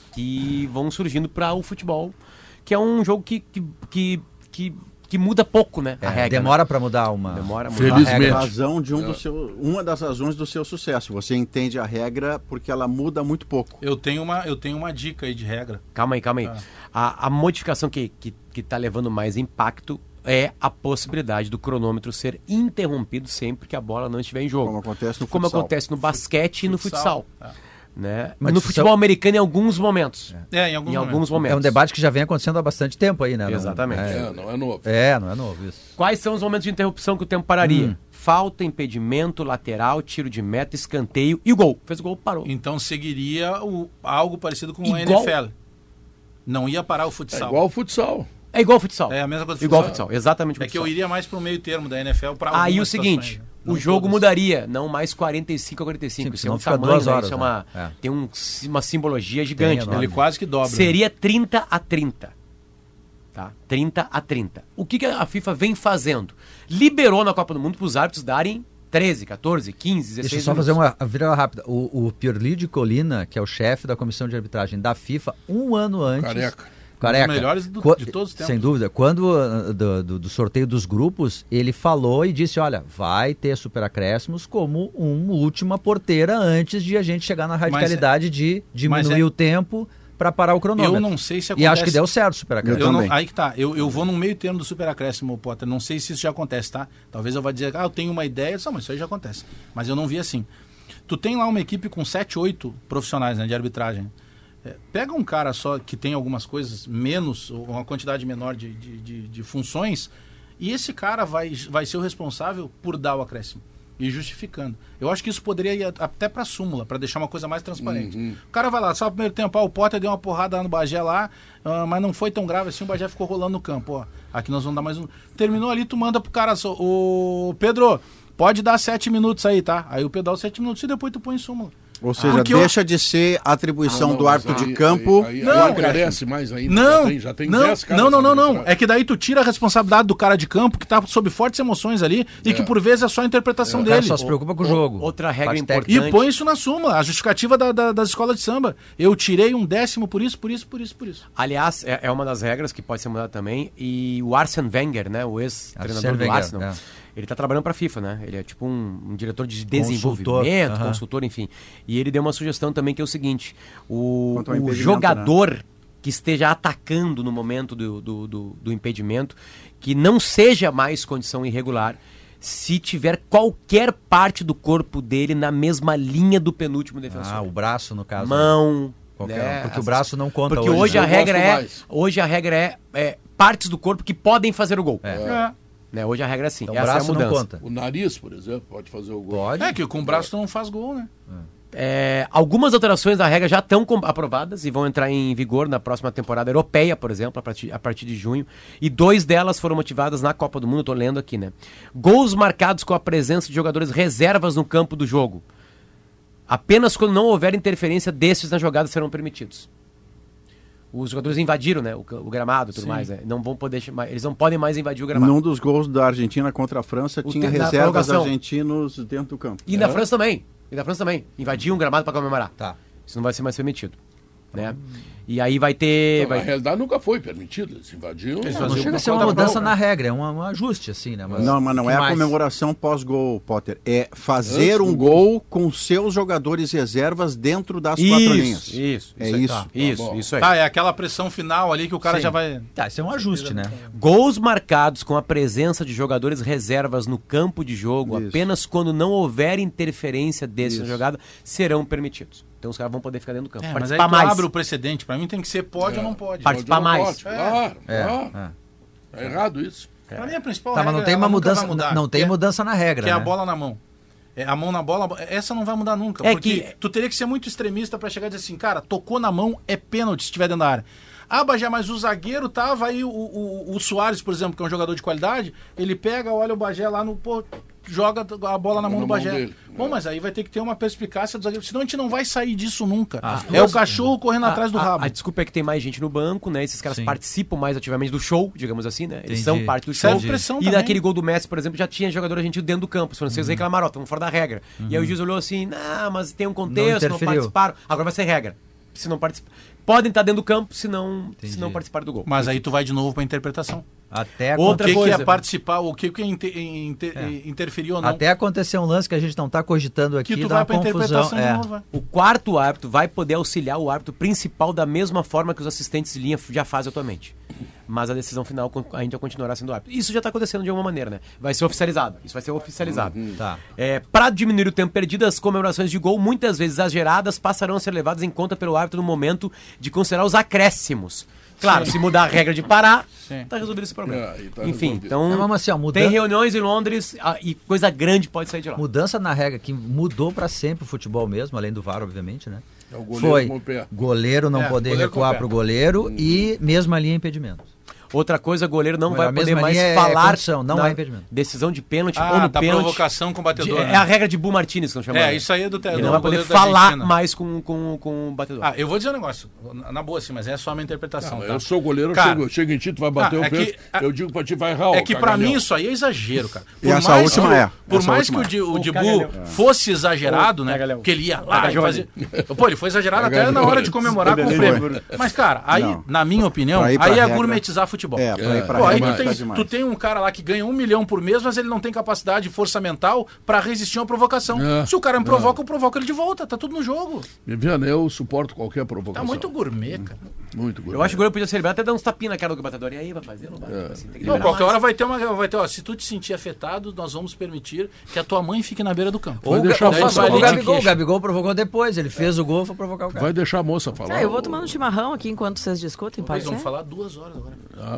que vão surgindo para o futebol, que é um jogo que, que, que, que, que muda pouco, né? É, a regra. demora né? para mudar uma. Demora muito. Felizmente. a regra. Razão de um do seu, uma das razões do seu sucesso. Você entende a regra porque ela muda muito pouco. Eu tenho uma, eu tenho uma dica aí de regra. Calma aí, calma aí. Ah. A, a modificação que está que, que tá levando mais impacto é a possibilidade do cronômetro ser interrompido sempre que a bola não estiver em jogo. Como acontece no Como futsal. acontece no basquete e no futsal. Ah. Né? Mas no futsal- futebol americano em alguns momentos. É, em alguns Em momentos. alguns momentos. É um debate que já vem acontecendo há bastante tempo aí, né? Não- Exatamente. É, É, não é novo. é, não é novo isso. Quais são os momentos de interrupção que o tempo pararia? Hum. Falta, impedimento, lateral, tiro de meta, escanteio e o gol. Fez o gol, parou. Então seguiria o, algo parecido com o Igual- N F L. Não ia parar o É futsal. igual ao futsal. É igual ao futsal. É a mesma coisa do Igual ao futsal. futsal, exatamente o É que eu futsal. iria mais pro meio termo da N F L para Aí o seguinte, o jogo mudaria, não mais quarenta e cinco a quarenta e cinco. Sim, Isso é um senão fica tamanho, duas né? horas, Isso é uma, né? É. tem um, uma simbologia gigante, Tem, né? Ele quase que dobra. Seria trinta a trinta. Tá? trinta a trinta. O que, que a FIFA vem fazendo? Liberou na Copa do Mundo para os árbitros darem treze, quatorze, quinze, dezesseis Deixa eu só minutos. fazer uma vírgula rápida. O, o Pirli de Colina, que é o chefe da comissão de arbitragem da FIFA, um ano antes. Careca. Careca. Um dos melhores do- Qua- de todos os tempos. Sem dúvida. Quando uh, do, do- do sorteio dos grupos, ele falou e disse: olha, vai ter superacréscimos como uma última porteira antes de a gente chegar na radicalidade de diminuir mas é- o tempo para parar o cronômetro. Eu não sei se E acontece. acho que deu certo o superacréscimo. Eu Eu não, também. aí que tá, eu, eu vou no meio termo do super acréscimo, Potter. Não sei se isso já acontece, tá? Talvez eu vá dizer, ah, eu tenho uma ideia. Não, mas isso aí já acontece. Mas eu não vi assim. Tu tem lá uma equipe com sete, oito profissionais, né, de arbitragem. É, pega um cara só que tem algumas coisas menos, ou uma quantidade menor de, de, de, de funções, e esse cara vai, vai ser o responsável por dar o acréscimo. E justificando. Eu acho que isso poderia ir até pra súmula, pra deixar uma coisa mais transparente. Uhum. O cara vai lá, só no primeiro tempo, ah, o Potter deu uma porrada lá no Bagé lá, ah, mas não foi tão grave assim, o Bagé ficou rolando no campo. Ó, aqui nós vamos dar mais um. Terminou ali, tu manda pro cara, só, o Pedro, pode dar sete minutos aí, tá? Aí o Pedro dá os sete minutos e depois tu põe em súmula. Ou seja, Porque eu- deixa de ser atribuição Não, não, do mas árbitro aí- de campo. Aí, aí, Não, aí carece mais ainda. Não, já tem, já tem não, dez caras não, não, não, não. ali É que daí tu tira a responsabilidade do cara de campo que tá sob fortes emoções ali e É. que por vezes é só a interpretação O cara dele. só se preocupa com o jogo. Outra regra Parte importante. E põe isso na súmula, a justificativa da, da, das escolas de samba. Eu tirei um décimo por isso, por isso, por isso, por isso. Aliás, é, é uma das regras que pode ser mudada também. E o Arsene Wenger, né, o ex-treinador Arsene do Wenger, Arsenal, é. ele está trabalhando para a FIFA, né? Ele é tipo um, um diretor de Consultor, desenvolvimento, aham. consultor, enfim. E ele deu uma sugestão também que é o seguinte: o, Quanto ao o impedimento, jogador que esteja atacando no momento do, do, do, do impedimento, que não seja mais condição irregular, se tiver qualquer parte do corpo dele na mesma linha do penúltimo defensor. Ah, o braço, no caso. Mão. Qualquer né, um, porque o essas- braço não conta Porque hoje, hoje, né? a Eu regra gosto é, mais. hoje a regra é, é partes do corpo que podem fazer o gol. É. É, Né? Hoje a regra é assim. Então o Essa é a braço não mudança. conta. O nariz, por exemplo, pode fazer o gol. Pode. é que com o braço tu não faz gol, né? É, algumas alterações da regra já estão com- aprovadas e vão entrar em vigor na próxima temporada europeia, por exemplo, a partir, a partir de junho. E dois delas foram motivadas na Copa do Mundo, eu tô lendo aqui, né? Gols marcados com a presença de jogadores reservas no campo do jogo. Apenas quando não houver interferência desses na jogada serão permitidos. Os jogadores invadiram, né, o, ca- o gramado e tudo Sim. mais, né? Não vão poder chamar, eles não podem mais invadir o gramado. Num dos gols da Argentina contra a França, O tinha te- na reservas prorrogação. argentinos dentro do campo. E na França também. E na França também. Invadiam um gramado para comemorar. Tá. Isso não vai ser mais permitido. Né? E aí vai ter. Então, vai- Na realidade nunca foi permitido, eles invadiam. Eles Não, faziam chega por a ser uma conta mudança própria. na regra, é um, um ajuste, assim, né? Mas, Não, mas não que é a mais? comemoração pós-gol, Potter. É fazer Antes um do gol com seus jogadores reservas dentro das quatro linhas. Isso, isso. É isso aí. isso. Tá. Isso, bom. isso aí. Tá, é aquela pressão final ali que o cara Sim. já vai... Tá, isso é um ajuste, né? Gols marcados com a presença de jogadores reservas no campo de jogo, Isso. apenas quando não houver interferência desses na Isso. jogada, serão permitidos. Então os caras vão poder ficar dentro do campo. É, mas aí Participar tu mais. abre o precedente. Pra mim tem que ser pode ou não pode. Part- participar Pode ou não mais. pode, Claro, É, claro. é. Tá errado isso. Pra mim a principal Tá, mas regra, não tem ela uma nunca vai mudança, mudar, não tem que é- mudança na regra, Que é né? a bola na mão. É, a mão na bola, essa não vai mudar nunca. É porque que- tu teria que ser muito extremista pra chegar e dizer assim, cara, tocou na mão, é pênalti se estiver dentro da área. Ah, Bajé, mas o zagueiro tava aí, o, o, o Soares, por exemplo, que é um jogador de qualidade, ele pega, olha o Bajé lá no... Pô, joga a bola na mão Na do mão Bagé. dele. Bom, mas aí vai ter que ter uma perspicácia do zagueiro, senão a gente não vai sair disso nunca. As é duas- o cachorro correndo A- atrás do a- rabo. A, desculpa é que tem mais gente no banco, né? Esses caras Sim. participam mais ativamente do show, digamos assim, né? Eles Entendi. são parte do show. Serve pressão E também. naquele gol do Messi, por exemplo, já tinha jogador argentino dentro do campo. Os franceses reclamaram, ó, estamos fora da regra. E aí o juiz olhou assim, não, mas tem um contexto, não, interferiu. participaram. Agora vai ser regra. Se não participar. Podem estar dentro do campo se não, se não participarem do gol. Mas aí tu vai de novo pra interpretação. Até, Outra o que, que coisa. é participar, o que, que é inter- inter- interferir ou não. até acontecer um lance que a gente não tá cogitando aqui, que tu dá vai uma pra confusão. interpretação É. de novo. é. O quarto árbitro vai poder auxiliar o árbitro principal da mesma forma que os assistentes de linha já fazem atualmente. Mas a decisão final ainda continuará sendo árbitro. Isso já está acontecendo de alguma maneira, né? Vai ser oficializado. Isso vai ser oficializado. Tá. É, para diminuir o tempo perdido, as comemorações de gol, muitas vezes exageradas, passarão a ser levadas em conta pelo árbitro no momento de considerar os acréscimos. Claro, se mudar a regra de parar, Sim. tá resolvido esse problema. É, aí tá Enfim, resolvido. então É, mas assim, ó, muda- tem reuniões em Londres ah, e coisa grande pode sair de lá. Mudança na regra que mudou pra sempre o futebol mesmo, além do V A R, obviamente, né? É o goleiro Foi com o pé. goleiro não É, poder goleiro com o recuar pé. pro goleiro e mesma linha impedimento. Outra coisa, o goleiro não Mas vai a poder mesma mais linha é falar condição, não na é impedimento. decisão de pênalti ou Ah, no da pênalti. provocação com o batedor. De- né? É a regra de Bu Martinez que estão chamando. É, isso aí é do, te- Ele do não vai poder goleiro da falar Argentina. mais com, com, com o batedor. Ah, eu vou dizer um negócio, na, na boa assim, mas é só uma interpretação. Não, tá? eu sou goleiro, eu Cara, chego, eu chego em ti, tu vai bater ah, o é pé, que- a- eu digo pra ti, vai errar. É ó, que pra cagalhão. mim isso aí é exagero, cara. E essa mais última que, o- é. Por Essa mais última que o, Di- o é. Dibu Ô, cagalhão. fosse exagerado, Ô, né? cagalhão. Que ele ia lá e Cagajone. fazia... Pô, ele foi exagerado até na hora de comemorar com o prêmio. Mas, cara, aí, Não. na minha opinião, Pra ir pra aí é regra- gourmetizar futebol. É, pra ir pra Pô, aí regra tu tá tem, demais. tu tem um cara lá que ganha um milhão por mês, mas ele não tem capacidade de força mental pra resistir a uma provocação. É. Se o cara me provoca, eu provoco ele de volta. Tá tudo no jogo. Viviane, eu suporto qualquer Tá provocação. muito gourmet, cara. Muito gostoso. Eu acho que o goleiro podia celebrar até dar uns tapinhas na cara do batedor. E aí, vai fazer? Não vai. Assim, tem que Não, liberar qualquer mais. hora vai ter uma. Vai ter, ó, se tu te sentir afetado, nós vamos permitir que a tua mãe fique na beira do campo. Vai Ou deixar o, a moça o, falar. Gabigol, o Gabigol provocou depois, ele fez o gol, foi provocar o cara. Vai deixar a moça falar. Ah, eu vou ô- tomar um chimarrão aqui enquanto vocês discutem, pode Nós vamos ser? falar duas horas agora. Ah,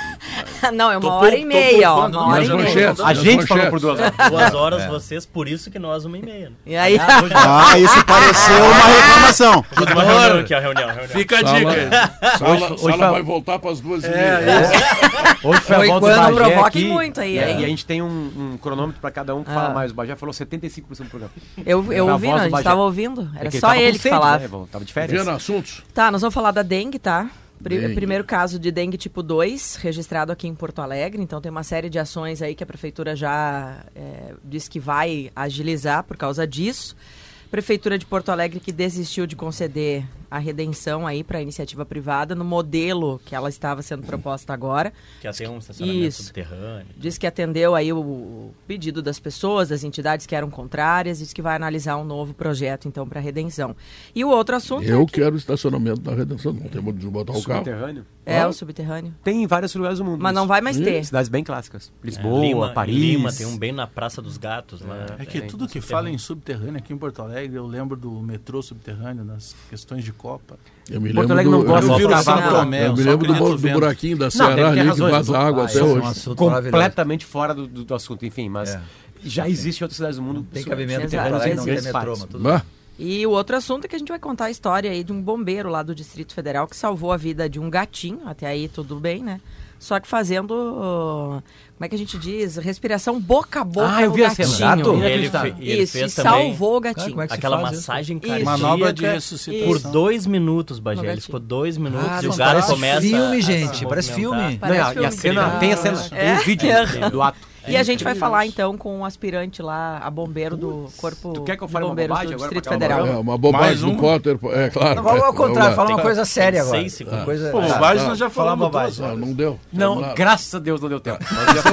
bom. Não, é uma Tô hora pou- e tô meia, ó. poupando Uma nas hora e manchetes. meia. A As gente falou manchetes. por duas horas. Duas horas vocês, por isso que nós uma e meia. Né? E aí? Ah, isso pareceu uma reclamação. Toda uma reunião aqui, a reunião, a reunião. Fica a Sala, dica. sala, hoje sala foi- vai voltar para as duas e É, meia. Hoje foi a Foi volta quando do Bagé provoque aqui, muito aí, é, hein? E a gente tem um, um cronômetro pra cada um que Ah. fala mais. O Bagé falou setenta e cinco por cento do programa. Eu, eu Foi a ouvi, voz não, a do gente Bagé. tava ouvindo. É Era que só tava ele como que sempre, falava. né? Tava de férias. Viana, assuntos. Tá, nós vamos falar da dengue, tá? Pri- Dengue. Primeiro caso de dengue tipo dois, registrado aqui em Porto Alegre. Então tem uma série de ações aí que a prefeitura já é, disse que vai agilizar por causa disso. Prefeitura de Porto Alegre que desistiu de conceder a redenção aí para a iniciativa privada no modelo que ela estava sendo proposta agora. Que ia ter um estacionamento Isso. subterrâneo. Diz que atendeu aí o, o pedido das pessoas, das entidades que eram contrárias, diz que vai analisar um novo projeto então para redenção. E o outro assunto Eu é, que quero estacionamento da redenção. Não temos de botar o carro. Subterrâneo. é o subterrâneo. Tem em vários lugares do mundo. Mas não vai mais ter. Cidades bem clássicas. É, Lisboa, Lima, Paris. Lima, tem um bem na Praça dos Gatos lá. É que tudo que fala em subterrâneo aqui em Porto Alegre, eu lembro do metrô subterrâneo, nas questões de Copa. Eu me Porto lembro Alegre não do, gosta eu, Eu de viro cavalo. São Tomé, eu me só lembro do, acredito do vendo. buraquinho da Não, Ceará deve ter ali que razões. vaza água Ah, até esse é um hoje. assunto maravilhoso. Completamente fora do, do, do assunto, enfim, mas É. já existe em outras cidades do mundo. Tem sub- cabimento em Porto Exato. Alegre, não tem grandes metrô, partes. mas tudo Bah, E o outro assunto é que a gente vai contar a história aí de um bombeiro lá do Distrito Federal que salvou a vida de um gatinho, até aí tudo bem, né? Só que fazendo, uh, como é que a gente diz? Respiração boca a boca Ah, eu no vi a cena. gatinho. Gato? E ele, Inacreditável. fe- e ele Isso, e fez também salvou o gatinho. Cara, como é que se aquela faz isso? massagem Isso. cardíaca Manobra de por ressuscitação. dois minutos, No Bagé. Ele gatinho. ficou dois minutos Ah, e o mas gato parece começa filme, a gente, se parece movimentar. filme. Não, e a- Parece e a filme. cena, tem a cena, tem um vídeo É. do ato. E a gente vai falar então com o aspirante lá, a bombeiro do Corpo Tu quer que eu de fale uma Bombeiros bobagem do agora Distrito pra acabar o Federal. é uma bobagem Mais do uma? Potter. É claro. Não, vamos ao contrário, fala uma Tem- coisa séria tem agora. seis segundos. Uma coisa... Pô, Ah, bobagem tá. nós já Fala falamos bobagem. duas. Não, não deu. Não, Vamos lá. graças a Deus não deu tempo.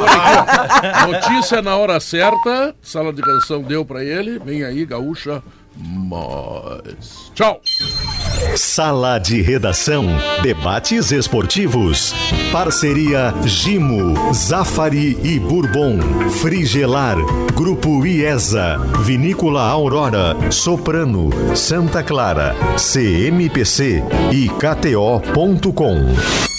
Notícia na hora certa. Sala de redação deu pra ele. Vem aí, Gaúcha. Mas. Tchau. Sala de Redação. Debates esportivos. Parceria Gimo, Zafari e Bourbon. Frigelar. Grupo IESA. Vinícola Aurora. Soprano. Santa Clara. C M P C e K T O ponto com.